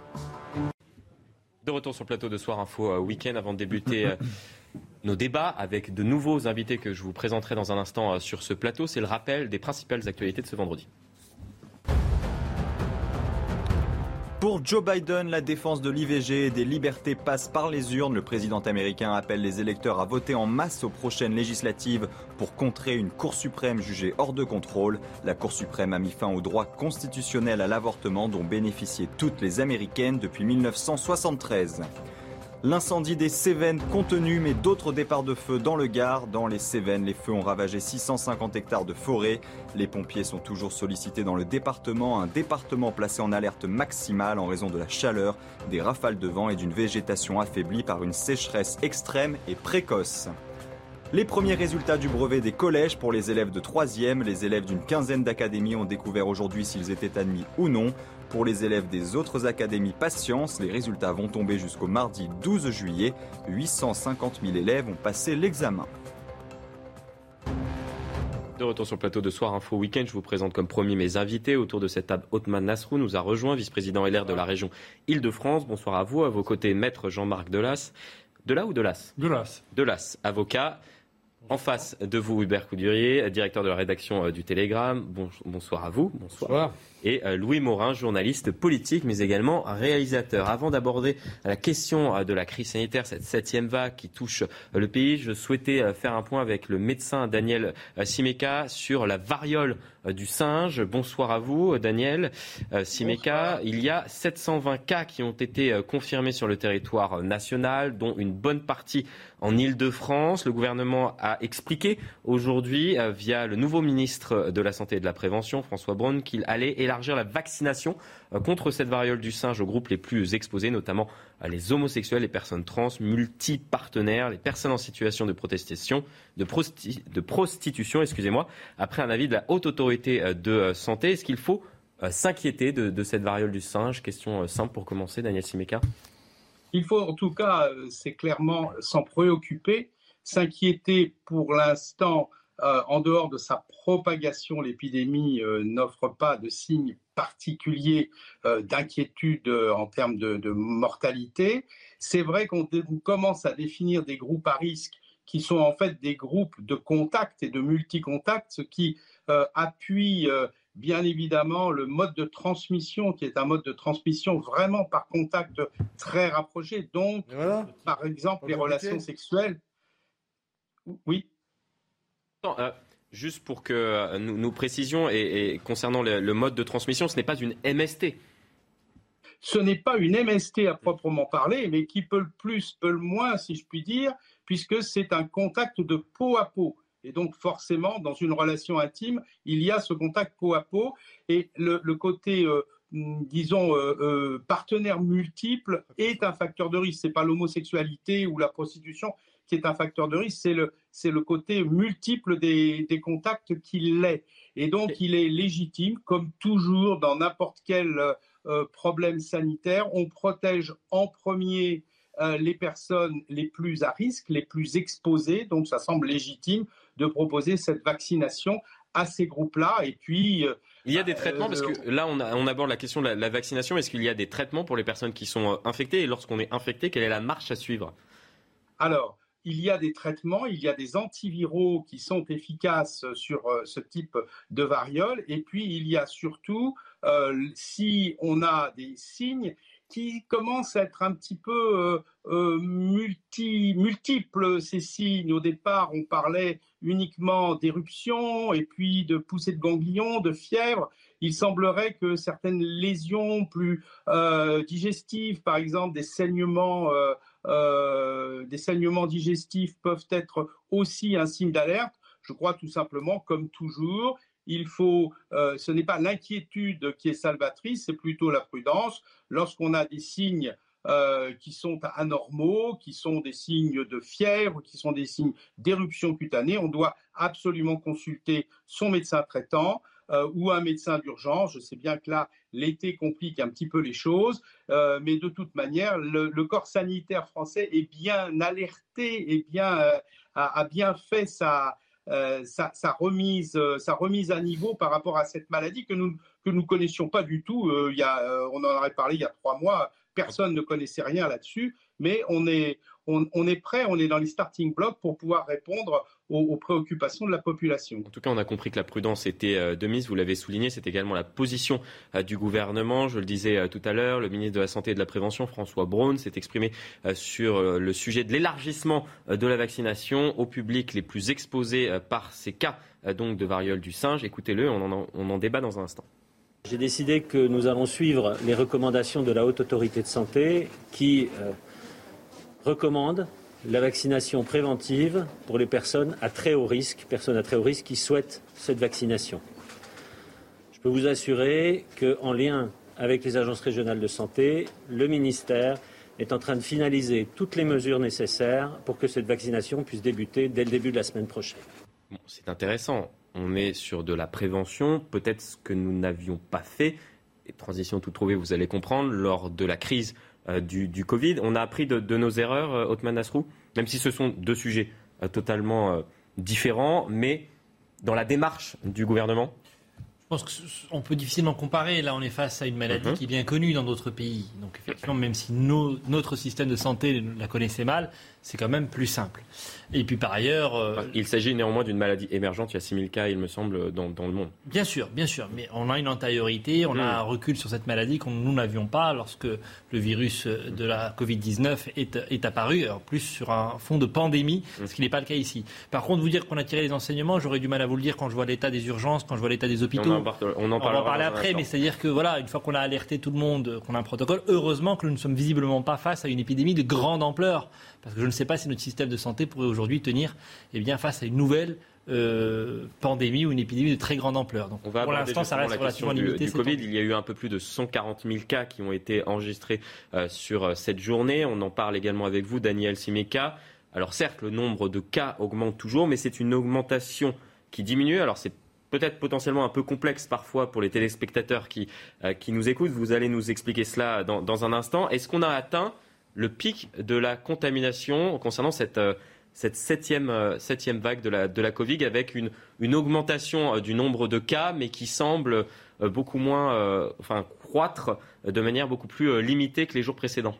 B: De retour sur le plateau de Soir Info Week-end avant de débuter euh, nos débats avec de nouveaux invités que je vous présenterai dans un instant euh, sur ce plateau. C'est le rappel des principales actualités de ce vendredi.
Q: Pour Joe Biden, la défense de l'I V G et des libertés passe par les urnes. Le président américain appelle les électeurs à voter en masse aux prochaines législatives pour contrer une Cour suprême jugée hors de contrôle. La Cour suprême a mis fin au droit constitutionnel à l'avortement dont bénéficiaient toutes les Américaines depuis mille neuf cent soixante-treize. L'incendie des Cévennes contenu, mais d'autres départs de feu dans le Gard. Dans les Cévennes, les feux ont ravagé six cent cinquante hectares de forêt. Les pompiers sont toujours sollicités dans le département, un département placé en alerte maximale en raison de la chaleur, des rafales de vent et d'une végétation affaiblie par une sécheresse extrême et précoce. Les premiers résultats du brevet des collèges pour les élèves de troisième. Les élèves d'une quinzaine d'académies ont découvert aujourd'hui s'ils étaient admis ou non. Pour les élèves des autres académies patience, les résultats vont tomber jusqu'au mardi douze juillet. huit cent cinquante mille élèves ont passé l'examen.
B: De retour sur le plateau de Soir Info Week-end, je vous présente comme promis mes invités. Autour de cette table, Othman Nasrou nous a rejoint, vice-président L R de la région Île-de-France. Bonsoir à vous. À vos côtés, maître Jean-Marc Delas. Delas ou Delas
R: Delas.
B: Delas, avocat. En face de vous, Hubert Coudurier, directeur de la rédaction du Télégramme. Bon, bonsoir à vous. Bonsoir.
R: Bonsoir.
B: et Louis Morin, journaliste politique mais également réalisateur. Avant d'aborder la question de la crise sanitaire, cette septième vague qui touche le pays, je souhaitais faire un point avec le médecin Daniel Simeka sur la variole du singe. Bonsoir à vous, Daniel Simeka. Il y a sept cent vingt cas qui ont été confirmés sur le territoire national, dont une bonne partie en Île-de-France. Le gouvernement a expliqué aujourd'hui, via le nouveau ministre de la Santé et de la Prévention, François Braun, qu'il allait élargir la vaccination contre cette variole du singe aux groupes les plus exposés, notamment les homosexuels, les personnes trans, multipartenaires, les personnes en situation de protestation, de, prosti- de prostitution, excusez-moi, après un avis de la Haute Autorité de Santé. Est-ce qu'il faut s'inquiéter de, de cette variole du singe? Question simple pour commencer, Daniel Simeka.
R: Il faut en tout cas, c'est clairement s'en préoccuper, s'inquiéter pour l'instant. Euh, en dehors de sa propagation, l'épidémie euh, n'offre pas de signes particuliers euh, d'inquiétude euh, en termes de, de mortalité. C'est vrai qu'on dé- commence à définir des groupes à risque qui sont en fait des groupes de contact et de multicontact, ce qui euh, appuie euh, bien évidemment le mode de transmission, qui est un mode de transmission vraiment par contact très rapproché. Donc, voilà. Par exemple, les relations sexuelles. Oui.
B: Euh, juste pour que euh, nous, nous précisions, et, et concernant le, le mode de transmission, ce n'est pas une M S T.
R: Ce n'est pas une M S T à proprement parler, mais qui peut le plus, peut le moins, si je puis dire, puisque c'est un contact de peau à peau. Et donc forcément, dans une relation intime, il y a ce contact peau à peau. Et le, le côté, euh, disons, euh, euh, partenaire multiple est un facteur de risque. Ce n'est pas l'homosexualité ou la prostitution qui est un facteur de risque, c'est le, c'est le côté multiple des, des contacts qui l'est. Et donc, il est légitime, comme toujours dans n'importe quel euh, problème sanitaire, on protège en premier euh, les personnes les plus à risque, les plus exposées. Donc, ça semble légitime de proposer cette vaccination à ces groupes-là. Et puis... Euh,
B: il y a des traitements, parce que là, on, a, on aborde la question de la, la vaccination. Est-ce qu'il y a des traitements pour les personnes qui sont infectées? Et lorsqu'on est infecté, quelle est la marche à suivre?
R: Alors... il y a des traitements, il y a des antiviraux qui sont efficaces sur euh, ce type de variole. Et puis, il y a surtout, euh, si on a des signes qui commencent à être un petit peu euh, euh, multi, multiples, ces signes. Au départ, on parlait uniquement d'éruption et puis de poussée de ganglions, de fièvre. Il semblerait que certaines lésions plus euh, digestives, par exemple des saignements... Euh, Euh, des saignements digestifs peuvent être aussi un signe d'alerte. Je crois tout simplement, comme toujours, il faut, euh, ce n'est pas l'inquiétude qui est salvatrice, c'est plutôt la prudence. Lorsqu'on a des signes euh, qui sont anormaux, qui sont des signes de fièvre, qui sont des signes d'éruption cutanée, on doit absolument consulter son médecin traitant. Euh, ou un médecin d'urgence. Je sais bien que là, l'été complique un petit peu les choses, euh, mais de toute manière, le, le corps sanitaire français est bien alerté et bien, euh, a, a bien fait sa, euh, sa, sa, remise, euh, sa remise à niveau par rapport à cette maladie que nous que nous connaissions pas du tout. Euh, il y a, euh, on en aurait parlé il y a trois mois, personne ne connaissait rien là-dessus, mais on est, on, on est prêt, on est dans les starting blocks pour pouvoir répondre aux, aux préoccupations de la population.
B: En tout cas, on a compris que la prudence était euh, de mise, vous l'avez souligné, c'est également la position euh, du gouvernement. Je le disais euh, tout à l'heure, le ministre de la Santé et de la Prévention, François Braun, s'est exprimé euh, sur euh, le sujet de l'élargissement euh, de la vaccination au public les plus exposés euh, par ces cas euh, donc de variole du singe. Écoutez-le, on en, on en débat dans un instant.
S: J'ai décidé que nous allons suivre les recommandations de la Haute Autorité de Santé qui euh, recommande la vaccination préventive pour les personnes à très haut risque, personnes à très haut risque qui souhaitent cette vaccination. Je peux vous assurer qu'en lien avec les agences régionales de santé, le ministère est en train de finaliser toutes les mesures nécessaires pour que cette vaccination puisse débuter dès le début de la semaine prochaine.
B: Bon, c'est intéressant. On est sur de la prévention, peut-être ce que nous n'avions pas fait, et transition toute trouvée, vous allez comprendre, lors de la crise euh, du, du Covid. On a appris de, de nos erreurs, euh, Othman Nasrou, même si ce sont deux sujets euh, totalement euh, différents, mais dans la démarche du gouvernement.
T: Je pense qu'on peut difficilement comparer. Là, on est face à une maladie mmh. qui est bien connue dans d'autres pays. Donc, effectivement, même si nos, notre système de santé la connaissait mal, c'est quand même plus simple. Et puis, par ailleurs... Euh,
B: il s'agit néanmoins d'une maladie émergente. Il y a six mille cas, il me semble, dans, dans le monde.
T: Bien sûr, bien sûr. Mais on a une antériorité, on mmh. a un recul sur cette maladie que nous n'avions pas lorsque le virus de la covid dix-neuf est, est apparu, en plus sur un fond de pandémie, mmh. ce qui n'est pas le cas ici. Par contre, vous dire qu'on a tiré les enseignements, j'aurais du mal à vous le dire quand je vois l'état des urgences, quand je vois l'état des hôpitaux.
B: On, part, on en
T: on va en parler après, mais c'est-à-dire que voilà, une fois qu'on a alerté tout le monde, qu'on a un protocole, heureusement que nous ne sommes visiblement pas face à une épidémie de grande ampleur. Parce que je ne sais pas si notre système de santé pourrait aujourd'hui tenir eh bien, face à une nouvelle euh, pandémie ou une épidémie de très grande ampleur. Donc,
B: on va
T: pour l'instant, ça reste relativement
B: du,
T: limité.
B: Du Covid, il y a eu un peu plus de cent quarante mille cas qui ont été enregistrés euh, sur euh, cette journée. On en parle également avec vous, Daniel Simeka. Alors certes, le nombre de cas augmente toujours, mais c'est une augmentation qui diminue. Alors c'est peut-être potentiellement un peu complexe parfois pour les téléspectateurs qui, euh, qui nous écoutent. Vous allez nous expliquer cela dans, dans un instant. Est-ce qu'on a atteint le pic de la contamination concernant cette, euh, cette septième, euh, septième vague de la, de la Covid avec une, une augmentation euh, du nombre de cas, mais qui semble euh, beaucoup moins, euh, enfin, croître de manière beaucoup plus euh, limitée que les jours précédents?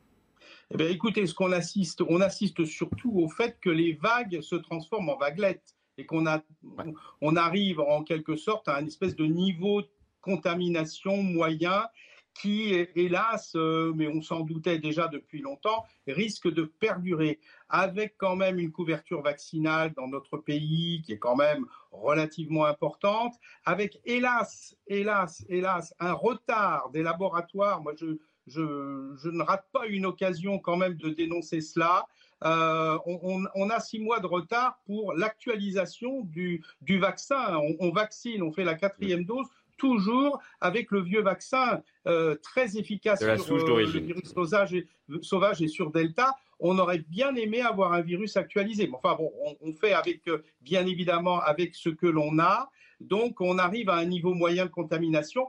R: Eh bien, écoutez, ce qu'on assiste, on assiste surtout au fait que les vagues se transforment en vaguelettes et qu'on a, on arrive en quelque sorte à un espèce de niveau de contamination moyen qui, hélas, euh, mais on s'en doutait déjà depuis longtemps, risque de perdurer, avec quand même une couverture vaccinale dans notre pays qui est quand même relativement importante, avec hélas, hélas, hélas, un retard des laboratoires. Moi, je, je, je ne rate pas une occasion quand même de dénoncer cela. Euh, on, on, on a six mois de retard pour l'actualisation du, du vaccin. On, on vaccine, on fait la quatrième dose, toujours avec le vieux vaccin euh, très efficace sur euh, le virus sauvage et, sauvage et sur Delta. On aurait bien aimé avoir un virus actualisé. Mais enfin bon, on, on fait avec, euh, bien évidemment avec ce que l'on a. Donc on arrive à un niveau moyen de contamination.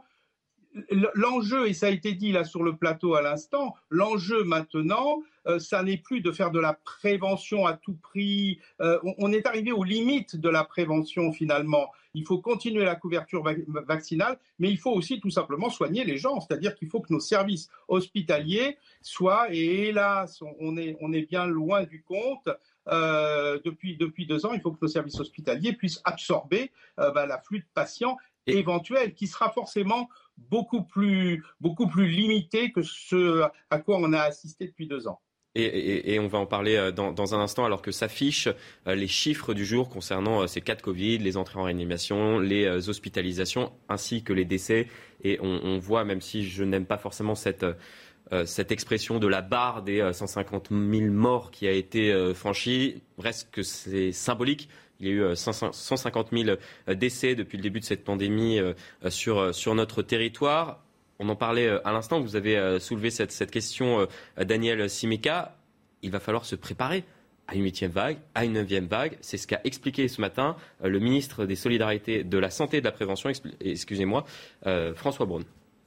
R: L'enjeu, et ça a été dit là sur le plateau à l'instant, l'enjeu maintenant, euh, ça n'est plus de faire de la prévention à tout prix. Euh, on, on est arrivé aux limites de la prévention finalement. Il faut continuer la couverture vac- vaccinale, mais il faut aussi tout simplement soigner les gens. C'est-à-dire qu'il faut que nos services hospitaliers soient, et hélas, on est, on est bien loin du compte. Euh, depuis, depuis deux ans, il faut que nos services hospitaliers puissent absorber euh, bah, l'afflux de patients et... éventuel, qui sera forcément beaucoup plus, beaucoup plus limité que ce à quoi on a assisté depuis deux ans.
B: Et, et, et on va en parler dans, dans un instant, alors que s'affichent les chiffres du jour concernant ces cas de Covid, les entrées en réanimation, les hospitalisations, ainsi que les décès. Et on, on voit, même si je n'aime pas forcément cette, euh, cette expression de la barre des cent cinquante mille morts qui a été euh, franchie, reste que c'est symbolique. Il y a eu cent cinquante mille décès depuis le début de cette pandémie sur, sur notre territoire. On en parlait à l'instant, vous avez soulevé cette, cette question, Daniel Simeka. Il va falloir se préparer à une huitième vague, à une neuvième vague. C'est ce qu'a expliqué ce matin le ministre des Solidarités, de la Santé et de la Prévention, excusez-moi, euh, François Braun.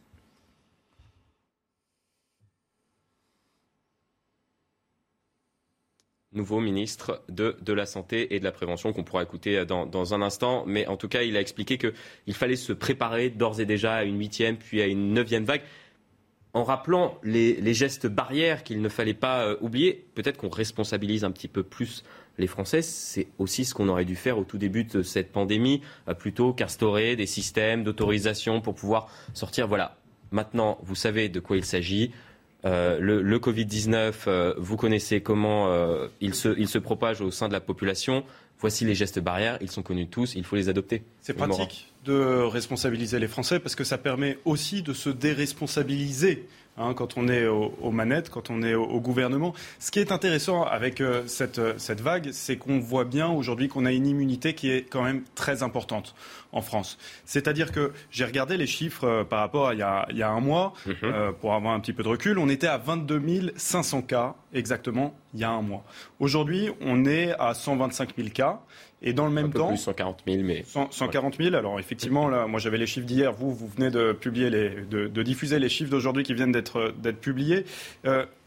B: Nouveau ministre de, de la Santé et de la Prévention qu'on pourra écouter dans, dans un instant. Mais en tout cas, il a expliqué qu'il fallait se préparer d'ores et déjà à une huitième puis à une neuvième vague. En rappelant les, les gestes barrières qu'il ne fallait pas euh, oublier, peut-être qu'on responsabilise un petit peu plus les Français. C'est aussi ce qu'on aurait dû faire au tout début de cette pandémie, euh, plutôt qu'instaurer des systèmes d'autorisation pour pouvoir sortir. Voilà, maintenant, vous savez de quoi il s'agit. Euh, le, le covid dix-neuf, euh, vous connaissez comment euh, il, se, il se propage au sein de la population. Voici les gestes barrières, ils sont connus de tous, il faut les adopter.
U: C'est pratique de responsabiliser les Français parce que ça permet aussi de se déresponsabiliser hein, quand on est aux, aux manettes, quand on est au, au gouvernement. Ce qui est intéressant avec euh, cette, cette vague, c'est qu'on voit bien aujourd'hui qu'on a une immunité qui est quand même très importante en France. C'est-à-dire que j'ai regardé les chiffres euh, par rapport à il y a, il y a un mois, mmh. euh, pour avoir un petit peu de recul. On était à vingt-deux mille cinq cents cas exactement il y a un mois. Aujourd'hui, on est à cent vingt-cinq mille cas. Et dans le même
B: un peu
U: temps,
B: plus, cent quarante mille, mais
U: cent, cent quarante mille. Alors effectivement, là, moi j'avais les chiffres d'hier. Vous, vous venez de publier les, de, de diffuser les chiffres d'aujourd'hui qui viennent d'être, d'être publiés. Euh,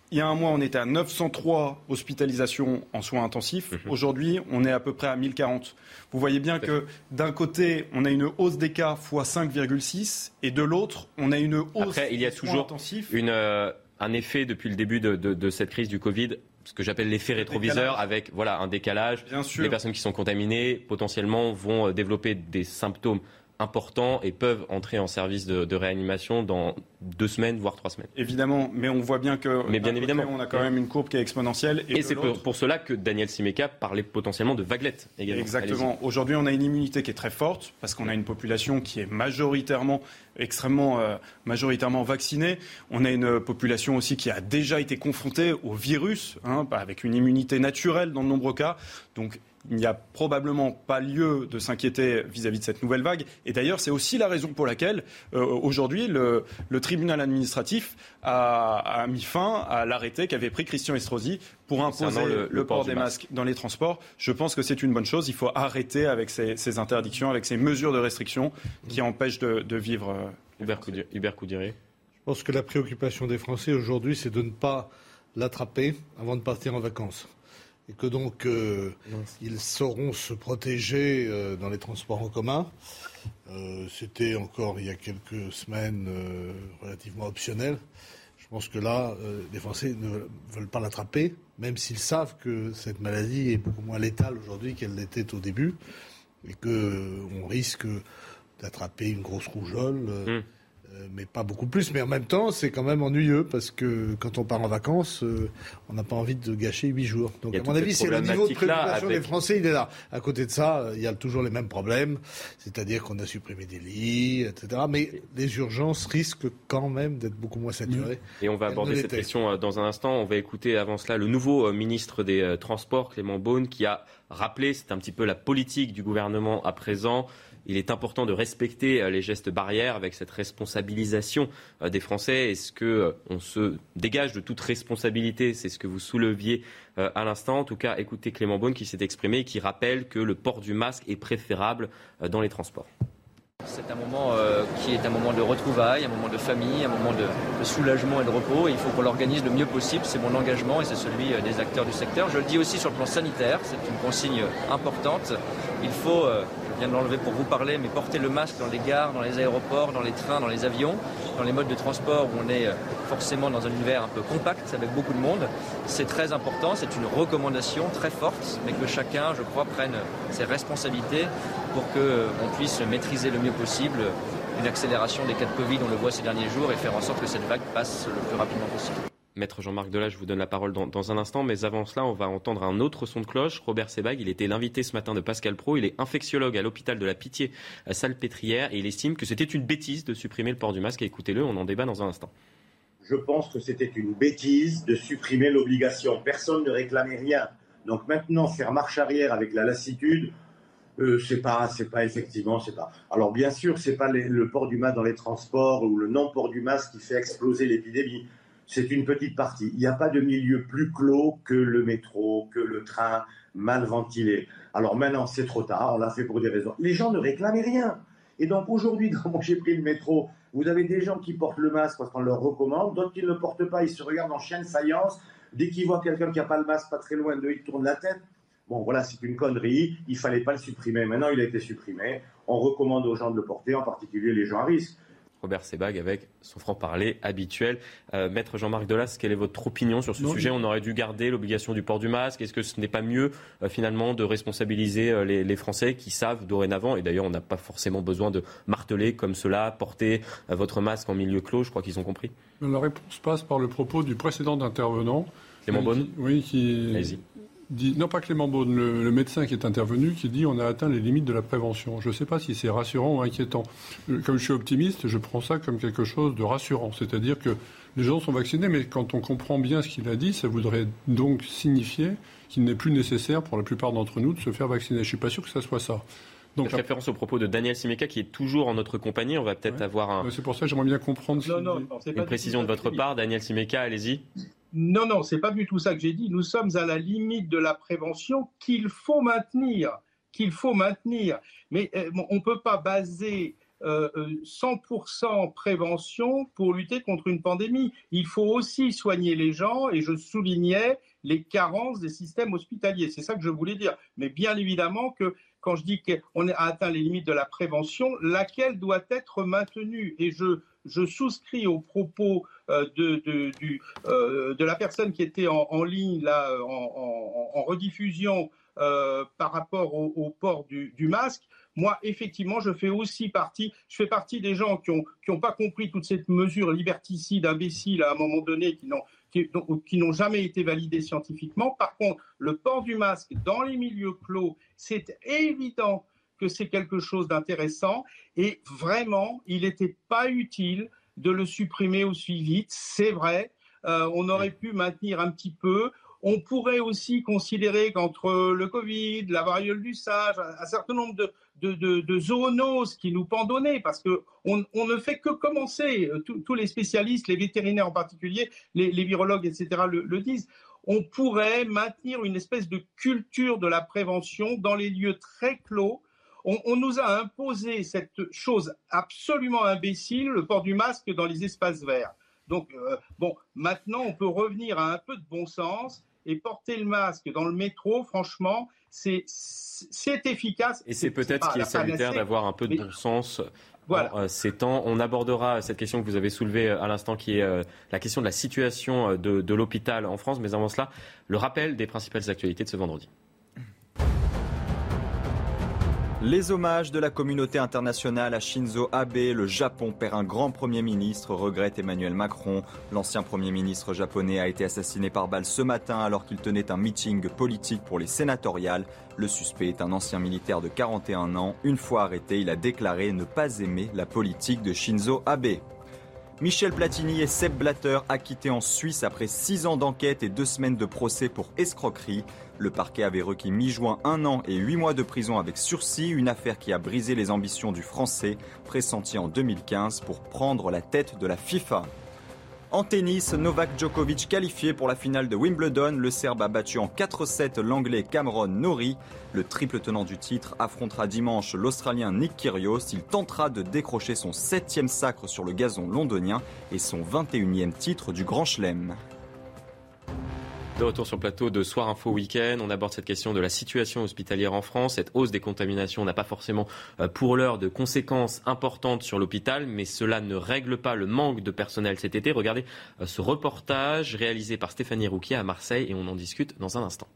U: il y a un mois, on était à neuf cent trois hospitalisations en soins intensifs. Mmh. Aujourd'hui, on est à peu près à mille quarante. Vous voyez bien que d'un côté, on a une hausse des cas fois cinq virgule six et de l'autre, on a une hausse
B: Après, il y a
U: des soins
B: toujours
U: intensifs.
B: Une, euh, un effet depuis le début de, de, de cette crise du Covid, ce que j'appelle l'effet rétroviseur, décalage. avec voilà, un décalage.
U: Bien sûr.
B: Les personnes qui sont contaminées, potentiellement, vont développer des symptômes importants et peuvent entrer en service de, de réanimation dans deux semaines, voire trois semaines.
U: Évidemment, mais on voit bien que
B: mais bien évidemment.
U: Côté, on a quand même une courbe qui est exponentielle. Et,
B: et c'est pour, pour cela que Daniel Simeka parlait potentiellement de vaguelettes également.
U: Exactement.
B: Allez-y.
U: Aujourd'hui, on a une immunité qui est très forte parce qu'on a une population qui est majoritairement, extrêmement euh, majoritairement vaccinée. On a une population aussi qui a déjà été confrontée au virus, hein, avec une immunité naturelle dans de nombreux cas. Donc, il n'y a probablement pas lieu de s'inquiéter vis-à-vis de cette nouvelle vague. Et d'ailleurs, c'est aussi la raison pour laquelle, euh, aujourd'hui, le, le tribunal administratif a, a mis fin à l'arrêté qu'avait pris Christian Estrosi pour imposer le, le, le port, port des masques masque. dans les transports. Je pense que c'est une bonne chose. Il faut arrêter avec ces, ces interdictions, avec ces mesures de restriction qui empêchent de, de vivre. Euh,
B: Hubert Coudiré.
J: Je pense que la préoccupation des Français aujourd'hui, c'est de ne pas l'attraper avant de partir en vacances. Et que donc euh, ils sauront se protéger euh, dans les transports en commun. Euh, c'était encore il y a quelques semaines euh, relativement optionnel. Je pense que là, euh, les Français ne veulent pas l'attraper, même s'ils savent que cette maladie est beaucoup moins létale aujourd'hui qu'elle l'était au début, et qu'on euh, risque d'attraper une grosse rougeole. Euh, mmh. Mais pas beaucoup plus. Mais en même temps, c'est quand même ennuyeux parce que quand on part en vacances, euh, on n'a pas envie de gâcher huit jours. Donc, à mon avis, c'est le niveau de préoccupation avec... des Français, il est là. À côté de ça, il y a toujours les mêmes problèmes, c'est-à-dire qu'on a supprimé des lits, et cetera. Mais les urgences risquent quand même d'être beaucoup moins saturées.
B: Et on va aborder cette question dans un instant. On va écouter avant cela le nouveau ministre des Transports, Clément Beaune, qui a rappelé, c'est un petit peu la politique du gouvernement à présent. Il est important de respecter les gestes barrières avec cette responsabilisation des Français. Est-ce qu'on se dégage de toute responsabilité ? C'est ce que vous souleviez à l'instant. En tout cas, écoutez Clément Beaune qui s'est exprimé et qui rappelle que le port du masque est préférable dans les transports.
A: C'est un moment euh, qui est un moment de retrouvailles, un moment de famille, un moment de, de soulagement et de repos. Et il faut qu'on l'organise le mieux possible. C'est mon engagement et c'est celui des acteurs du secteur. Je le dis aussi sur le plan sanitaire. C'est une consigne importante. Il faut... Euh, Je viens de l'enlever pour vous parler, mais porter le masque dans les gares, dans les aéroports, dans les trains, dans les avions, dans les modes de transport où on est forcément dans un univers un peu compact avec beaucoup de monde, c'est très important, c'est une recommandation très forte, mais que chacun, je crois, prenne ses responsabilités pour qu'on puisse maîtriser le mieux possible une accélération des cas de Covid, on le voit ces derniers jours, et faire en sorte que cette vague passe le plus rapidement possible.
B: Maître Jean-Marc Delage, je vous donne la parole dans, dans un instant, mais avant cela, on va entendre un autre son de cloche. Robert Sebag, il était l'invité ce matin de Pascal Praud. Il est infectiologue à l'hôpital de la Pitié-Salpêtrière et il estime que c'était une bêtise de supprimer le port du masque. Écoutez-le, on en débat dans un instant.
V: Je pense que c'était une bêtise de supprimer l'obligation. Personne ne réclamait rien. Donc maintenant, faire marche arrière avec la lassitude, euh, c'est pas, c'est pas effectivement, c'est pas. Alors bien sûr, c'est pas les, le port du masque dans les transports ou le non-port du masque qui fait exploser l'épidémie. C'est une petite partie. Il n'y a pas de milieu plus clos que le métro, que le train mal ventilé. Alors maintenant, c'est trop tard, on l'a fait pour des raisons. Les gens ne réclamaient rien. Et donc aujourd'hui, quand moi j'ai pris le métro, vous avez des gens qui portent le masque parce qu'on leur recommande, d'autres qui ne le portent pas, ils se regardent en chien de faïence. Dès qu'ils voient quelqu'un qui n'a pas le masque pas très loin d'eux, ils tournent la tête. Bon, voilà, c'est une connerie, il ne fallait pas le supprimer. Maintenant, il a été supprimé. On recommande aux gens de le porter, en particulier les gens à risque.
B: Robert Sebag avec son franc-parler habituel. Euh, Maître Jean-Marc Delas, quelle est votre opinion sur ce non, sujet ? On aurait dû garder l'obligation du port du masque. Est-ce que ce n'est pas mieux euh, finalement de responsabiliser euh, les, les Français qui savent dorénavant, et d'ailleurs on n'a pas forcément besoin de marteler comme cela, porter euh, votre masque en milieu clos, je crois qu'ils ont compris.
W: La réponse passe par le propos du précédent intervenant.
B: Clément Beaune ?
W: Oui, qui...
B: Allez-y.
W: Dit, non pas Clément Beaune, le, le médecin qui est intervenu, qui dit on a atteint les limites de la prévention. Je ne sais pas si c'est rassurant ou inquiétant. Comme je suis optimiste, je prends ça comme quelque chose de rassurant. C'est-à-dire que les gens sont vaccinés, mais quand on comprend bien ce qu'il a dit, ça voudrait donc signifier qu'il n'est plus nécessaire pour la plupart d'entre nous de se faire vacciner. Je ne suis pas sûr que ça soit ça.
B: Donc, la référence au propos de Daniel Simeka qui est toujours en notre compagnie. On va peut-être ouais. avoir un...
W: C'est pour ça que j'aimerais bien comprendre
R: non, non, non,
B: une précision de votre part. Daniel Simeka, allez-y.
R: Non, non, c'est pas du tout ça que j'ai dit. Nous sommes à la limite de la prévention qu'il faut maintenir, qu'il faut maintenir. Mais euh, on ne peut pas baser euh, cent pour cent prévention pour lutter contre une pandémie. Il faut aussi soigner les gens, et je soulignais les carences des systèmes hospitaliers. C'est ça que je voulais dire. Mais bien évidemment que quand je dis qu'on a atteint les limites de la prévention, laquelle doit être maintenue. Et je, je souscris aux propos euh, de, de, du, euh, de la personne qui était en, en ligne, là, en, en, en rediffusion euh, par rapport au, au port du, du masque. Moi, effectivement, je fais aussi partie, je fais partie des gens qui n'ont qui ont pas compris toute cette mesure liberticide, imbécile, à un moment donné, qui n'ont qui, qui n'ont jamais été validées scientifiquement. Par contre, le port du masque dans les milieux clos, c'est évident que c'est quelque chose d'intéressant et vraiment, il n'était pas utile de le supprimer aussi vite, c'est vrai. Euh, on aurait pu maintenir un petit peu. On pourrait aussi considérer qu'entre le Covid, la variole du singe, un certain nombre de, de, de, de zoonoses qui nous pendonnaient, parce qu'on on ne fait que commencer, tous, tous les spécialistes, les vétérinaires en particulier, les, les virologues, et cetera, le, le disent, on pourrait maintenir une espèce de culture de la prévention dans les lieux très clos. On, on nous a imposé cette chose absolument imbécile, le port du masque dans les espaces verts. Donc, euh, bon, maintenant, on peut revenir à un peu de bon sens et porter le masque dans le métro, franchement, c'est, c'est efficace.
B: Et c'est peut-être ce qui est salutaire d'avoir un peu de bon sens voilà. en euh, ces temps. On abordera cette question que vous avez soulevée à l'instant, qui est euh, la question de la situation de, de l'hôpital en France. Mais avant cela, le rappel des principales actualités de ce vendredi.
Q: Les hommages de la communauté internationale à Shinzo Abe. Le Japon perd un grand Premier ministre, regrette Emmanuel Macron. L'ancien Premier ministre japonais a été assassiné par balle ce matin alors qu'il tenait un meeting politique pour les sénatoriales. Le suspect est un ancien militaire de quarante et un ans. Une fois arrêté, il a déclaré ne pas aimer la politique de Shinzo Abe. Michel Platini et Sepp Blatter acquittés en Suisse après six ans d'enquête et deux semaines de procès pour escroquerie. Le parquet avait requis mi-juin un an et huit mois de prison avec sursis, une affaire qui a brisé les ambitions du Français, pressenti en deux mille quinze pour prendre la tête de la FIFA. En tennis, Novak Djokovic qualifié pour la finale de Wimbledon. Le Serbe a battu en quatre sept l'Anglais Cameron Norrie. Le triple tenant du titre affrontera dimanche l'Australien Nick Kyrgios. Il tentera de décrocher son septième sacre sur le gazon londonien et son vingt et unième titre du Grand Chelem.
B: De retour sur le plateau de Soir Info Week-end, on aborde cette question de la situation hospitalière en France. Cette hausse des contaminations n'a pas forcément pour l'heure de conséquences importantes sur l'hôpital, mais cela ne règle pas le manque de personnel cet été. Regardez ce reportage réalisé par Stéphanie Rouquier à Marseille et on en discute dans un instant.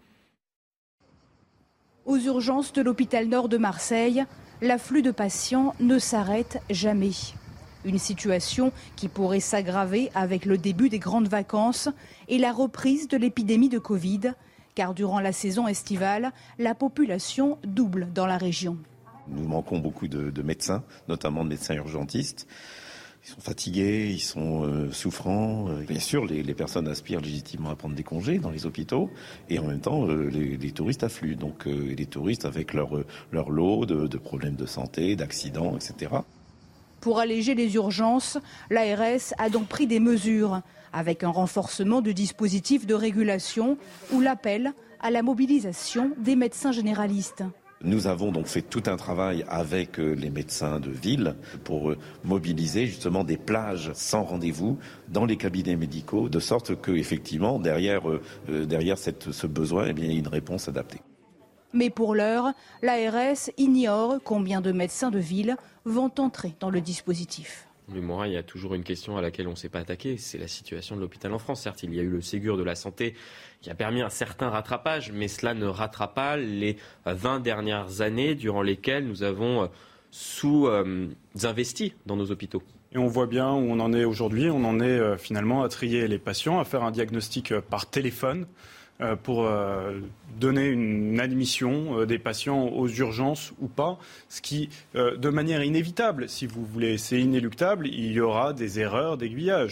D: Aux urgences de l'hôpital Nord de Marseille, l'afflux de patients ne s'arrête jamais. Une situation qui pourrait s'aggraver avec le début des grandes vacances et la reprise de l'épidémie de Covid, car durant la saison estivale, la population double dans la région.
F: Nous manquons beaucoup de, de médecins, notamment de médecins urgentistes. Ils sont fatigués, ils sont euh, souffrants. Bien sûr, les, les personnes aspirent légitimement à prendre des congés dans les hôpitaux et en même temps, euh, les, les touristes affluent. Donc euh, les touristes avec leur, leur lot de, de problèmes de santé, d'accidents, et cetera.
D: Pour alléger les urgences, l'A R S a donc pris des mesures, avec un renforcement du dispositif de régulation ou l'appel à la mobilisation des médecins généralistes.
F: Nous avons donc fait tout un travail avec les médecins de ville pour mobiliser justement des plages sans rendez-vous dans les cabinets médicaux, de sorte que effectivement derrière, euh, derrière cette, ce besoin, eh bien, il y a une réponse adaptée.
D: Mais pour l'heure, l'A R S ignore combien de médecins de ville vont entrer dans le dispositif.
B: Mais moi, il y a toujours une question à laquelle on ne s'est pas attaqué, c'est la situation de l'hôpital en France. Certes, il y a eu le Ségur de la santé qui a permis un certain rattrapage, mais cela ne rattrape pas les vingt dernières années durant lesquelles nous avons sous-investi dans nos hôpitaux.
U: Et on voit bien où on en est aujourd'hui. On en est euh, finalement à trier les patients, à faire un diagnostic euh, par téléphone euh, pour euh, donner une admission euh, des patients aux urgences ou pas. Ce qui, euh, de manière inévitable, si vous voulez, c'est inéluctable, il y aura des erreurs d'aiguillage.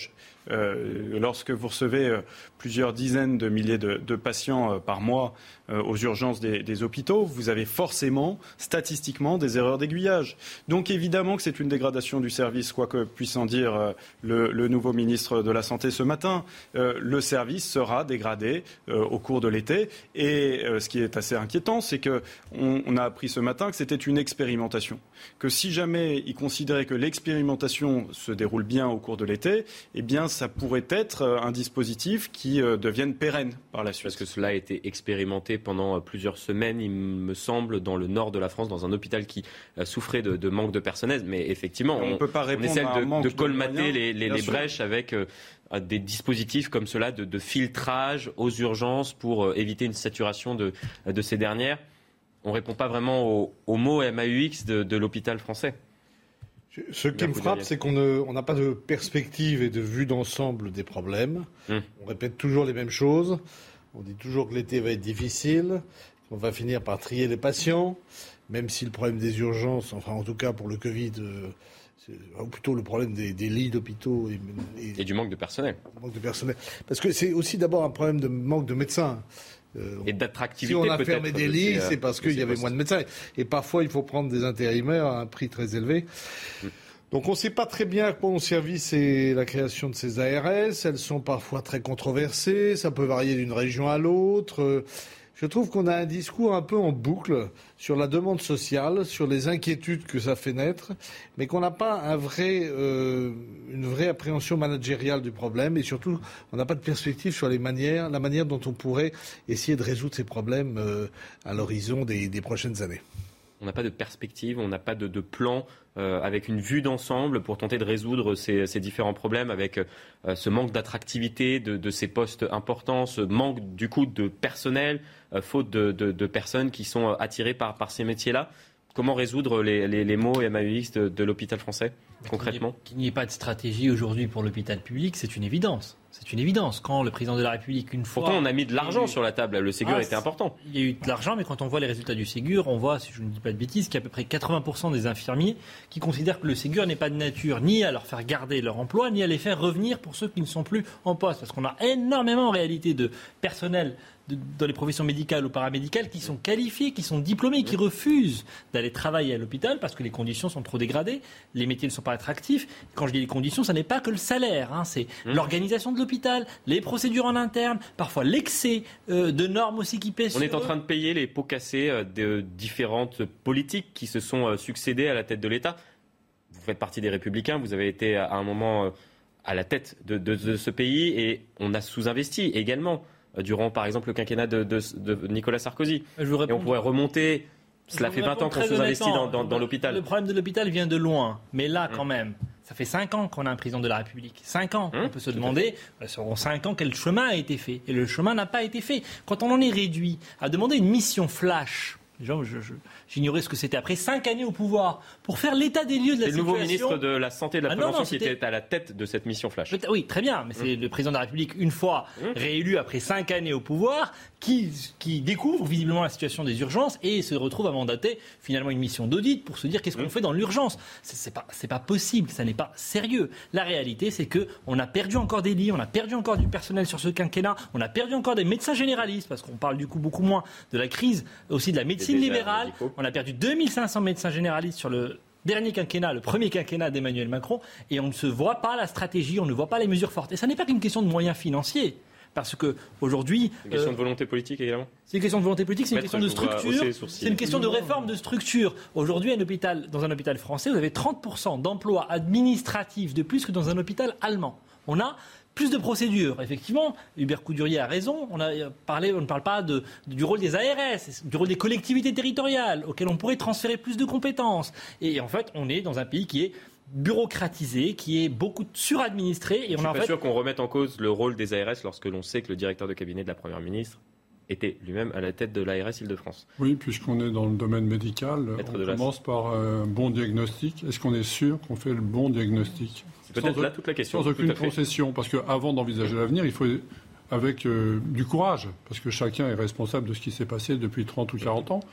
U: euh, lorsque vous recevez euh, plusieurs dizaines de milliers de, de patients euh, par mois euh, aux urgences des, des hôpitaux, vous avez forcément, statistiquement, des erreurs d'aiguillage. Donc évidemment que c'est une dégradation du service, quoi que puisse en dire euh, le, le nouveau ministre de la Santé ce matin. Euh, le service sera dégradé euh, au cours de l'été. Et euh, ce qui est assez inquiétant, c'est qu'on on a appris ce matin que c'était une expérimentation. Que si jamais ils considéraient que l'expérimentation se déroule bien au cours de l'été, eh bien ça pourrait être un dispositif qui euh, devienne pérenne par la suite.
B: Parce que cela a été expérimenté pendant plusieurs semaines, il me semble, dans le nord de la France, dans un hôpital qui euh, souffrait de, de manque de personnel. Mais effectivement, on,
U: on, peut pas
B: on essaie de, de colmater
U: de moyens,
B: les, les, les brèches avec euh, des dispositifs comme cela de, de filtrage aux urgences pour euh, éviter une saturation de, de ces dernières. On ne répond pas vraiment aux, aux mots M A U X de, de l'hôpital français.
J: Ce qui me frappe, c'est qu'on n'a pas de perspective et de vue d'ensemble des problèmes. Hum. On répète toujours les mêmes choses. On dit toujours que l'été va être difficile, qu'on va finir par trier les patients, même si le problème des urgences, enfin en tout cas pour le Covid, euh, c'est, ou plutôt le problème des, des lits d'hôpitaux. Et,
B: et, et du manque de personnel.
J: Manque de personnel. Parce que c'est aussi d'abord un problème de manque de médecins.
B: Euh, et d'attractivité.
J: Si on a fermé des lits, c'est, c'est parce qu'il y avait
B: possible.
J: moins de médecins. Et parfois, il faut prendre des intérimaires à un prix très élevé. Mmh. Donc on ne sait pas très bien à quoi ont servi ces, la création de ces A R S. Elles sont parfois très controversées. Ça peut varier d'une région à l'autre. Je trouve qu'on a un discours un peu en boucle sur la demande sociale, sur les inquiétudes que ça fait naître, mais qu'on n'a pas un vrai, euh, une vraie appréhension managériale du problème, et surtout, on n'a pas de perspective sur les manières, la manière dont on pourrait essayer de résoudre ces problèmes euh, à l'horizon des, des prochaines années.
B: On n'a pas de perspective, on n'a pas de, de plan euh, avec une vue d'ensemble pour tenter de résoudre ces, ces différents problèmes, avec euh, ce manque d'attractivité de, de ces postes importants, ce manque du coup de personnel, euh, faute de, de, de personnes qui sont attirées par, par ces métiers-là. Comment résoudre les, les, les mots M A U X de, de l'hôpital français, concrètement ?
T: Qu'il n'y ait pas de stratégie aujourd'hui pour l'hôpital public, c'est une évidence. C'est une évidence. Quand le président de la République, une fois...
B: Pourtant, on a mis de l'argent eu... sur la table. Le Ségur
T: ah,
B: était important.
T: Il y a eu de l'argent, mais quand on voit les résultats du Ségur, on voit, si je ne dis pas de bêtises, qu'il y a à peu près quatre-vingts pour cent des infirmiers qui considèrent que le Ségur n'est pas de nature ni à leur faire garder leur emploi, ni à les faire revenir pour ceux qui ne sont plus en poste. Parce qu'on a énormément, en réalité, de personnel de, dans les professions médicales ou paramédicales qui sont qualifiés, qui sont diplômés, qui refusent d'aller travailler à l'hôpital parce que les conditions sont trop dégradées, les métiers ne sont pas attractifs. Quand je dis les conditions, ça n'est pas que le salaire, hein, c'est mmh. l'organisation de l'hôpital, les procédures en interne, parfois l'excès euh, de normes aussi qui pèsent.
B: On est en train de payer les pots cassés euh, de différentes politiques qui se sont euh, succédées à la tête de l'État. Vous faites partie des Républicains, vous avez été à un moment euh, à la tête de, de, de ce pays et on a sous-investi également euh, durant par exemple le quinquennat de, de, de Nicolas Sarkozy.
T: Je vous
B: et on pourrait remonter, cela fait vingt ans qu'on sous-investit dans, dans, dans l'hôpital.
T: Le problème de l'hôpital vient de loin, mais là quand mmh. même. Ça fait cinq ans qu'on a un président de la République. Cinq ans. Mmh, on peut se demander, sur cinq ans, quel chemin a été fait. Et le chemin n'a pas été fait. Quand on en est réduit à demander une mission flash, déjà, je, je, j'ignorais ce que c'était. Après cinq années au pouvoir, pour faire l'état des lieux de la
B: c'est
T: situation...
B: C'est le nouveau ministre de la Santé et de la
T: ah
B: Prévention
T: non, non,
B: qui était à la tête de cette mission flash.
T: Oui, très bien. Mais c'est mmh. le président de la République, une fois mmh. réélu après cinq années au pouvoir, qui, qui découvre visiblement la situation des urgences et se retrouve à mandater finalement une mission d'audit pour se dire qu'est-ce qu'on mmh. fait dans l'urgence. C'est, c'est pas, c'est pas possible, ça n'est pas sérieux. La réalité, c'est que on a perdu encore des lits, on a perdu encore du personnel sur ce quinquennat, on a perdu encore des médecins généralistes, parce qu'on parle du coup beaucoup moins de la crise, aussi de la médecine libérale. Médicaux. On a perdu deux mille cinq cents médecins généralistes sur le dernier quinquennat, le premier quinquennat d'Emmanuel Macron, et on ne se voit pas la stratégie, on ne voit pas les mesures fortes. Et ça n'est pas qu'une question de moyens financiers. Parce qu'aujourd'hui...
B: C'est une question euh, de volonté politique également.
T: C'est une question de volonté politique, c'est une question de structure, c'est une question de réforme de structure. Aujourd'hui, un hôpital, dans un hôpital français, vous avez trente pour cent d'emplois administratifs de plus que dans un hôpital allemand. On a plus de procédures. Effectivement, Hubert Coudurier a raison, on, a parlé, on ne parle pas de, du rôle des A R S, du rôle des collectivités territoriales, auxquelles on pourrait transférer plus de compétences. Et en fait, on est dans un pays qui est bureaucratisé, qui est beaucoup suradministré. Et on
B: Je suis
T: a en
B: pas
T: fait...
B: sûr qu'on remette en cause le rôle des A R S lorsque l'on sait que le directeur de cabinet de la Première ministre était lui-même à la tête de l'A R S Île-de-France.
W: Oui, puisqu'on est dans le domaine médical, Maître on commence par un bon diagnostic. Est-ce qu'on est sûr qu'on fait le bon diagnostic ?
B: C'est peut-être sans, là toute la question.
W: Sans aucune concession, parce qu'avant d'envisager l'avenir, il faut avec euh, du courage, parce que chacun est responsable de ce qui s'est passé depuis trente ou quarante ans.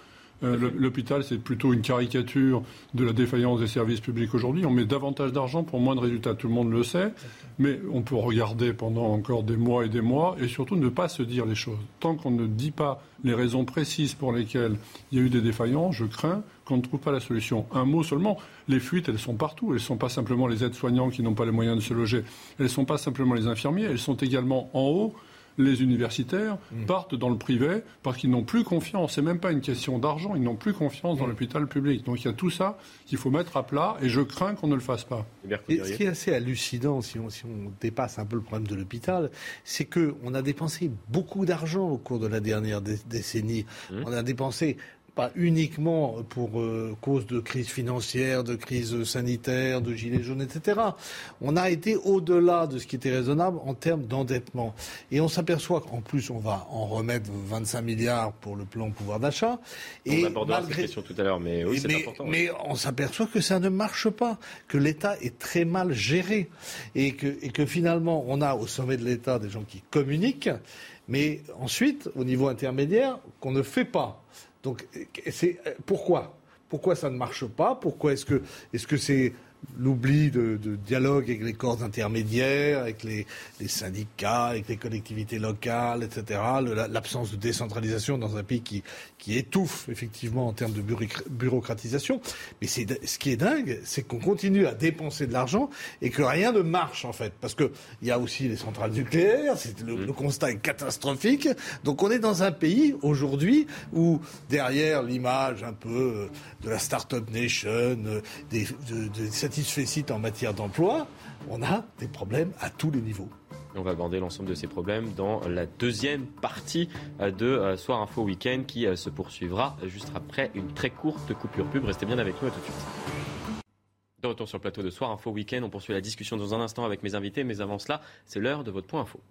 W: Euh, l'hôpital, c'est plutôt une caricature de la défaillance des services publics aujourd'hui. On met davantage d'argent pour moins de résultats. Tout le monde le sait. Mais on peut regarder pendant encore des mois et des mois et surtout ne pas se dire les choses. Tant qu'on ne dit pas les raisons précises pour lesquelles il y a eu des défaillances, je crains qu'on ne trouve pas la solution. Un mot seulement, les fuites, elles sont partout. Elles ne sont pas simplement les aides-soignants qui n'ont pas les moyens de se loger. Elles ne sont pas simplement les infirmiers. Elles sont également en haut. Les universitaires mmh. partent dans le privé parce qu'ils n'ont plus confiance. C'est même pas une question d'argent. Ils n'ont plus confiance mmh. dans l'hôpital public. Donc il y a tout ça qu'il faut mettre à plat et je crains qu'on ne le fasse pas.
G: Et ce qui est assez hallucinant, si on, si on dépasse un peu le problème de l'hôpital, c'est qu'on a dépensé beaucoup d'argent au cours de la dernière dé- décennie. Mmh. On a dépensé pas uniquement pour euh, cause de crise financière, de crise sanitaire, de gilets jaunes, et cetera. On a été au-delà de ce qui était raisonnable en termes d'endettement. Et on s'aperçoit qu'en plus, on va en remettre vingt-cinq milliards pour le plan pouvoir d'achat.
B: Et on abordera malgré... cette question tout à l'heure, mais oui, c'est
G: mais,
B: important.
G: Mais oui. On s'aperçoit que ça ne marche pas, que l'État est très mal géré. Et que, et que finalement, on a au sommet de l'État des gens qui communiquent, mais ensuite, au niveau intermédiaire, qu'on ne fait pas. Donc, c'est, pourquoi Pourquoi ça ne marche pas ? Pourquoi est-ce que, est-ce que c'est l'oubli de, de dialogue avec les corps intermédiaires, avec les, les syndicats, avec les collectivités locales, et cetera, le, l'absence de décentralisation dans un pays qui, qui étouffe effectivement en termes de bureaucratisation. Mais c'est, ce qui est dingue, c'est qu'on continue à dépenser de l'argent et que rien ne marche en fait. Parce qu'il y a aussi les centrales nucléaires, c'est le, le constat est catastrophique. Donc on est dans un pays aujourd'hui où derrière l'image un peu de la Start-up Nation, des, de, de satisfecit en matière d'emploi, on a des problèmes à tous les niveaux.
B: On va aborder l'ensemble de ces problèmes dans la deuxième partie de Soir Info Week-end qui se poursuivra juste après une très courte coupure pub. Restez bien avec nous, à tout de suite. De retour sur le plateau de Soir Info Week-end, on poursuit la discussion dans un instant avec mes invités, mais avant cela, c'est l'heure de votre point info.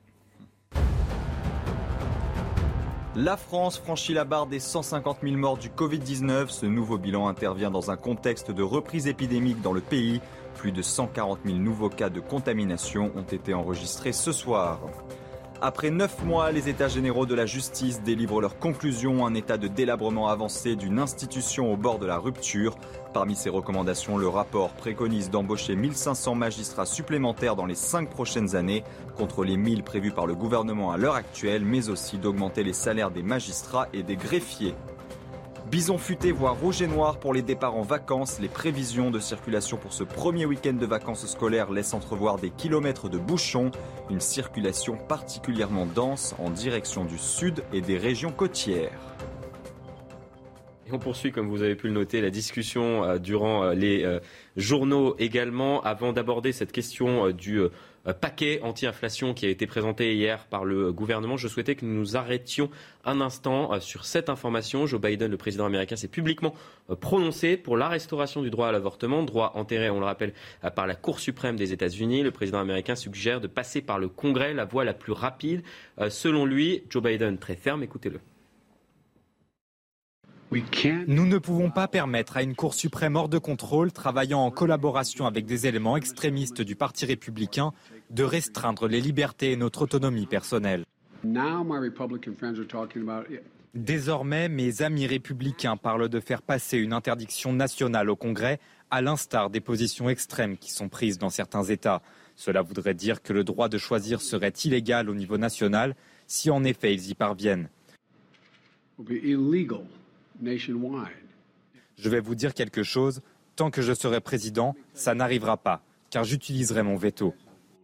Q: La France franchit la barre des cent cinquante mille morts du covid dix-neuf. Ce nouveau bilan intervient dans un contexte de reprise épidémique dans le pays. Plus de cent quarante mille nouveaux cas de contamination ont été enregistrés ce soir. Après neuf mois, les États généraux de la justice délivrent leurs conclusions, un état de délabrement avancé d'une institution au bord de la rupture. Parmi ces recommandations, le rapport préconise d'embaucher mille cinq cents magistrats supplémentaires dans les cinq prochaines années, contre les mille prévus par le gouvernement à l'heure actuelle, mais aussi d'augmenter les salaires des magistrats et des greffiers. Bison futé, voire rouge et noir pour les départs en vacances. Les prévisions de circulation pour ce premier week-end de vacances scolaires laissent entrevoir des kilomètres de bouchons. Une circulation particulièrement dense en direction du sud et des régions côtières.
B: Et on poursuit, comme vous avez pu le noter, la discussion euh, durant euh, les euh, journaux également. Avant d'aborder cette question euh, du euh, paquet anti-inflation qui a été présenté hier par le gouvernement, je souhaitais que nous nous arrêtions un instant euh, sur cette information. Joe Biden, le président américain, s'est publiquement euh, prononcé pour la restauration du droit à l'avortement, droit enterré, on le rappelle, euh, par la Cour suprême des États-Unis. Le président américain suggère de passer par le Congrès, la voie la plus rapide. Euh, selon lui, Joe Biden, très ferme, écoutez-le.
K: Nous ne pouvons pas permettre à une Cour suprême hors de contrôle, travaillant en collaboration avec des éléments extrémistes du Parti républicain, de restreindre les libertés et notre autonomie personnelle. Désormais, mes amis républicains parlent de faire passer une interdiction nationale au Congrès, à l'instar des positions extrêmes qui sont prises dans certains États. Cela voudrait dire que le droit de choisir serait illégal au niveau national, si en effet ils y parviennent. Je vais vous dire quelque chose, tant que je serai président, ça n'arrivera pas, car j'utiliserai mon veto.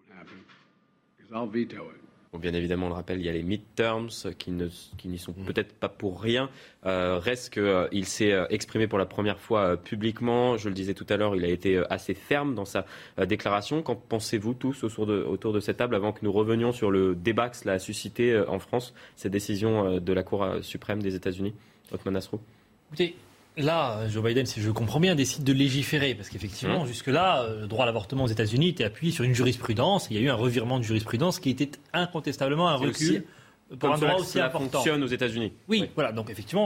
B: Bon, bien évidemment, on le rappelle, il y a les midterms qui, ne, qui n'y sont peut-être pas pour rien. Euh, reste qu'il euh, s'est euh, exprimé pour la première fois euh, publiquement. Je le disais tout à l'heure, il a été euh, assez ferme dans sa euh, déclaration. Qu'en pensez-vous tous autour de, autour de cette table, avant que nous revenions sur le débat que cela a suscité euh, en France, cette décision euh, de la Cour euh, suprême des États-Unis ? Othman Nasrou.
T: Écoutez, là, Joe Biden, si je comprends bien, décide de légiférer. Parce qu'effectivement, mmh. jusque-là, le droit à l'avortement aux États-Unis était appuyé sur une jurisprudence. Il y a eu un revirement de jurisprudence qui était incontestablement un recul
B: aussi,
T: pour un droit aussi important.
B: Ça fonctionne aux États-Unis.
T: Oui, oui, voilà. Donc effectivement,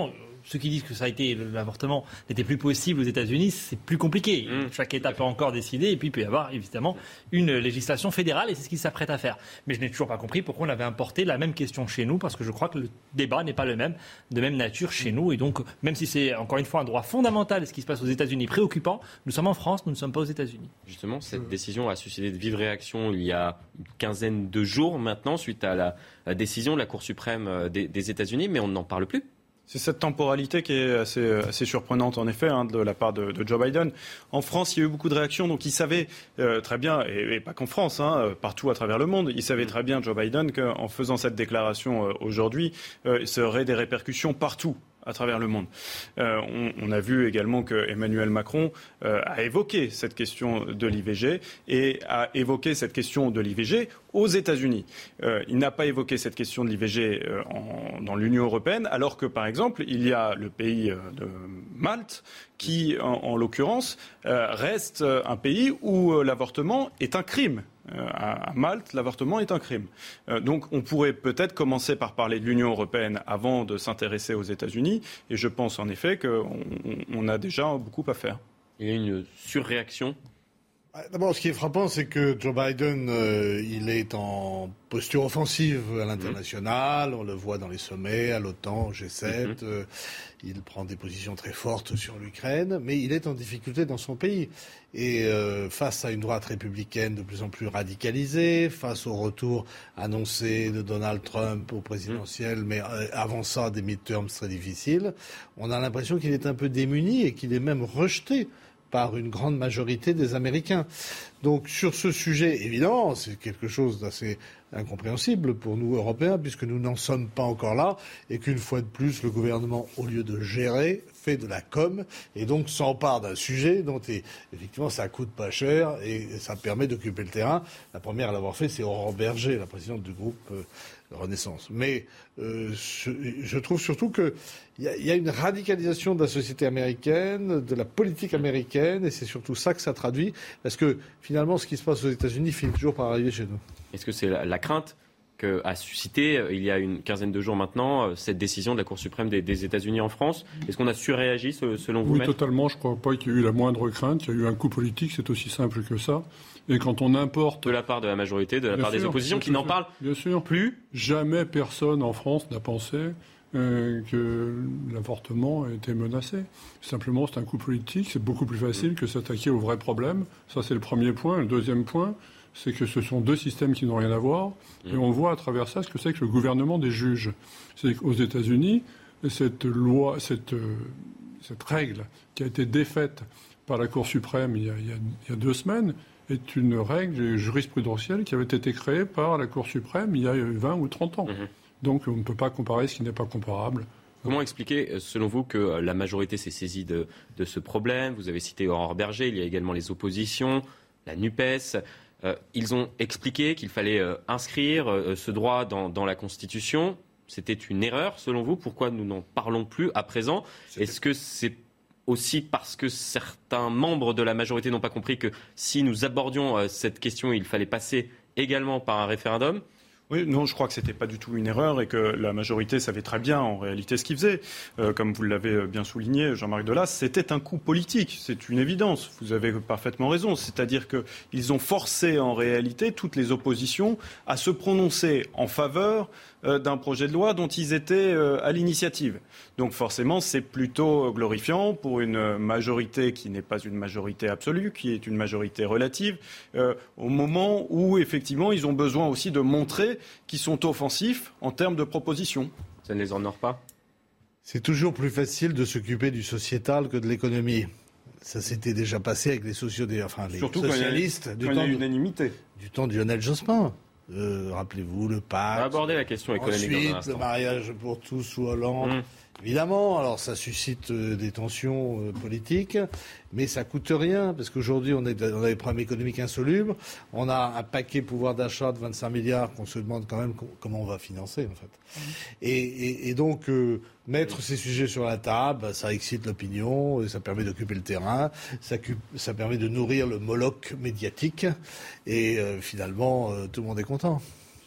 T: ceux qui disent que ça a été l'avortement n'était plus possible aux États-Unis, c'est plus compliqué. Mmh. Chaque État peut encore décider et puis il peut y avoir évidemment une législation fédérale et c'est ce qu'ils s'apprêtent à faire. Mais je n'ai toujours pas compris pourquoi on avait importé la même question chez nous parce que je crois que le débat n'est pas le même, de même nature chez nous et donc même si c'est encore une fois un droit fondamental, ce qui se passe aux États-Unis préoccupant, nous sommes en France, nous ne sommes pas aux États-Unis.
B: Justement, cette décision a suscité de vives réactions il y a une quinzaine de jours maintenant suite à la décision de la Cour suprême des, des États-Unis, mais on n'en parle plus.
U: C'est cette temporalité qui est assez, assez surprenante, en effet, hein, de la part de, de Joe Biden. En France, il y a eu beaucoup de réactions, donc il savait euh, très bien, et, et pas qu'en France, hein, partout à travers le monde, il savait très bien, Joe Biden, qu'en faisant cette déclaration euh, aujourd'hui, euh, ça aurait des répercussions partout à travers le monde. Euh, on, on a vu également que Emmanuel Macron euh, a évoqué cette question de l'I V G et a évoqué cette question de l'I V G aux États-Unis. Euh, il n'a pas évoqué cette question de l'I V G euh, en, dans l'Union européenne, alors que, par exemple, il y a le pays euh, de Malte qui, en, en l'occurrence, euh, reste un pays où euh, l'avortement est un crime. Euh, à Malte, l'avortement est un crime. Euh, donc on pourrait peut-être commencer par parler de l'Union européenne avant de s'intéresser aux États-Unis. Et je pense en effet qu'on on a déjà beaucoup à faire.
B: Il y a une surréaction.
G: D'abord, ce qui est frappant, c'est que Joe Biden, euh, il est en posture offensive à l'international. Mmh. On le voit dans les sommets, à l'OTAN, au G sept. Mmh. Euh, il prend des positions très fortes sur l'Ukraine, mais il est en difficulté dans son pays. Et euh, face à une droite républicaine de plus en plus radicalisée, face au retour annoncé de Donald Trump au présidentiel, mmh. mais euh, avant ça, des midterms très difficiles, on a l'impression qu'il est un peu démuni et qu'il est même rejeté par une grande majorité des Américains. Donc sur ce sujet, évidemment, c'est quelque chose d'assez incompréhensible pour nous, Européens, puisque nous n'en sommes pas encore là, et qu'une fois de plus, le gouvernement, au lieu de gérer, fait de la com, et donc s'empare d'un sujet dont, effectivement, ça coûte pas cher, et ça permet d'occuper le terrain. La première à l'avoir fait, c'est Aurore Berger, la présidente du groupe euh, Renaissance. Mais euh, je, je trouve surtout qu'il y, y a une radicalisation de la société américaine, de la politique américaine, et c'est surtout ça que ça traduit, parce que finalement, ce qui se passe aux États-Unis finit toujours par arriver chez nous.
B: Est-ce que c'est la, la crainte qu'a suscité, euh, il y a une quinzaine de jours maintenant, euh, cette décision de la Cour suprême des, des États-Unis en France? Est-ce qu'on a surréagi, ce, selon vous?
W: Oui,
B: Maître
W: totalement. Je ne crois pas qu'il y ait eu la moindre crainte. Il y a eu un coup politique, c'est aussi simple que ça. Et quand on importe...
B: De la part de la majorité, de la part sûr, des oppositions, qui n'en parlent
W: bien sûr.
B: plus.
W: Jamais personne en France n'a pensé euh, que l'avortement était menacé. Simplement, c'est un coup politique. C'est beaucoup plus facile mmh. que s'attaquer aux vrais problèmes. Ça, c'est le premier point. Le deuxième point, c'est que ce sont deux systèmes qui n'ont rien à voir. Mmh. Et on voit à travers ça ce que c'est que le gouvernement des juges. C'est qu'aux États-Unis, cette loi, cette, euh, cette règle qui a été défaite par la Cour suprême il y a, il y a, il y a deux semaines est une règle jurisprudentielle qui avait été créée par la Cour suprême il y a vingt ou trente ans. Mmh. Donc on ne peut pas comparer ce qui n'est pas comparable.
B: Comment expliquer, selon vous, que la majorité s'est saisie de, de ce problème? Vous avez cité Aurore Berger, il y a également les oppositions, la NUPES. Euh, ils ont expliqué qu'il fallait euh, inscrire euh, ce droit dans, dans la Constitution. C'était une erreur, selon vous? Pourquoi nous n'en parlons plus à présent? C'était... Est-ce que c'est aussi parce que certains membres de la majorité n'ont pas compris que si nous abordions euh, cette question, il fallait passer également par un référendum?
U: Oui, non, je crois que ce n'était pas du tout une erreur et que la majorité savait très bien en réalité ce qu'ils faisaient. Euh, comme vous l'avez bien souligné, Jean-Marc Delas, c'était un coup politique, c'est une évidence. Vous avez parfaitement raison. C'est-à-dire qu'ils ont forcé en réalité toutes les oppositions à se prononcer en faveur euh, d'un projet de loi dont ils étaient euh, à l'initiative. Donc forcément, c'est plutôt glorifiant pour une majorité qui n'est pas une majorité absolue, qui est une majorité relative, euh, au moment où effectivement ils ont besoin aussi de montrer qu'ils sont offensifs en termes de propositions.
B: Ça ne les honore pas?
G: C'est toujours plus facile de s'occuper du sociétal que de l'économie. Ça s'était déjà passé avec les, sociaux, enfin, les
U: Surtout
G: socialistes
U: quand il y a, du, quand temps il y a unanimité.
G: Du temps de Lionel Jospin. Euh, rappelez-vous, le pacte.
B: On va aborder la question économique
G: ensuite,
B: dans un instant. Le
G: mariage pour tous sous Hollande. Mmh. Évidemment, alors ça suscite euh, des tensions euh, politiques, mais ça coûte rien, parce qu'aujourd'hui on, est, on a des problèmes économiques insolubles, on a un paquet pouvoir d'achat de vingt-cinq milliards qu'on se demande quand même comment on va financer en fait. Mmh. Et, et, et donc euh, mettre ces sujets sur la table, ça excite l'opinion, ça permet d'occuper le terrain, ça, ça permet de nourrir le Moloch médiatique, et euh, finalement euh, tout le monde est content.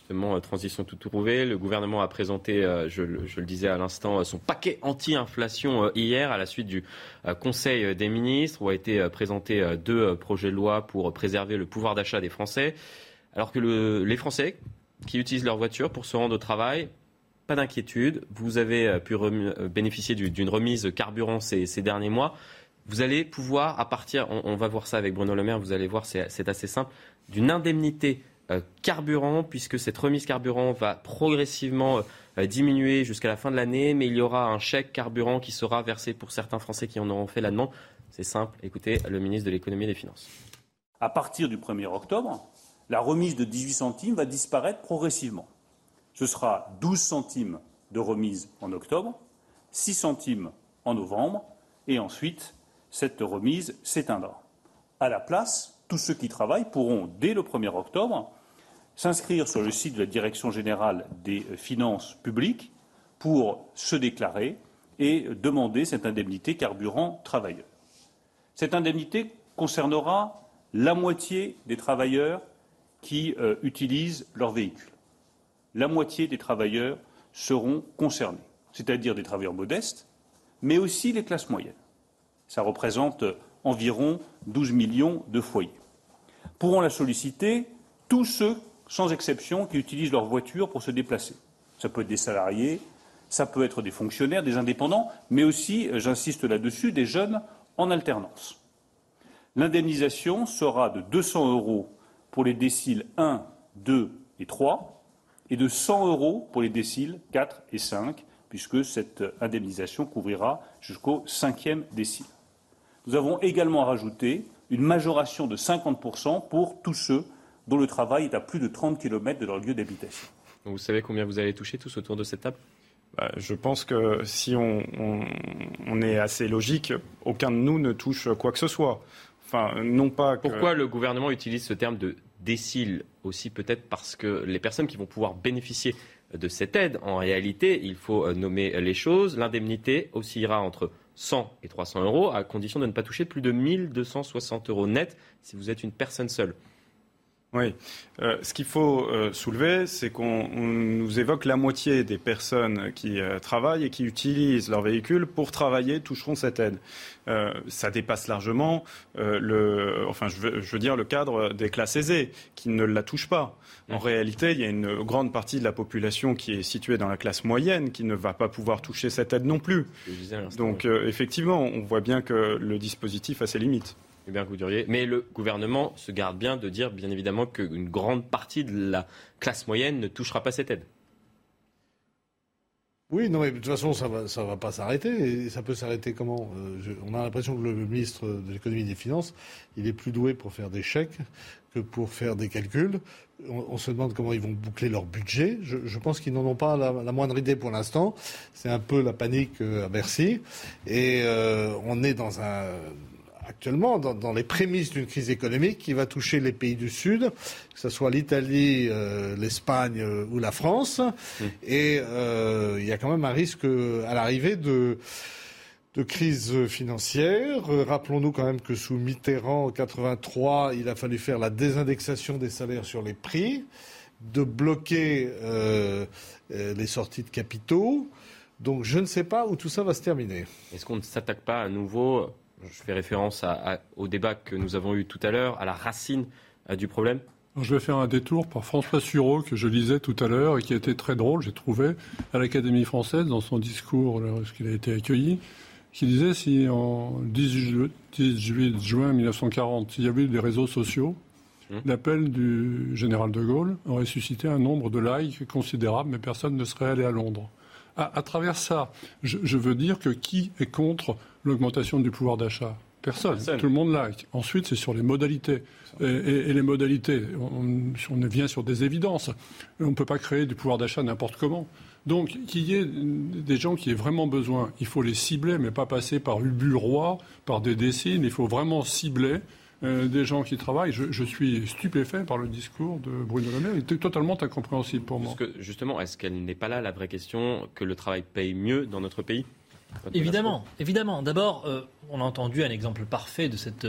B: Justement, transition tout trouvée. Le gouvernement a présenté, je, je le disais à l'instant, son paquet anti-inflation hier à la suite du Conseil des ministres où a été présenté deux projets de loi pour préserver le pouvoir d'achat des Français. Alors que le, les Français qui utilisent leur voiture pour se rendre au travail, pas d'inquiétude. Vous avez pu rem- bénéficier du, d'une remise carburant ces, ces derniers mois. Vous allez pouvoir, à partir, on, on va voir ça avec Bruno Le Maire, vous allez voir, c'est, c'est assez simple, d'une indemnité Euh, carburant, puisque cette remise carburant va progressivement euh, diminuer jusqu'à la fin de l'année, mais il y aura un chèque carburant qui sera versé pour certains Français qui en auront fait la demande. C'est simple, écoutez le ministre de l'économie et des finances.
C: À partir du premier octobre, la remise de dix-huit centimes va disparaître progressivement. Ce sera douze centimes de remise en octobre, six centimes en novembre, et ensuite, cette remise s'éteindra. À la place, tous ceux qui travaillent pourront, dès le premier octobre, s'inscrire sur le site de la Direction générale des finances publiques pour se déclarer et demander cette indemnité carburant travailleur. Cette indemnité concernera la moitié des travailleurs qui euh, utilisent leur véhicule. La moitié des travailleurs seront concernés, c'est-à-dire des travailleurs modestes, mais aussi les classes moyennes. Ça représente environ douze millions de foyers. Pourront la solliciter tous ceux, sans exception, qui utilisent leur voiture pour se déplacer. Ça peut être des salariés, ça peut être des fonctionnaires, des indépendants, mais aussi, j'insiste là-dessus, des jeunes en alternance. L'indemnisation sera de deux cents euros pour les déciles un, deux et trois et de cent euros pour les déciles quatre et cinq, puisque cette indemnisation couvrira jusqu'au cinquième décile. Nous avons également rajouté une majoration de cinquante pour cent pour tous ceux dont le travail est à plus de trente kilomètres de leur lieu d'habitation.
B: Vous savez combien vous allez toucher tous autour de cette table ?
U: Bah, je pense que si on, on, on est assez logique, aucun de nous ne touche quoi que ce soit. Enfin, non pas que...
B: Pourquoi le gouvernement utilise ce terme de décile aussi? Peut-être parce que les personnes qui vont pouvoir bénéficier de cette aide, en réalité, il faut nommer les choses. L'indemnité oscillera entre cent et trois cents euros, à condition de ne pas toucher plus de mille deux cent soixante euros net si vous êtes une personne seule.
U: Oui. Euh, ce qu'il faut euh, soulever, c'est qu'on on nous évoque la moitié des personnes qui euh, travaillent et qui utilisent leur véhicule pour travailler toucheront cette aide. Euh, ça dépasse largement euh, le, enfin, je veux, je veux dire le cadre des classes aisées qui ne la touchent pas. En réalité, il y a une grande partie de la population qui est située dans la classe moyenne qui ne va pas pouvoir toucher cette aide non plus. Donc, euh, effectivement, on voit bien que le dispositif a ses limites.
B: Eh bien, vous diriez. Mais le gouvernement se garde bien de dire, bien évidemment, qu'une grande partie de la classe moyenne ne touchera pas cette aide.
G: Oui, non, mais de toute façon, ça va, ça va pas s'arrêter. Et ça peut s'arrêter comment euh, je, On a l'impression que le ministre de l'économie et des finances, il est plus doué pour faire des chèques que pour faire des calculs. On, on se demande comment ils vont boucler leur budget. Je, je pense qu'ils n'en ont pas la, la moindre idée pour l'instant. C'est un peu la panique à Bercy. Et euh, on est dans un... actuellement dans, dans les prémices d'une crise économique qui va toucher les pays du Sud, que ce soit l'Italie, euh, l'Espagne euh, ou la France. Mmh. Et euh, il y a quand même un risque à l'arrivée de, de crise financière. Euh, rappelons-nous quand même que sous Mitterrand, en quatre-vingt-trois, il a fallu faire la désindexation des salaires sur les prix, de bloquer euh, euh, les sorties de capitaux. Donc je ne sais pas où tout ça va se terminer.
B: Est-ce qu'on ne s'attaque pas à nouveau... Je fais référence à, à, au débat que nous avons eu tout à l'heure, à la racine euh, du problème.
W: Je vais faire un détour par François Sureau, que je lisais tout à l'heure et qui a été très drôle, j'ai trouvé, à l'Académie française, dans son discours, lorsqu'il a été accueilli, qui disait si en dix-huit juin mille neuf cent quarante, il y avait eu des réseaux sociaux, hum. l'appel du général de Gaulle aurait suscité un nombre de likes considérable, mais personne ne serait allé à Londres. À, à travers ça, je, je veux dire que qui est contre l'augmentation du pouvoir d'achat? Personne. Personne. Tout le monde like. Ensuite, c'est sur les modalités. Et, et, et les modalités, on, on vient sur des évidences. On ne peut pas créer du pouvoir d'achat n'importe comment. Donc, qu'il y ait des gens qui aient vraiment besoin, il faut les cibler, mais pas passer par Ubu Roi, par des déciles. Il faut vraiment cibler euh, des gens qui travaillent. Je, je suis stupéfait par le discours de Bruno Le Maire. Il était totalement incompréhensible pour moi.
B: Parce que, justement, est-ce qu'elle n'est pas là la vraie question que le travail paye mieux dans notre pays?
T: Évidemment, évidemment. D'abord, euh, on a entendu un exemple parfait de cette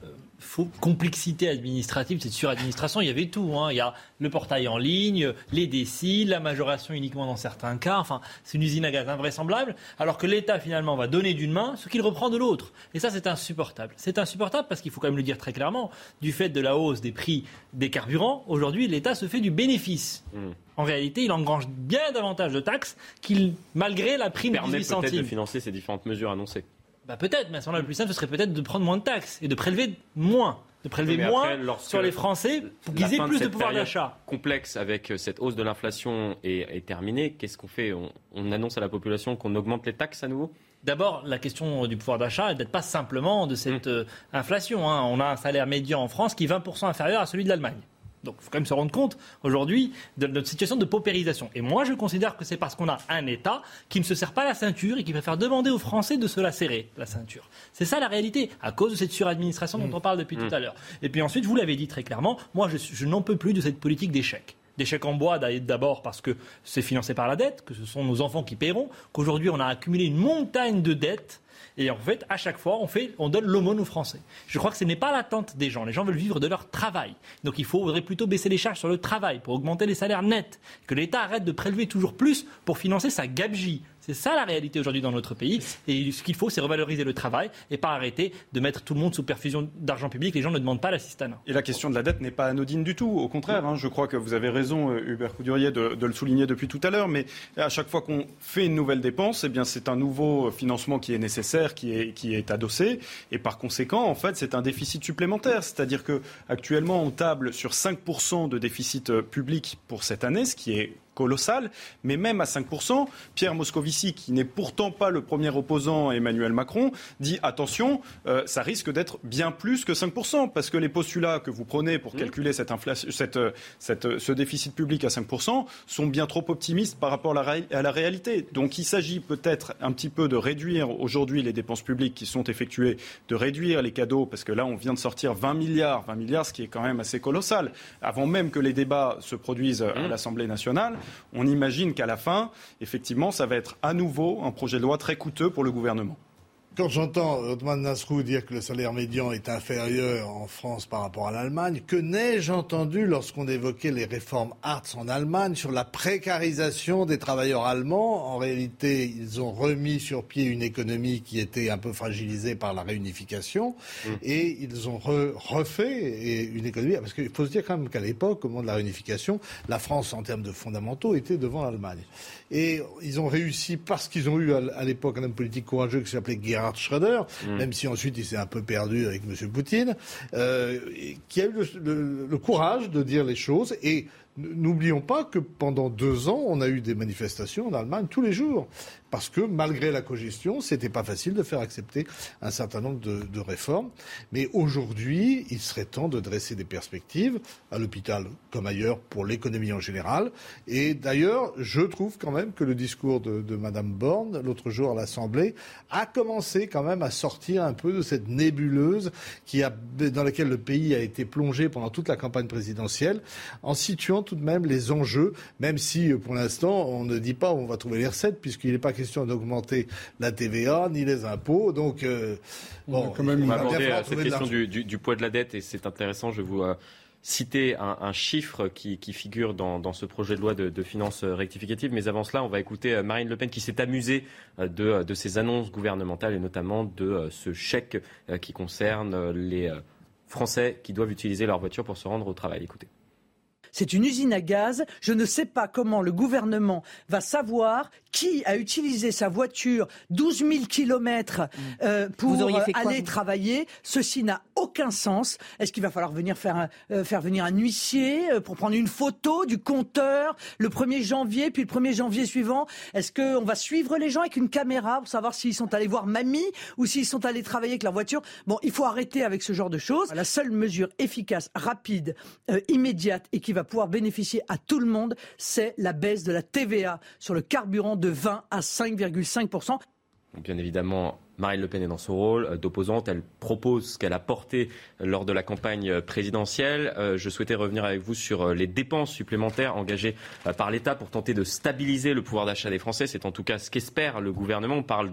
T: Faut, complexité administrative, cette suradministration, il y avait tout. Hein. Il y a le portail en ligne, les déciles, la majoration uniquement dans certains cas. Enfin, c'est une usine à gaz invraisemblable. Alors que l'État, finalement, va donner d'une main ce qu'il reprend de l'autre. Et ça, c'est insupportable. C'est insupportable parce qu'il faut quand même le dire très clairement. Du fait de la hausse des prix des carburants, aujourd'hui, l'État se fait du bénéfice. Mmh. En réalité, il engrange bien davantage de taxes qu'il, malgré la prime de dix-huit centimes.
B: Permet peut-être de financer ces différentes mesures annoncées.
T: Bah peut-être, mais à ce moment-là, le plus simple, ce serait peut-être de prendre moins de taxes et de prélever moins. De prélever mais moins après, sur les Français pour qu'ils aient plus de, de pouvoir d'achat.
B: Complexe avec cette hausse de l'inflation est, est terminée. Qu'est-ce qu'on fait ? on, on annonce à la population qu'on augmente les taxes à nouveau ?
T: D'abord, la question du pouvoir d'achat n'est peut-être pas simplement de cette mmh. euh, inflation. Hein. On a un salaire médian en France qui est vingt pour cent inférieur à celui de l'Allemagne. Donc il faut quand même se rendre compte aujourd'hui de notre situation de paupérisation. Et moi je considère que c'est parce qu'on a un État qui ne se serre pas la ceinture et qui préfère demander aux Français de se la serrer, la ceinture. C'est ça la réalité, à cause de cette suradministration dont on parle depuis mmh. tout à l'heure. Et puis ensuite, vous l'avez dit très clairement, moi je, je n'en peux plus de cette politique d'échec. D'échec en bois d'abord parce que c'est financé par la dette, que ce sont nos enfants qui paieront, qu'aujourd'hui on a accumulé une montagne de dettes. Et en fait, à chaque fois, on, fait, on donne l'aumône aux Français. Je crois que ce n'est pas l'attente des gens. Les gens veulent vivre de leur travail. Donc il faudrait plutôt baisser les charges sur le travail pour augmenter les salaires nets. Que l'État arrête de prélever toujours plus pour financer sa gabegie. C'est ça la réalité aujourd'hui dans notre pays. Et ce qu'il faut, c'est revaloriser le travail et pas arrêter de mettre tout le monde sous perfusion d'argent public. Les gens ne demandent pas l'assistanat.
U: Et la question de la dette n'est pas anodine du tout. Au contraire, hein, je crois que vous avez raison, Hubert Coudurier, de, de le souligner depuis tout à l'heure. Mais à chaque fois qu'on fait une nouvelle dépense, eh bien, c'est un nouveau financement qui est nécessaire, qui est, qui est adossé. Et par conséquent, en fait, c'est un déficit supplémentaire. C'est-à-dire qu'actuellement, on table sur cinq pour cent de déficit public pour cette année, ce qui est colossal, mais même à cinq pour cent, Pierre Moscovici, qui n'est pourtant pas le premier opposant à Emmanuel Macron, dit attention, euh, ça risque d'être bien plus que cinq pour cent, parce que les postulats que vous prenez pour calculer cette inflation, cette, cette, ce déficit public à cinq pour cent sont bien trop optimistes par rapport à la, à la réalité. Donc il s'agit peut-être un petit peu de réduire aujourd'hui les dépenses publiques qui sont effectuées, de réduire les cadeaux, parce que là on vient de sortir vingt milliards, vingt milliards, ce qui est quand même assez colossal, avant même que les débats se produisent à l'Assemblée nationale. On imagine qu'à la fin, effectivement, ça va être à nouveau un projet de loi très coûteux pour le gouvernement.
G: Quand j'entends Othman Nasrou dire que le salaire médian est inférieur en France par rapport à l'Allemagne, que n'ai-je entendu lorsqu'on évoquait les réformes Hartz en Allemagne sur la précarisation des travailleurs allemands. En réalité, ils ont remis sur pied une économie qui était un peu fragilisée par la réunification mmh. et ils ont re- refait une économie. Parce qu'il faut se dire quand même qu'à l'époque, au moment de la réunification, la France, en termes de fondamentaux, était devant l'Allemagne. Et ils ont réussi parce qu'ils ont eu à l'époque un homme politique courageux qui s'appelait Gerhard Schröder, mmh. même si ensuite il s'est un peu perdu avec M. Poutine, euh, qui a eu le, le, le courage de dire les choses. Et n'oublions pas que pendant deux ans, on a eu des manifestations en Allemagne tous les jours. Parce que malgré la cogestion, c'était pas facile de faire accepter un certain nombre de, de réformes. Mais aujourd'hui, il serait temps de dresser des perspectives, à l'hôpital comme ailleurs, pour l'économie en général. Et d'ailleurs, je trouve quand même que le discours de, de Mme Borne, l'autre jour à l'Assemblée, a commencé quand même à sortir un peu de cette nébuleuse qui a, dans laquelle le pays a été plongé pendant toute la campagne présidentielle, en situant tout de même les enjeux, même si pour l'instant, on ne dit pas où on va trouver les recettes, puisqu'il n'est pas question d'augmenter la T V A ni les impôts. Donc, euh, bon,
B: quand même, on va aborder cette question du, du, du poids de la dette et c'est intéressant. Je vais vous euh, citer un, un chiffre qui, qui figure dans, dans ce projet de loi de, de finances rectificative. Mais avant cela, on va écouter Marine Le Pen qui s'est amusée de, de ces annonces gouvernementales et notamment de ce chèque qui concerne les Français qui doivent utiliser leur voiture pour se rendre au travail. Écoutez.
L: C'est une usine à gaz. Je ne sais pas comment le gouvernement va savoir qui a utilisé sa voiture douze mille kilomètres euh, pour aller quoi, travailler. Ceci n'a aucun sens. Est-ce qu'il va falloir venir faire, un, euh, faire venir un huissier euh, pour prendre une photo du compteur le premier janvier, puis le premier janvier suivant? Est-ce qu'on va suivre les gens avec une caméra pour savoir s'ils sont allés voir mamie ou s'ils sont allés travailler avec leur voiture? Bon, il faut arrêter avec ce genre de choses. La seule mesure efficace, rapide, euh, immédiate et qui va pouvoir bénéficier à tout le monde, c'est la baisse de la T V A sur le carburant de vingt à cinq virgule cinq pour cent.
B: Bien évidemment, Marine Le Pen est dans son rôle d'opposante. Elle propose ce qu'elle a porté lors de la campagne présidentielle. Euh, je souhaitais revenir avec vous sur les dépenses supplémentaires engagées par l'État pour tenter de stabiliser le pouvoir d'achat des Français. C'est en tout cas ce qu'espère le gouvernement. On parle de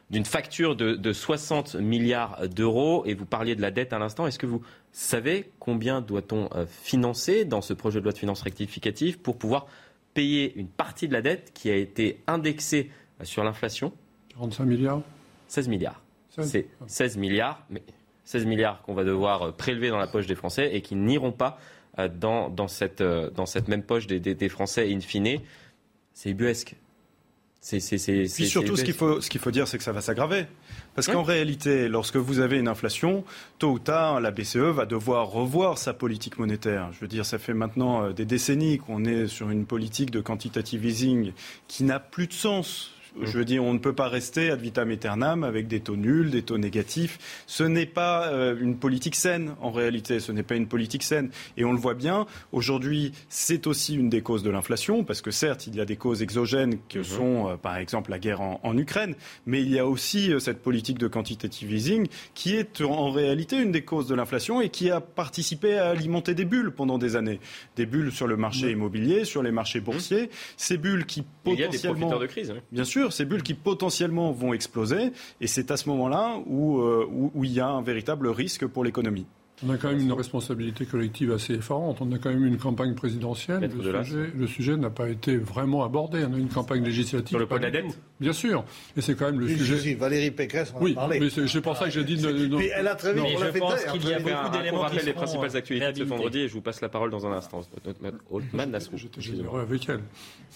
B: d'une facture de, de soixante milliards d'euros. Et vous parliez de la dette à l'instant. Est-ce que vous savez combien doit-on euh, financer dans ce projet de loi de finances rectificative pour pouvoir payer une partie de la dette qui a été indexée euh, sur l'inflation ?
W: quarante-cinq milliards
B: seize milliards.
W: seize.
B: C'est seize milliards, mais seize milliards qu'on va devoir euh, prélever dans la poche des Français et qui n'iront pas euh, dans, dans, cette, euh, dans cette même poche des, des, des Français in fine. C'est ubuesque. C'est, c'est, c'est,
U: Puis surtout, ce qu'il faut, ce qu'il faut dire, c'est que ça va s'aggraver. Parce oui. qu'en réalité, lorsque vous avez une inflation, tôt ou tard, la B C E va devoir revoir sa politique monétaire. Je veux dire, ça fait maintenant des décennies qu'on est sur une politique de quantitative easing qui n'a plus de sens. Je veux dire, on ne peut pas rester ad vitam aeternam avec des taux nuls, des taux négatifs. Ce n'est pas euh, une politique saine, en réalité. Ce n'est pas une politique saine. Et on le voit bien, aujourd'hui, c'est aussi une des causes de l'inflation, parce que certes, il y a des causes exogènes que mmh. sont, euh, par exemple, la guerre en, en Ukraine, mais il y a aussi euh, cette politique de quantitative easing qui est en réalité une des causes de l'inflation et qui a participé à alimenter des bulles pendant des années. Des bulles sur le marché mmh. immobilier, sur les marchés boursiers. Mmh. Ces bulles qui potentiellement...
B: Il y a des profiteurs de crise, hein.
U: Bien sûr. Ces bulles qui potentiellement vont exploser et c'est à ce moment-là où, euh, où, où il y a un véritable risque pour l'économie.
W: On a quand même une responsabilité collective assez effarante. On a quand même une campagne présidentielle. Le sujet, le sujet n'a pas été vraiment abordé. On a une campagne législative.
B: Sur le point de la dette ?
W: Bien sûr. Et c'est quand même le oui, sujet.
G: Si, Valérie Pécresse en a
W: oui,
G: parlé.
W: Oui, c'est, c'est pour ça que j'ai dit. Non, non.
G: Mais elle a très vite.
B: Je pense qu'il y a beaucoup d'éléments qui seront les principales actualités de ce vendredi et je vous passe la parole dans un instant. Othmane Nasrou.
W: J'étais généreux avec elle.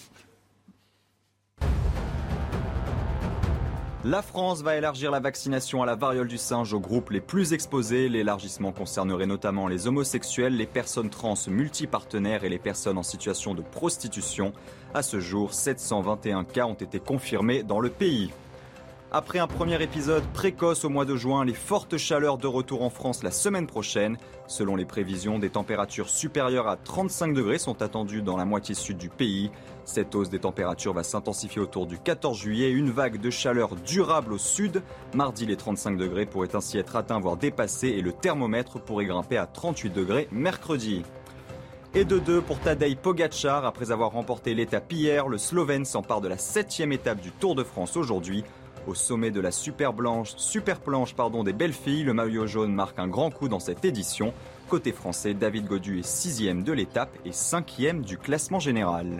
Q: La France va élargir la vaccination à la variole du singe aux groupes les plus exposés. L'élargissement concernerait notamment les homosexuels, les personnes trans multipartenaires et les personnes en situation de prostitution. À ce jour, sept cent vingt et un cas ont été confirmés dans le pays. Après un premier épisode précoce au mois de juin, les fortes chaleurs de retour en France la semaine prochaine. Selon les prévisions, des températures supérieures à trente-cinq degrés sont attendues dans la moitié sud du pays. Cette hausse des températures va s'intensifier autour du quatorze juillet. Une vague de chaleur durable au sud. Mardi, les trente-cinq degrés pourraient ainsi être atteints, voire dépassés, et le thermomètre pourrait grimper à trente-huit degrés mercredi. Et de deux pour Tadej Pogačar. Après avoir remporté l'étape hier, le Slovène s'empare de la septième étape du Tour de France aujourd'hui. Au sommet de la super, blanche, super planche pardon, des belles filles, le maillot jaune marque un grand coup dans cette édition. Côté français, David Gaudu est sixième de l'étape et cinquième du classement général.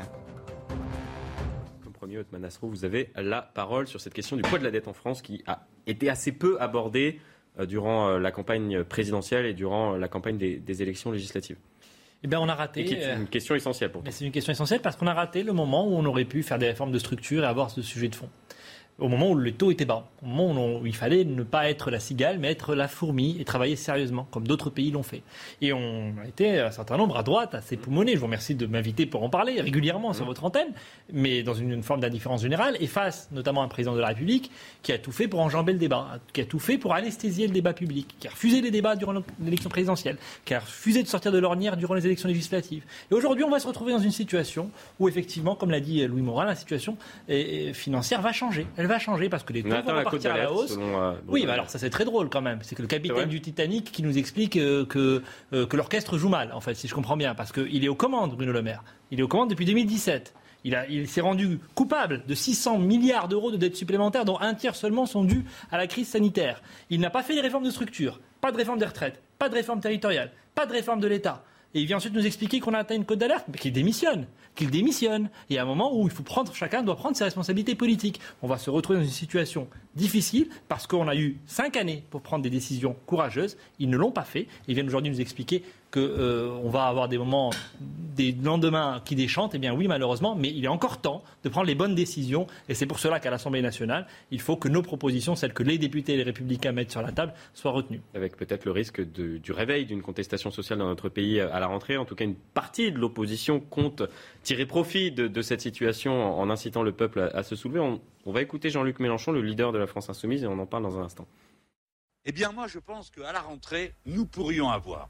B: Comme premier, Othmane Nasrou, vous avez la parole sur cette question du poids de la dette en France qui a été assez peu abordée durant la campagne présidentielle et durant la campagne des, des élections législatives.
T: Eh bien, on a raté.
B: Et qui est une question essentielle pour toi.
T: Mais c'est une question essentielle parce qu'on a raté le moment où on aurait pu faire des réformes de structure et avoir ce sujet de fond. Au moment où le taux était bas, au moment où il fallait ne pas être la cigale, mais être la fourmi et travailler sérieusement, comme d'autres pays l'ont fait. Et on a été un certain nombre à droite, assez poumonné. Je vous remercie de m'inviter pour en parler régulièrement sur votre antenne, mais dans une, une forme d'indifférence générale, et face notamment à un président de la République qui a tout fait pour enjamber le débat, qui a tout fait pour anesthésier le débat public, qui a refusé les débats durant l'élection présidentielle, qui a refusé de sortir de l'ornière durant les élections législatives. Et aujourd'hui, on va se retrouver dans une situation où, effectivement, comme l'a dit Louis Morin, la situation est, est financière va changer. Elle va changer parce que les taux vont repartir à la hausse.
B: Selon, euh,
T: oui, bah alors ça c'est très drôle quand même. C'est que le capitaine du Titanic qui nous explique euh, que, euh, que l'orchestre joue mal, en fait, si je comprends bien, parce qu'il est aux commandes, Bruno Le Maire. Il est aux commandes depuis deux mille dix-sept. Il, a, il s'est rendu coupable de six cents milliards d'euros de dettes supplémentaires, dont un tiers seulement sont dus à la crise sanitaire. Il n'a pas fait les réformes de structure, pas de réforme des retraites, pas de réforme territoriale, pas de réforme de l'État. Et il vient ensuite nous expliquer qu'on a atteint une cote d'alerte, mais qu'il démissionne, qu'il démissionne. Et il y a un moment où il faut prendre, chacun doit prendre ses responsabilités politiques. On va se retrouver dans une situation difficile parce qu'on a eu cinq années pour prendre des décisions courageuses. Ils ne l'ont pas fait. Ils viennent aujourd'hui nous expliquer qu'on euh, va avoir des moments, des lendemains qui déchantent. Eh bien oui, malheureusement, mais il est encore temps de prendre les bonnes décisions. Et c'est pour cela qu'à l'Assemblée nationale, il faut que nos propositions, celles que les députés et les républicains mettent sur la table, soient retenues.
B: Avec peut-être le risque de, du réveil d'une contestation sociale dans notre pays à la rentrée. En tout cas, une partie de l'opposition compte tirer profit de, de cette situation en incitant le peuple à, à se soulever. On, on va écouter Jean-Luc Mélenchon, le leader de la France Insoumise, et on en parle dans un instant.
H: Eh bien, moi, je pense qu'à la rentrée, nous pourrions avoir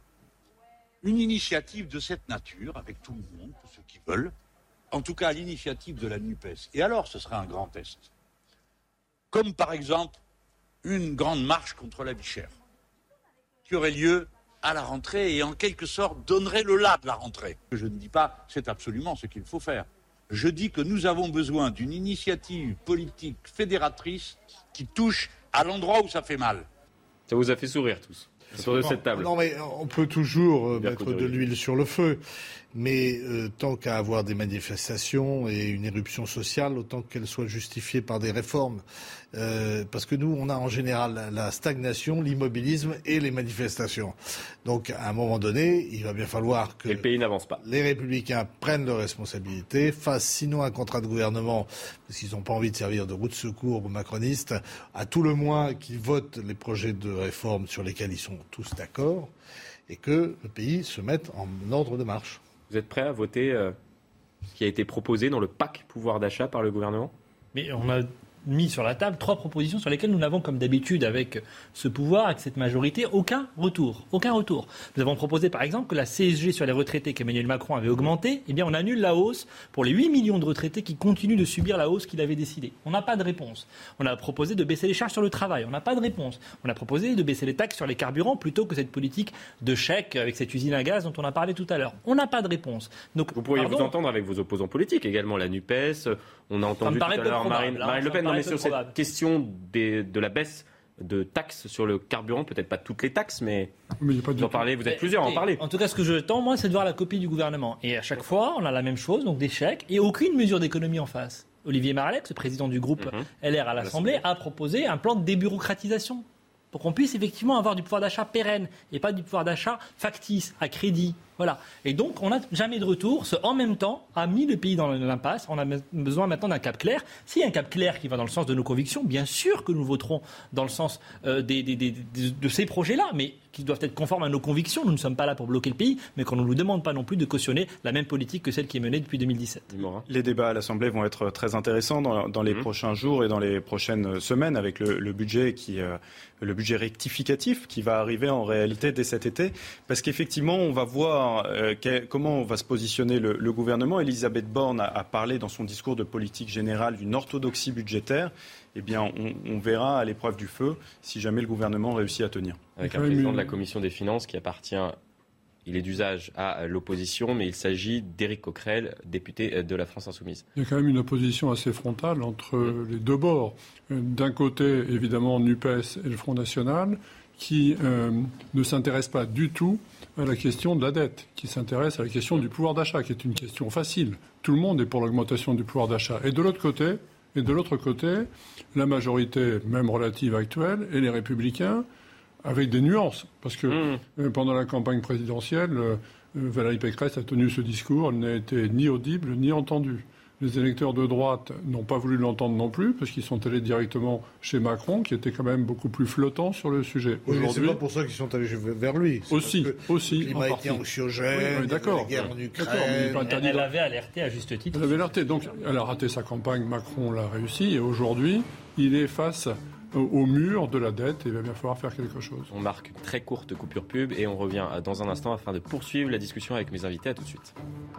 H: une initiative de cette nature, avec tout le monde, tous ceux qui veulent, en tout cas l'initiative de la NUPES. Et alors, ce serait un grand test. Comme par exemple, une grande marche contre la vie chère, qui aurait lieu à la rentrée et en quelque sorte donnerait le là de la rentrée. Je ne dis pas c'est absolument ce qu'il faut faire, Je dis que nous avons besoin d'une initiative politique fédératrice qui touche à l'endroit où ça fait mal.
B: Ça vous a fait sourire tous autour de cette table.
G: Non, mais on peut toujours euh, mettre de l'huile sur le feu. Mais euh, tant qu'à avoir des manifestations et une éruption sociale, autant qu'elles soient justifiées par des réformes. Euh, parce que nous, on a en général la, la stagnation, l'immobilisme et les manifestations. Donc, à un moment donné, il va bien falloir que
B: et le pays n'avance pas.
G: Les Républicains prennent leurs responsabilités, fassent sinon un contrat de gouvernement, parce qu'ils n'ont pas envie de servir de roue de secours aux macronistes, à tout le moins qu'ils votent les projets de réforme sur lesquels ils sont tous d'accord, et que le pays se mette en ordre de marche.
B: Vous êtes prêt à voter euh, ce qui a été proposé dans le pack pouvoir d'achat par le gouvernement ?
T: Mais on a mis sur la table trois propositions sur lesquelles nous n'avons, comme d'habitude, avec ce pouvoir, avec cette majorité, aucun retour. Aucun retour. Nous avons proposé, par exemple, que la C S G sur les retraités qu'Emmanuel Macron avait augmentée, eh bien, on annule la hausse pour les huit millions de retraités qui continuent de subir la hausse qu'il avait décidée. On n'a pas de réponse. On a proposé de baisser les charges sur le travail. On n'a pas de réponse. On a proposé de baisser les taxes sur les carburants plutôt que cette politique de chèque avec cette usine à gaz dont on a parlé tout à l'heure. On n'a pas de réponse. Donc,
B: vous pourriez
T: pardon,
B: vous entendre avec vos opposants politiques également, la NUPES. On a entendu tout à l'heure Marine, Marine Le Pen. Non, mais sur cette probable. question des, de la baisse de taxes sur le carburant, peut-être pas toutes les taxes, mais, mais vous en parlez, vous êtes mais, plusieurs à en parler.
T: En tout cas, ce que je tends, moi, c'est de voir la copie du gouvernement. Et à chaque fois, on a la même chose, donc des chèques, et aucune mesure d'économie en face. Olivier Marleix, le président du groupe mm-hmm. L R à l'Assemblée, a proposé un plan de débureaucratisation pour qu'on puisse effectivement avoir du pouvoir d'achat pérenne et pas du pouvoir d'achat factice, à crédit. Voilà. Et donc, on n'a jamais de retour. Ce en même temps a mis le pays dans l'impasse. On a besoin maintenant d'un cap clair. S'il y a un cap clair qui va dans le sens de nos convictions, bien sûr que nous voterons dans le sens euh, des, des, des, des, de ces projets-là, mais qui doivent être conformes à nos convictions. Nous ne sommes pas là pour bloquer le pays, mais qu'on ne nous demande pas non plus de cautionner la même politique que celle qui est menée depuis deux mille dix-sept.
U: Les débats à l'Assemblée vont être très intéressants dans, dans les mmh. prochains jours et dans les prochaines semaines avec le, le budget qui, euh, le budget rectificatif qui va arriver en réalité dès cet été, parce qu'effectivement, on va voir euh, quel, comment va se positionner le, le gouvernement. Elisabeth Borne a, a parlé dans son discours de politique générale d'une orthodoxie budgétaire. Eh bien, on, on verra à l'épreuve du feu si jamais le gouvernement réussit à tenir.
B: Avec un président de la Commission des Finances qui appartient, il est d'usage à l'opposition, mais il s'agit d'Éric Coquerel, député de la France Insoumise.
W: Il y a quand même une opposition assez frontale entre mmh. les deux bords. D'un côté, évidemment, NUPES et le Front National, qui euh, ne s'intéressent pas du tout à la question de la dette, qui s'intéressent à la question du pouvoir d'achat, qui est une question facile. Tout le monde est pour l'augmentation du pouvoir d'achat. Et de l'autre côté, et de l'autre côté, la majorité, même relative actuelle, et les Républicains, avec des nuances. Parce que mmh. euh, pendant la campagne présidentielle, euh, Valérie Pécresse a tenu ce discours, elle n'a été ni audible ni entendue. Les électeurs de droite n'ont pas voulu l'entendre non plus, parce qu'ils sont allés directement chez Macron, qui était quand même beaucoup plus flottant sur le sujet.
G: Oui, aujourd'hui, c'est pas pour ça qu'ils sont allés vers lui. C'est
W: aussi, aussi.
G: Le climat était anxiogène, oui, oui, d'accord. la guerre en Ukraine.
T: Elle, elle avait alerté à juste titre.
W: Elle avait alerté, donc elle a raté sa campagne, Macron l'a réussi, et aujourd'hui, il est face au mur de la dette et il va bien falloir faire quelque chose.
B: On marque une très courte coupure pub et on revient dans un instant afin de poursuivre la discussion avec mes invités. À tout de suite.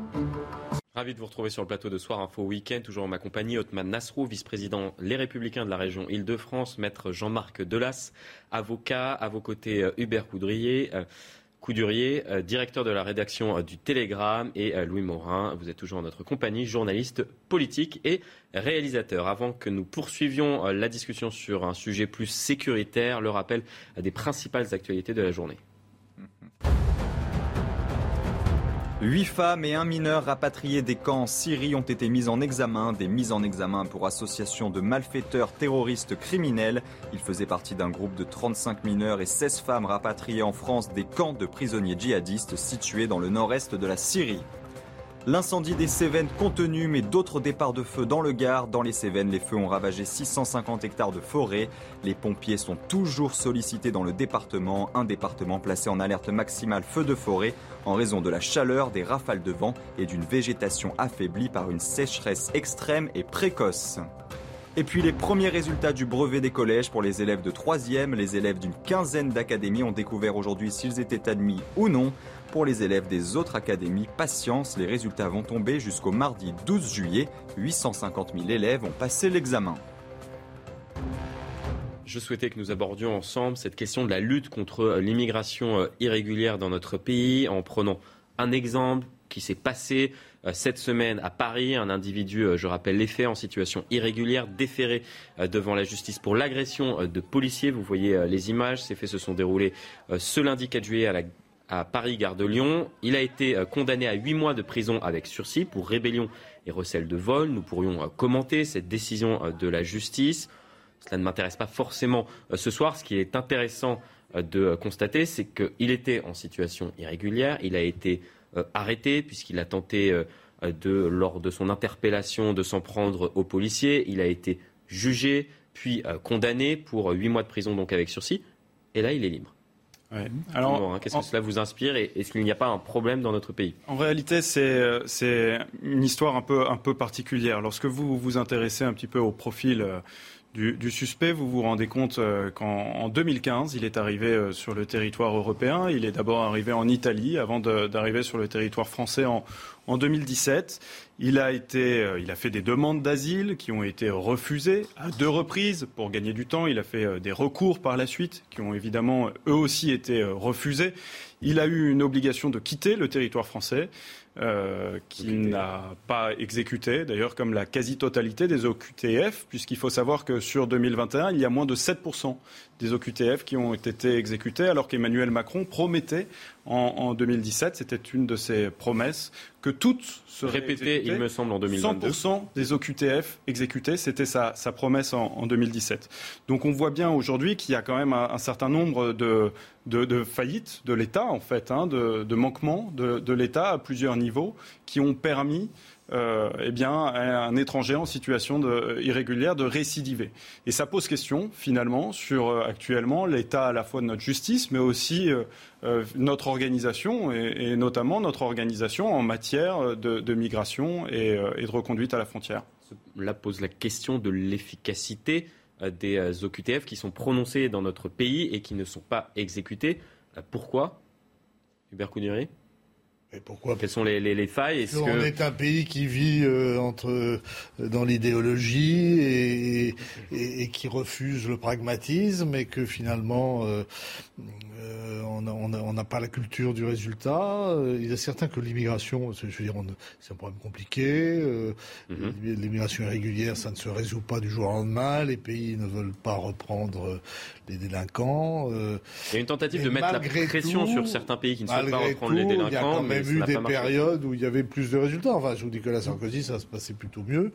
B: Ravi de vous retrouver sur le plateau de Soir Info Week-end, toujours en ma compagnie, Othman Nasrou, vice-président Les Républicains de la région Île-de-France, maître Jean-Marc Delas, avocat, à vos côtés Hubert Coudrier, euh, Coudurier, euh, directeur de la rédaction euh, du Télégramme, et euh, Louis Morin, vous êtes toujours en notre compagnie, journaliste politique et réalisateur. Avant que nous poursuivions euh, la discussion sur un sujet plus sécuritaire, le rappel euh, des principales actualités de la journée.
Q: Huit femmes et un mineur rapatriés des camps en Syrie ont été mis en examen. Des mises en examen pour association de malfaiteurs terroristes criminels. Ils faisaient partie d'un groupe de trente-cinq mineurs et seize femmes rapatriées en France des camps de prisonniers djihadistes situés dans le nord-est de la Syrie. L'incendie des Cévennes contenu, mais d'autres départs de feu dans le Gard. Dans les Cévennes, les feux ont ravagé six cent cinquante hectares de forêt. Les pompiers sont toujours sollicités dans le département. Un département placé en alerte maximale feu de forêt en raison de la chaleur, des rafales de vent et d'une végétation affaiblie par une sécheresse extrême et précoce. Et puis les premiers résultats du brevet des collèges pour les élèves de troisième. Les élèves d'une quinzaine d'académies ont découvert aujourd'hui s'ils étaient admis ou non. Pour les élèves des autres académies, patience, les résultats vont tomber jusqu'au mardi douze juillet. huit cent cinquante mille élèves ont passé l'examen.
B: Je souhaitais que nous abordions ensemble cette question de la lutte contre l'immigration irrégulière dans notre pays en prenant un exemple qui s'est passé euh, cette semaine à Paris. Un individu, euh, je rappelle les faits, en situation irrégulière, déféré euh, devant la justice pour l'agression euh, de policiers. Vous voyez euh, les images. Ces faits se sont déroulés euh, ce lundi quatre juillet à, la, à Paris, gare de Lyon. Il a été euh, condamné à huit mois de prison avec sursis pour rébellion et recel de vol. Nous pourrions euh, commenter cette décision euh, de la justice. Cela ne m'intéresse pas forcément euh, ce soir. Ce qui est intéressant euh, de euh, constater, c'est qu'il était en situation irrégulière. Il a été Euh, arrêté puisqu'il a tenté euh, de, lors de son interpellation de s'en prendre aux policiers. Il a été jugé puis euh, condamné pour huit mois de prison donc avec sursis et là il est libre.
U: Ouais. Alors,
B: bon, hein, qu'est-ce que
U: en...
B: cela vous inspire et est-ce qu'il n'y a pas un problème dans notre pays ?
U: En réalité, c'est, c'est une histoire un peu, un peu particulière. Lorsque vous vous intéressez un petit peu au profil euh, Du, du suspect, vous vous rendez compte euh, qu'en en deux mille quinze, il est arrivé euh, sur le territoire européen. Il est d'abord arrivé en Italie avant de, d'arriver sur le territoire français en, en deux mille dix-sept. Il a, été, euh, il a fait des demandes d'asile qui ont été refusées à deux reprises pour gagner du temps. Il a fait euh, des recours par la suite qui ont évidemment eux aussi été euh, refusés. Il a eu une obligation de quitter le territoire français. Euh, qu'il n'a pas exécuté, d'ailleurs comme la quasi-totalité des O Q T F, puisqu'il faut savoir que sur deux mille vingt et un, il y a moins de sept pour cent des O Q T F qui ont été exécutés, alors qu'Emmanuel Macron promettait en, en deux mille dix-sept, c'était une de ses promesses, que toutes seraient
B: répétées, il me semble, en deux mille vingt-deux.
U: cent pour cent des O Q T F exécutés, c'était sa, sa promesse en, en deux mille dix-sept. Donc on voit bien aujourd'hui qu'il y a quand même un, un certain nombre de, de, de faillites de l'État, en fait, hein, de, de manquements de, de l'État à plusieurs niveaux qui ont permis Euh, eh bien, un étranger en situation de, irrégulière de récidiver. Et ça pose question, finalement, sur euh, actuellement l'état à la fois de notre justice, mais aussi euh, euh, notre organisation, et, et notamment notre organisation en matière de, de migration et, euh, et de reconduite à la frontière.
B: Là pose la question de l'efficacité euh, des euh, O Q T F qui sont prononcés dans notre pays et qui ne sont pas exécutés. Euh, pourquoi ? Hubert Coudiri ?
G: Et pourquoi ?
B: Quelles sont les, les, les failles ? Est-ce
G: On
B: que...
G: est un pays qui vit euh, entre, euh, dans l'idéologie et, et, et qui refuse le pragmatisme et que finalement euh, euh, on n'a pas la culture du résultat. Euh, il est certain que l'immigration, je veux dire, on, c'est un problème compliqué. Euh, mm-hmm. L'immigration irrégulière, ça ne se résout pas du jour au lendemain. Les pays ne veulent pas reprendre les délinquants. Euh,
B: il y a une tentative de mettre la pression tout, sur certains pays qui ne souhaitent pas reprendre tout, les délinquants.
G: On a vu des périodes où il y avait plus de résultats. Enfin, je vous dis que Nicolas Sarkozy, ça se passait plutôt mieux.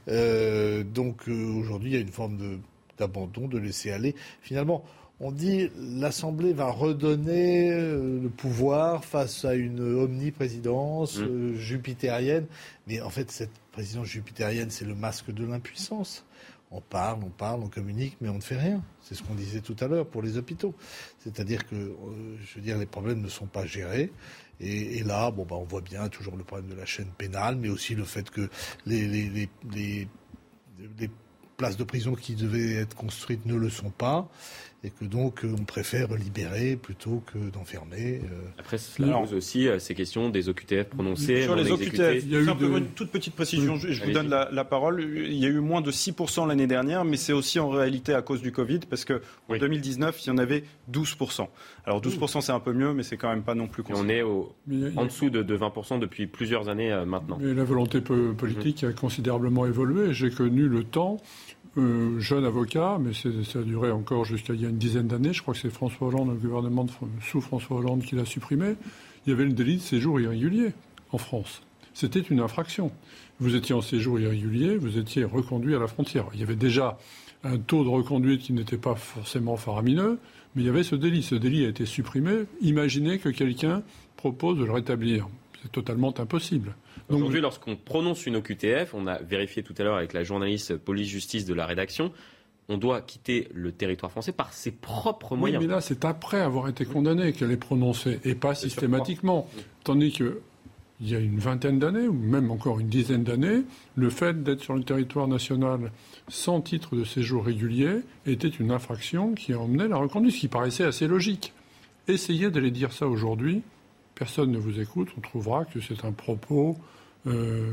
G: Euh, donc euh, aujourd'hui, il y a une forme de, d'abandon, de laisser aller. Finalement, on dit l'Assemblée va redonner euh, le pouvoir face à une omniprésidence mmh. euh, jupitérienne. Mais en fait, cette présidence jupitérienne, c'est le masque de l'impuissance. On parle, on parle, on communique, mais on ne fait rien. C'est ce qu'on disait tout à l'heure pour les hôpitaux. C'est-à-dire que, euh, je veux dire, les problèmes ne sont pas gérés. Et, et là, bon, bah, on voit bien toujours le problème de la chaîne pénale, mais aussi le fait que les, les, les, les, les places de prison qui devaient être construites ne le sont pas. Et que donc on préfère libérer plutôt que d'enfermer.
B: Après, cela pose aussi euh, ces questions des O Q T F prononcés.
U: Sur les O Q T F,
B: il y a eu
U: simplement
B: de...
U: une toute petite précision, oui. je, je vous donne la, la parole. Il y a eu moins de six pour cent l'année dernière, mais c'est aussi en réalité à cause du Covid, parce qu'en oui. deux mille dix-neuf, il y en avait douze pour cent. Alors douze pour cent, c'est un peu mieux, mais c'est quand même pas non plus conséquent.
B: On est au, a, en dessous de, de vingt pour cent depuis plusieurs années euh, maintenant.
W: Mais la volonté politique mmh. a considérablement évolué. J'ai connu le temps... Euh, jeune avocat, mais c'est, ça a duré encore jusqu'à il y a une dizaine d'années. Je crois que c'est François Hollande, le gouvernement de, sous François Hollande qui l'a supprimé. Il y avait le délit de séjour irrégulier en France. C'était une infraction. Vous étiez en séjour irrégulier, vous étiez reconduit à la frontière. Il y avait déjà un taux de reconduite qui n'était pas forcément faramineux, mais il y avait ce délit. Ce délit a été supprimé. Imaginez que quelqu'un propose de le rétablir. C'est totalement impossible.
B: Donc, aujourd'hui, lorsqu'on prononce une O Q T F, on a vérifié tout à l'heure avec la journaliste police-justice de la rédaction, on doit quitter le territoire français par ses propres
W: oui,
B: moyens.
W: Mais là, c'est après avoir été condamné qu'elle est prononcée, et pas c'est systématiquement. Tandis qu'il y a une vingtaine d'années, ou même encore une dizaine d'années, le fait d'être sur le territoire national sans titre de séjour régulier était une infraction qui emmenait la reconduite, ce qui paraissait assez logique. Essayez d'aller dire ça aujourd'hui. Personne ne vous écoute, on trouvera que c'est un propos euh,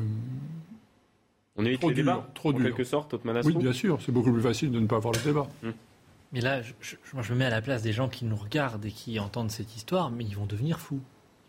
B: on évite
W: trop
B: les
W: dur,
B: débats,
W: trop
B: en
W: dur.
B: quelque sorte, Otman
W: Oui, bien sûr, c'est beaucoup plus facile de ne pas avoir le débat.
B: Hum.
T: Mais là, je, je, moi, je me mets à la place des gens qui nous regardent et qui entendent cette histoire, mais ils vont devenir fous. Ils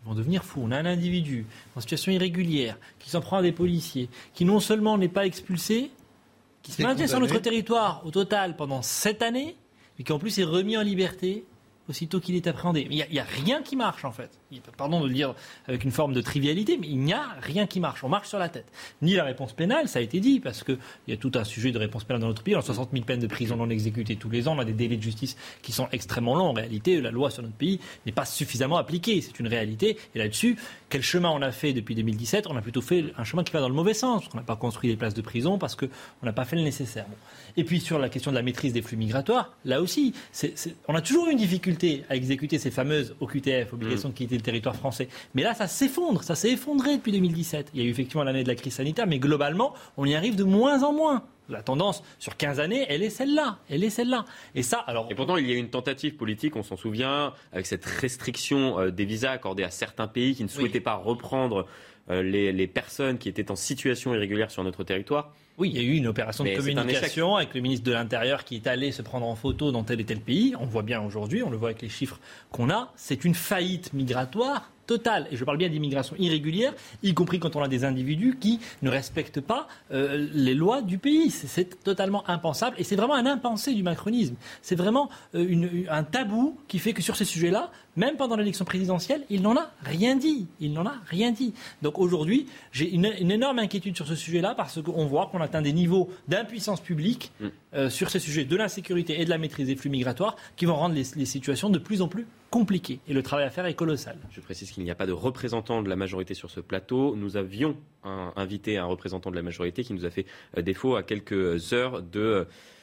T: vont devenir fous. On a un individu en situation irrégulière qui s'en prend à des policiers, qui non seulement n'est pas expulsé, qui se maintient sur notre territoire au total pendant sept années, mais qui en plus est remis en liberté aussitôt qu'il est appréhendé. Il n'y a, a rien qui marche en fait. Pardon de le dire avec une forme de trivialité, mais il n'y a rien qui marche. On marche sur la tête. Ni la réponse pénale, ça a été dit, parce qu'il y a tout un sujet de réponse pénale dans notre pays. On a soixante mille peines de prison non exécutées tous les ans. On a des délais de justice qui sont extrêmement longs. En réalité, la loi sur notre pays n'est pas suffisamment appliquée. C'est une réalité. Et là-dessus, quel chemin on a fait depuis deux mille dix-sept ? On a plutôt fait un chemin qui va dans le mauvais sens, parce qu'on n'a pas construit les places de prison, parce qu'on n'a pas fait le nécessaire. Bon. Et puis sur la question de la maîtrise des flux migratoires, là aussi, c'est, c'est, on a toujours eu une difficulté à exécuter ces fameuses O Q T F, obligations mmh. de quitter le territoire français. Mais là, ça s'effondre, ça s'est effondré depuis deux mille dix-sept. Il y a eu effectivement l'année de la crise sanitaire, mais globalement, on y arrive de moins en moins. La tendance sur quinze années, elle est celle-là, elle est celle-là. Et ça, alors.
B: Et pourtant, il y a eu une tentative politique, on s'en souvient, avec cette restriction euh, des visas accordés à certains pays qui ne souhaitaient oui. pas reprendre euh, les, les personnes qui étaient en situation irrégulière sur notre territoire.
T: Oui, il y a eu une opération de Mais communication avec le ministre de l'Intérieur qui est allé se prendre en photo dans tel et tel pays. On voit bien aujourd'hui, on le voit avec les chiffres qu'on a. C'est une faillite migratoire totale. Et je parle bien d'immigration irrégulière, y compris quand on a des individus qui ne respectent pas euh, les lois du pays. C'est, c'est totalement impensable. Et c'est vraiment un impensé du macronisme. C'est vraiment euh, une, un tabou qui fait que sur ces sujets-là, même pendant l'élection présidentielle, il n'en a rien dit. Il n'en a rien dit. Donc aujourd'hui, j'ai une, une énorme inquiétude sur ce sujet-là parce qu'on voit qu'on atteint des niveaux d'impuissance publique euh, sur ces sujets de l'insécurité et de la maîtrise des flux migratoires qui vont rendre les, les situations de plus en plus compliquées. Et le travail à faire est colossal.
B: Je précise qu'il n'y a pas de représentant de la majorité sur ce plateau. Nous avions un, invité un représentant de la majorité qui nous a fait euh, défaut à quelques heures de euh,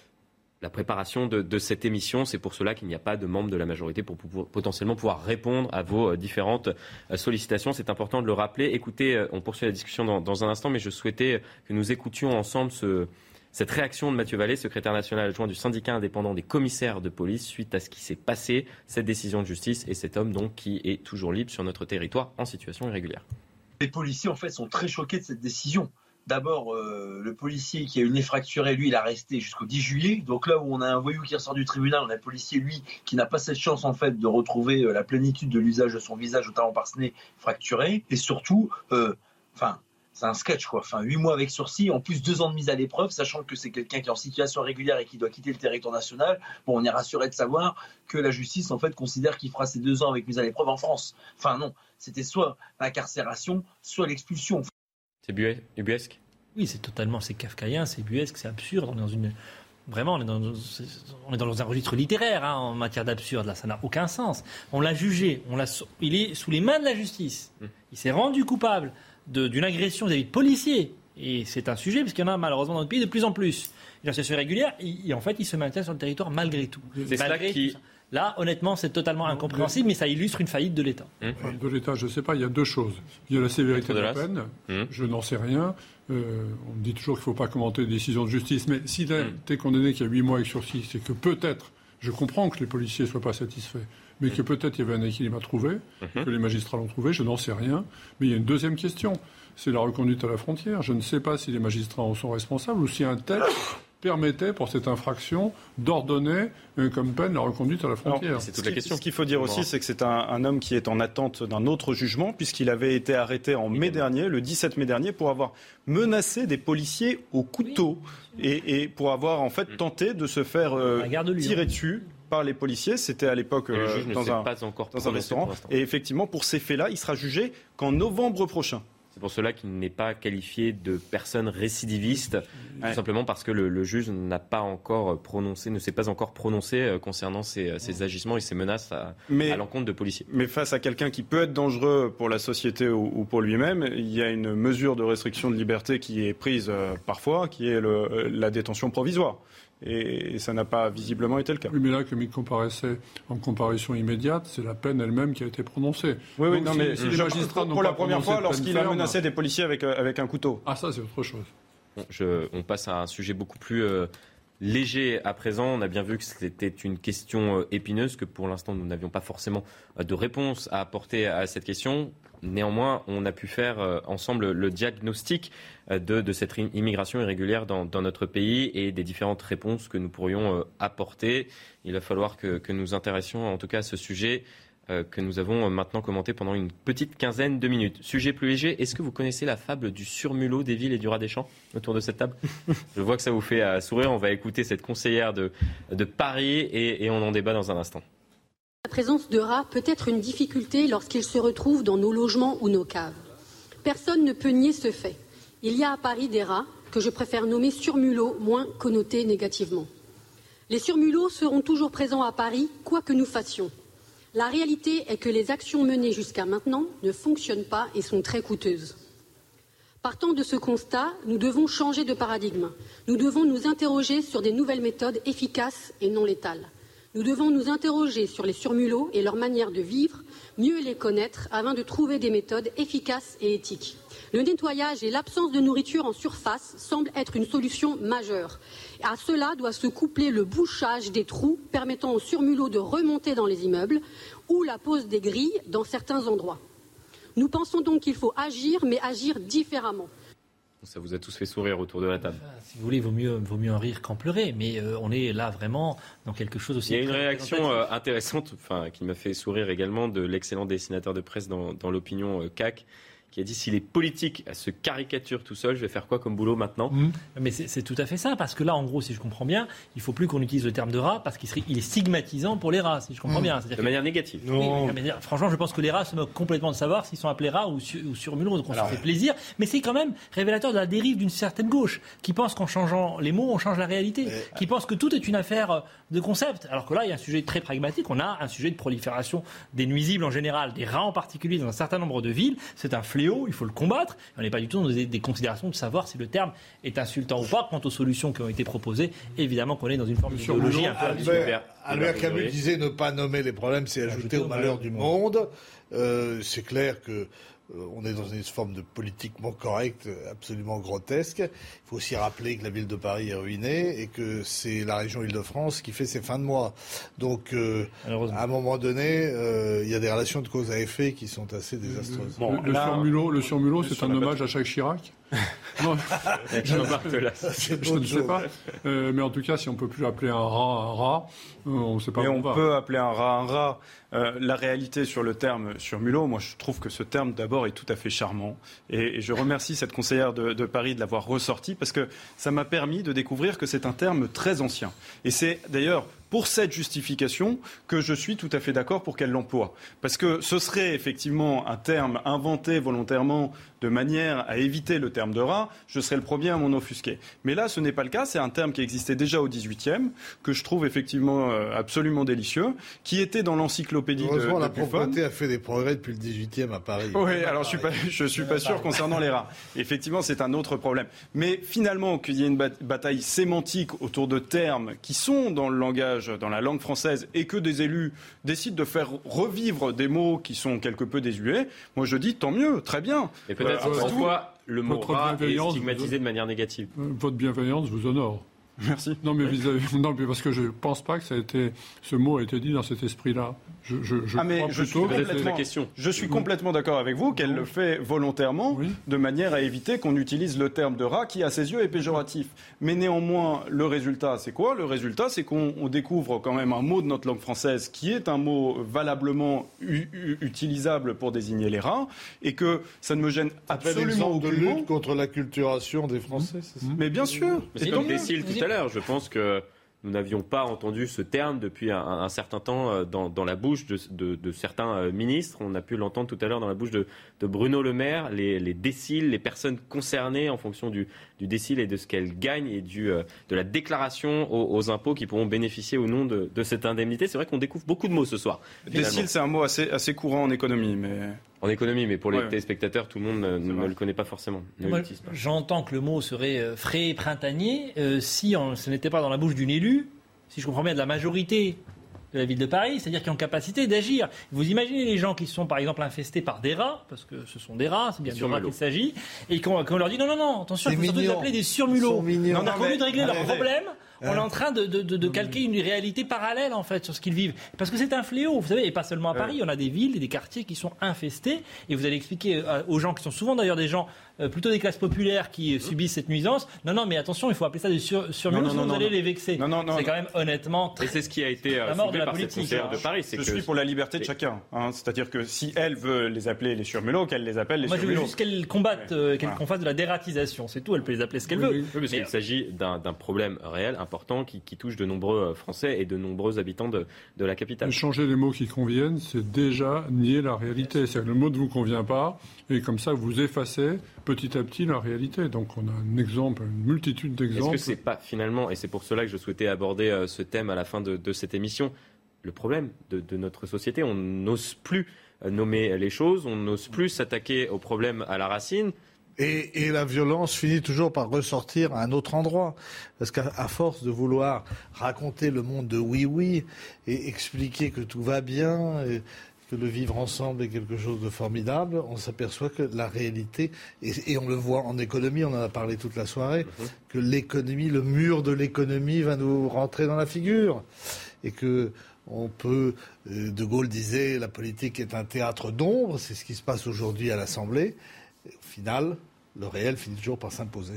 B: la préparation de, de cette émission. C'est pour cela qu'il n'y a pas de membre de la majorité pour, pour, pour potentiellement pouvoir répondre à vos euh, différentes euh, sollicitations. C'est important de le rappeler. Écoutez, euh, on poursuit la discussion dans, dans un instant, mais je souhaitais que nous écoutions ensemble ce... Cette réaction de Mathieu Vallée, secrétaire national adjoint du syndicat indépendant des commissaires de police, suite à ce qui s'est passé, cette décision de justice et cet homme donc qui est toujours libre sur notre territoire en situation irrégulière.
I: Les policiers en fait sont très choqués de cette décision. D'abord, euh, le policier qui a eu le nez fracturé, lui, il a resté jusqu'au dix juillet. Donc là où on a un voyou qui ressort du tribunal, on a un policier, lui, qui n'a pas cette chance en fait de retrouver euh, la plénitude de l'usage de son visage, notamment par ce nez fracturé. Et surtout, enfin. Euh, C'est un sketch, quoi. Enfin, huit mois avec sursis, en plus deux ans de mise à l'épreuve, sachant que c'est quelqu'un qui est en situation régulière et qui doit quitter le territoire national. Bon, on est rassuré de savoir que la justice, en fait, considère qu'il fera ses deux ans avec mise à l'épreuve en France. Enfin, non. C'était soit l'incarcération, soit l'expulsion.
B: C'est ubuesque ?
T: Oui, c'est totalement, c'est kafkaïen, c'est ubuesque, c'est absurde. On est dans une... Vraiment, on est dans, on est dans un registre littéraire hein, en matière d'absurde. Là, ça n'a aucun sens. On l'a jugé. On l'a... Il est sous les mains de la justice. Il s'est rendu coupable De, d'une agression vis-à-vis de policiers. Et c'est un sujet, parce qu'il y en a malheureusement dans notre pays de plus en plus. Il est en situation irrégulière, et en fait, il se maintient sur le territoire malgré tout.
B: C'est
T: malgré
B: ça qui...
T: tout ça. Là, honnêtement, c'est totalement incompréhensible, mais ça illustre une faillite de l'État.
W: Mmh. De l'État, je ne sais pas, il y a deux choses. Il y a la sévérité de la peine, mmh. je n'en sais rien. Euh, on me dit toujours qu'il ne faut pas commenter les décisions de justice, mais si tu es mmh. condamné qu'il y a huit mois avec sursis, c'est que peut-être, je comprends que les policiers ne soient pas satisfaits, mais que peut-être il y avait un équilibre à trouver, mmh. que les magistrats l'ont trouvé, je n'en sais rien. Mais il y a une deuxième question, c'est la reconduite à la frontière. Je ne sais pas si les magistrats en sont responsables ou si un texte permettait pour cette infraction d'ordonner euh, comme peine la reconduite à la frontière.
M: Alors, c'est toute la question. Ce qu'il faut dire aussi, c'est que c'est un, un homme qui est en attente d'un autre jugement, puisqu'il avait été arrêté en mai dernier, le dix-sept mai dernier, pour avoir menacé des policiers au couteau oui. et, et pour avoir en fait tenté de se faire euh, tirer dessus par les policiers. C'était à l'époque euh, dans, un,
B: pas encore
M: dans un restaurant. Et effectivement, pour ces faits-là, il sera jugé qu'en novembre prochain.
B: C'est pour cela qu'il n'est pas qualifié de personne récidiviste, ouais. tout simplement parce que le, le juge n'a pas encore prononcé, ne s'est pas encore prononcé concernant ces, ces agissements et ces menaces à, mais, à l'encontre de policiers.
M: Mais face à quelqu'un qui peut être dangereux pour la société ou, ou pour lui-même, il y a une mesure de restriction de liberté qui est prise euh, parfois, qui est le, la détention provisoire. Et ça n'a pas visiblement été le cas.
W: Oui, mais là, comme il comparaissait en comparution immédiate, c'est la peine elle-même qui a été prononcée.
M: Oui, oui, Donc, non, si, mais si les magistrats pour la première fois, lorsqu'il a menacé des policiers avec, avec un couteau.
W: Ah, ça, c'est autre chose.
B: Bon, je, on passe à un sujet beaucoup plus euh, léger à présent. On a bien vu que c'était une question euh, épineuse, que pour l'instant, nous n'avions pas forcément euh, de réponse à apporter à cette question. Néanmoins, on a pu faire euh, ensemble le diagnostic euh, de, de cette immigration irrégulière dans, dans notre pays et des différentes réponses que nous pourrions euh, apporter. Il va falloir que, que nous intéressions en tout cas à ce sujet euh, que nous avons maintenant commenté pendant une petite quinzaine de minutes. Sujet plus léger, est-ce que vous connaissez la fable du surmulot des villes et du rat des champs autour de cette table? Je vois que ça vous fait euh, sourire. On va écouter cette conseillère de, de Paris et, et on en débat dans un instant.
E: La présence de rats peut être une difficulté lorsqu'ils se retrouvent dans nos logements ou nos caves. Personne ne peut nier ce fait. Il y a à Paris des rats que je préfère nommer surmulots, moins connotés négativement. Les surmulots seront toujours présents à Paris, quoi que nous fassions. La réalité est que les actions menées jusqu'à maintenant ne fonctionnent pas et sont très coûteuses. Partant de ce constat, nous devons changer de paradigme. Nous devons nous interroger sur des nouvelles méthodes efficaces et non létales. Nous devons nous interroger sur les surmulots et leur manière de vivre, mieux les connaître afin de trouver des méthodes efficaces et éthiques. Le nettoyage et l'absence de nourriture en surface semblent être une solution majeure. À cela doit se coupler le bouchage des trous permettant aux surmulots de remonter dans les immeubles ou la pose des grilles dans certains endroits. Nous pensons donc qu'il faut agir, mais agir différemment.
B: Ça vous a tous fait sourire autour de la table.
T: Enfin, si vous voulez, il vaut mieux, vaut mieux en rire qu'en pleurer, mais euh, on est là vraiment dans quelque chose aussi...
B: Il y a une réaction euh, intéressante, enfin, qui m'a fait sourire également, de l'excellent dessinateur de presse dans, dans l'opinion euh, C A C, qui a dit si les politiques se caricaturent tout seuls, je vais faire quoi comme boulot maintenant?
T: Mmh. Mais c'est, c'est tout à fait ça, parce que là, en gros, si je comprends bien, il ne faut plus qu'on utilise le terme de rat, parce qu'il serait, il est stigmatisant pour les rats, si je comprends mmh. bien. C'est-à-dire
B: de
T: que...
B: manière négative.
T: Non. Oui, mais, franchement, je pense que les rats se moquent complètement de savoir s'ils sont appelés rats ou, sur, ou surmulots, donc on Alors, se fait plaisir. Mais c'est quand même révélateur de la dérive d'une certaine gauche, qui pense qu'en changeant les mots, on change la réalité, mais... qui pense que tout est une affaire de concept. Alors que là, il y a un sujet très pragmatique, on a un sujet de prolifération des nuisibles en général, des rats en particulier, dans un certain nombre de villes. C'est un fléau, il faut le combattre. On n'est pas du tout dans des, des considérations de savoir si le terme est insultant ou pas. Quant aux solutions qui ont été proposées, évidemment qu'on est dans une forme d'idéologie un peu
G: Albert, Albert Camus disait ne pas nommer les problèmes, c'est ajouter au malheur du monde. Euh, c'est clair que euh, on est dans une forme de politiquement correcte absolument grotesque. Il faut aussi rappeler que la ville de Paris est ruinée et que c'est la région Île-de-France qui fait ses fins de mois. Donc, euh, à un moment donné, euh, il y a des relations de cause à effet qui sont assez désastreuses.
W: Bon, le, le là, surmulot, le surmulot c'est un hommage à Jacques Chirac. Non, je, je, je ne sais pas. Euh, mais en tout cas, si on ne peut plus appeler un rat un rat, euh, on ne sait pas
M: mais
W: où
M: on,
W: on va.
M: peut appeler un rat un rat. Euh, la réalité sur le terme surmulot, moi je trouve que ce terme d'abord est tout à fait charmant. Et, et je remercie cette conseillère de, de Paris de l'avoir ressorti parce que ça m'a permis de découvrir que c'est un terme très ancien. Et c'est d'ailleurs pour cette justification que je suis tout à fait d'accord pour qu'elle l'emploie. Parce que ce serait effectivement un terme inventé volontairement de manière à éviter le terme de rat, je serais le premier à m'en offusquer. Mais là, ce n'est pas le cas. C'est un terme qui existait déjà au dix-huitième, que je trouve effectivement absolument délicieux, qui était dans l'encyclopédie de, de Buffon.
G: La propreté a fait des progrès depuis le dix-huitième à Paris.
M: Oui, alors je ne suis pas sûr concernant les rats. Effectivement, c'est un autre problème. Mais finalement, qu'il y ait une bataille sémantique autour de termes qui sont dans le langage, dans la langue française, et que des élus décident de faire revivre des mots qui sont quelque peu désuets, moi je dis tant mieux, très bien.
B: Et peut-être euh, parfois le mot rat est stigmatisé de manière négative.
W: Votre bienveillance vous honore.
M: Merci.
W: Non mais, vis-à-vis, non, mais parce que je ne pense pas que ça a été, ce mot a été dit dans cet esprit-là. Je, je, je
M: ah mais je suis complètement, je suis complètement d'accord avec vous qu'elle le fait volontairement, oui. de manière à éviter qu'on utilise le terme de rat qui, à ses yeux, est péjoratif. Mais néanmoins, le résultat, c'est quoi? Le résultat, c'est qu'on on découvre quand même un mot de notre langue française qui est un mot valablement u- u- utilisable pour désigner les rats, et que ça ne me gêne absolument aucunement.
G: De lutte contre l'acculturation des Français, c'est ça?
M: Mais bien sûr.
B: C'est comme Décile tout à l'heure. Je pense que nous n'avions pas entendu ce terme depuis un, un certain temps dans, dans la bouche de, de, de certains ministres. On a pu l'entendre tout à l'heure dans la bouche de, de Bruno Le Maire. Les, les déciles, les personnes concernées en fonction du, du décile et de ce qu'elles gagnent et du, de la déclaration aux, aux impôts qui pourront bénéficier ou non de, de cette indemnité. C'est vrai qu'on découvre beaucoup de mots ce soir.
M: Décile, c'est un mot assez, assez courant en économie, mais...
B: En économie, mais pour les ouais. téléspectateurs, tout le monde ne, ne le connaît pas forcément.
T: Moi, pas. J'entends que le mot serait euh, frais et printanier euh, si on, ce n'était pas dans la bouche d'une élue, si je comprends bien, de la majorité de la ville de Paris, c'est-à-dire qui ont capacité d'agir. Vous imaginez les gens qui sont par exemple infestés par des rats, parce que ce sont des rats, c'est bien de rats qu'il s'agit, et qu'on, qu'on leur dit non, non, non, attention, il faut surtout les appeler des surmulots. On a connu de régler leurs problèmes. On est en train de, de, de, de calquer une réalité parallèle en fait sur ce qu'ils vivent. Parce que c'est un fléau, vous savez, et pas seulement à Paris, on a des villes et des quartiers qui sont infestés. Et vous allez expliquer aux gens qui sont souvent d'ailleurs des gens euh, plutôt des classes populaires qui subissent cette nuisance. Non, non, mais attention, il faut appeler ça du sur, surmulot, sinon vous allez les vexer.
U: Non, non, non,
T: c'est
U: non.
T: quand même honnêtement très...
B: Et c'est ce qui a été
T: la mort de la
B: par
T: politique,
B: cette conseillère
T: hein.
B: de Paris. C'est
U: je
B: que
U: suis pour la liberté de chacun. Hein. C'est-à-dire que si elle veut les appeler les surmulots, qu'elle les appelle les
T: Moi,
U: surmulots.
T: je veux juste qu'elle combatte, euh, qu'elle
U: Voilà.
T: qu'on fasse de la dératisation. C'est tout, elle peut les appeler ce qu'elle
B: oui,
T: veut.
B: Oui, parce mais qu'il s'agit d'un, d'un problème réel, important, qui, qui touche de nombreux Français et de nombreux habitants de, de la capitale.
W: Changer les mots qui conviennent, c'est déjà nier la réalité. C'est-à-dire que le mot ne vous convient pas, et comme ça, vous effacez petit à petit la réalité. Donc on a un exemple, une multitude d'exemples.
B: Est-ce que c'est pas finalement, et c'est pour cela que je souhaitais aborder euh, ce thème à la fin de, de cette émission, le problème de, de notre société, on n'ose plus nommer les choses, on n'ose plus s'attaquer aux problèmes à la racine.
G: Et, et la violence finit toujours par ressortir à un autre endroit. Parce qu'à à force de vouloir raconter le monde de oui-oui et expliquer que tout va bien, et que le vivre ensemble est quelque chose de formidable, on s'aperçoit que la réalité, et, et on le voit en économie, on en a parlé toute la soirée, mmh. que l'économie, le mur de l'économie va nous rentrer dans la figure. Et que on peut, euh, De Gaulle disait, la politique est un théâtre d'ombre, c'est ce qui se passe aujourd'hui à l'Assemblée. Et au final, le réel finit toujours par s'imposer.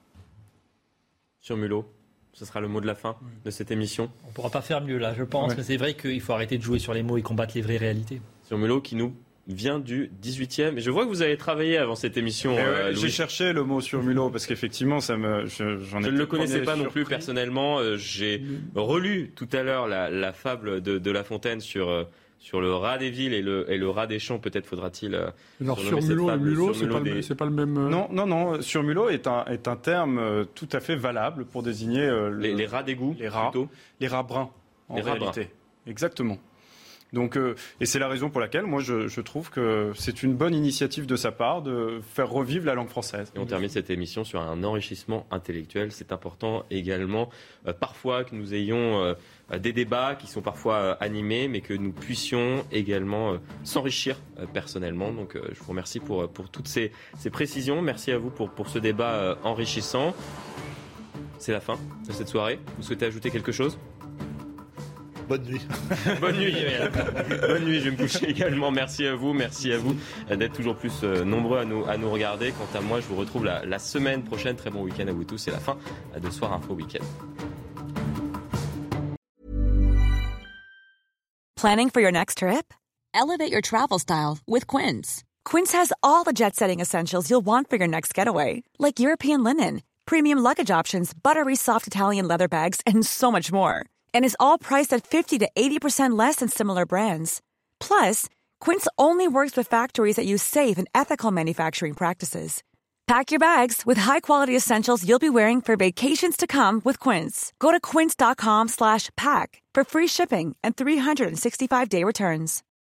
B: Surmulot, ce sera le mot de la fin oui. de cette émission.
T: On ne pourra pas faire mieux là, je pense, ouais. mais c'est vrai qu'il faut arrêter de jouer sur les mots et combattre les vraies réalités.
B: Surmulot qui nous vient du dix-huitième. Et je vois que vous avez travaillé avant cette émission. Euh,
U: ouais, j'ai cherché le mot surmulot parce qu'effectivement, ça me, je, j'en
B: je ne le connaissais pas surpris. non plus personnellement. Euh, j'ai mmh. relu tout à l'heure la, la fable de, de La Fontaine sur... Euh, sur le rat des villes et le, et le rat des champs, peut-être faudra-t-il... Euh,
W: Alors surmulot et mulot, c'est pas, des... pas le même... Euh...
U: Non, non, non. Surmulot est un, est un terme euh, tout à fait valable pour désigner... Euh, le...
B: les, les rats d'égout,
U: les rats,
B: plutôt.
U: Les rats bruns, en
B: les
U: réalité.
B: Rats bruns.
U: Exactement. Donc, euh, et c'est la raison pour laquelle, moi, je, je trouve que c'est une bonne initiative de sa part de faire revivre la langue française.
B: Et on termine cette émission sur un enrichissement intellectuel. C'est important également, euh, parfois, que nous ayons euh, des débats qui sont parfois euh, animés, mais que nous puissions également euh, s'enrichir euh, personnellement. Donc, euh, je vous remercie pour, pour toutes ces, ces précisions. Merci à vous pour, pour ce débat euh, enrichissant. C'est la fin de cette soirée. Vous souhaitez ajouter quelque chose ?
G: Bonne nuit.
B: Bonne nuit. Bonne nuit, je vais me coucher également. Merci à vous, merci à vous d'être toujours plus nombreux à nous, à nous regarder. Quant à moi, je vous retrouve la, la semaine prochaine. Très bon week-end à vous tous. C'est la fin de Soir Info Week-end.
N: Planning for your next trip? Elevate your travel style with Quince. Quince has all the jet-setting essentials you'll want for your next getaway, like European linen, premium luggage options, buttery soft Italian leather bags, and so much more. And is all priced at fifty to eighty percent less than similar brands. Plus, Quince only works with factories that use safe and ethical manufacturing practices. Pack your bags with high-quality essentials you'll be wearing for vacations to come with Quince. Go to quince.com slash pack for free shipping and three sixty-five day returns.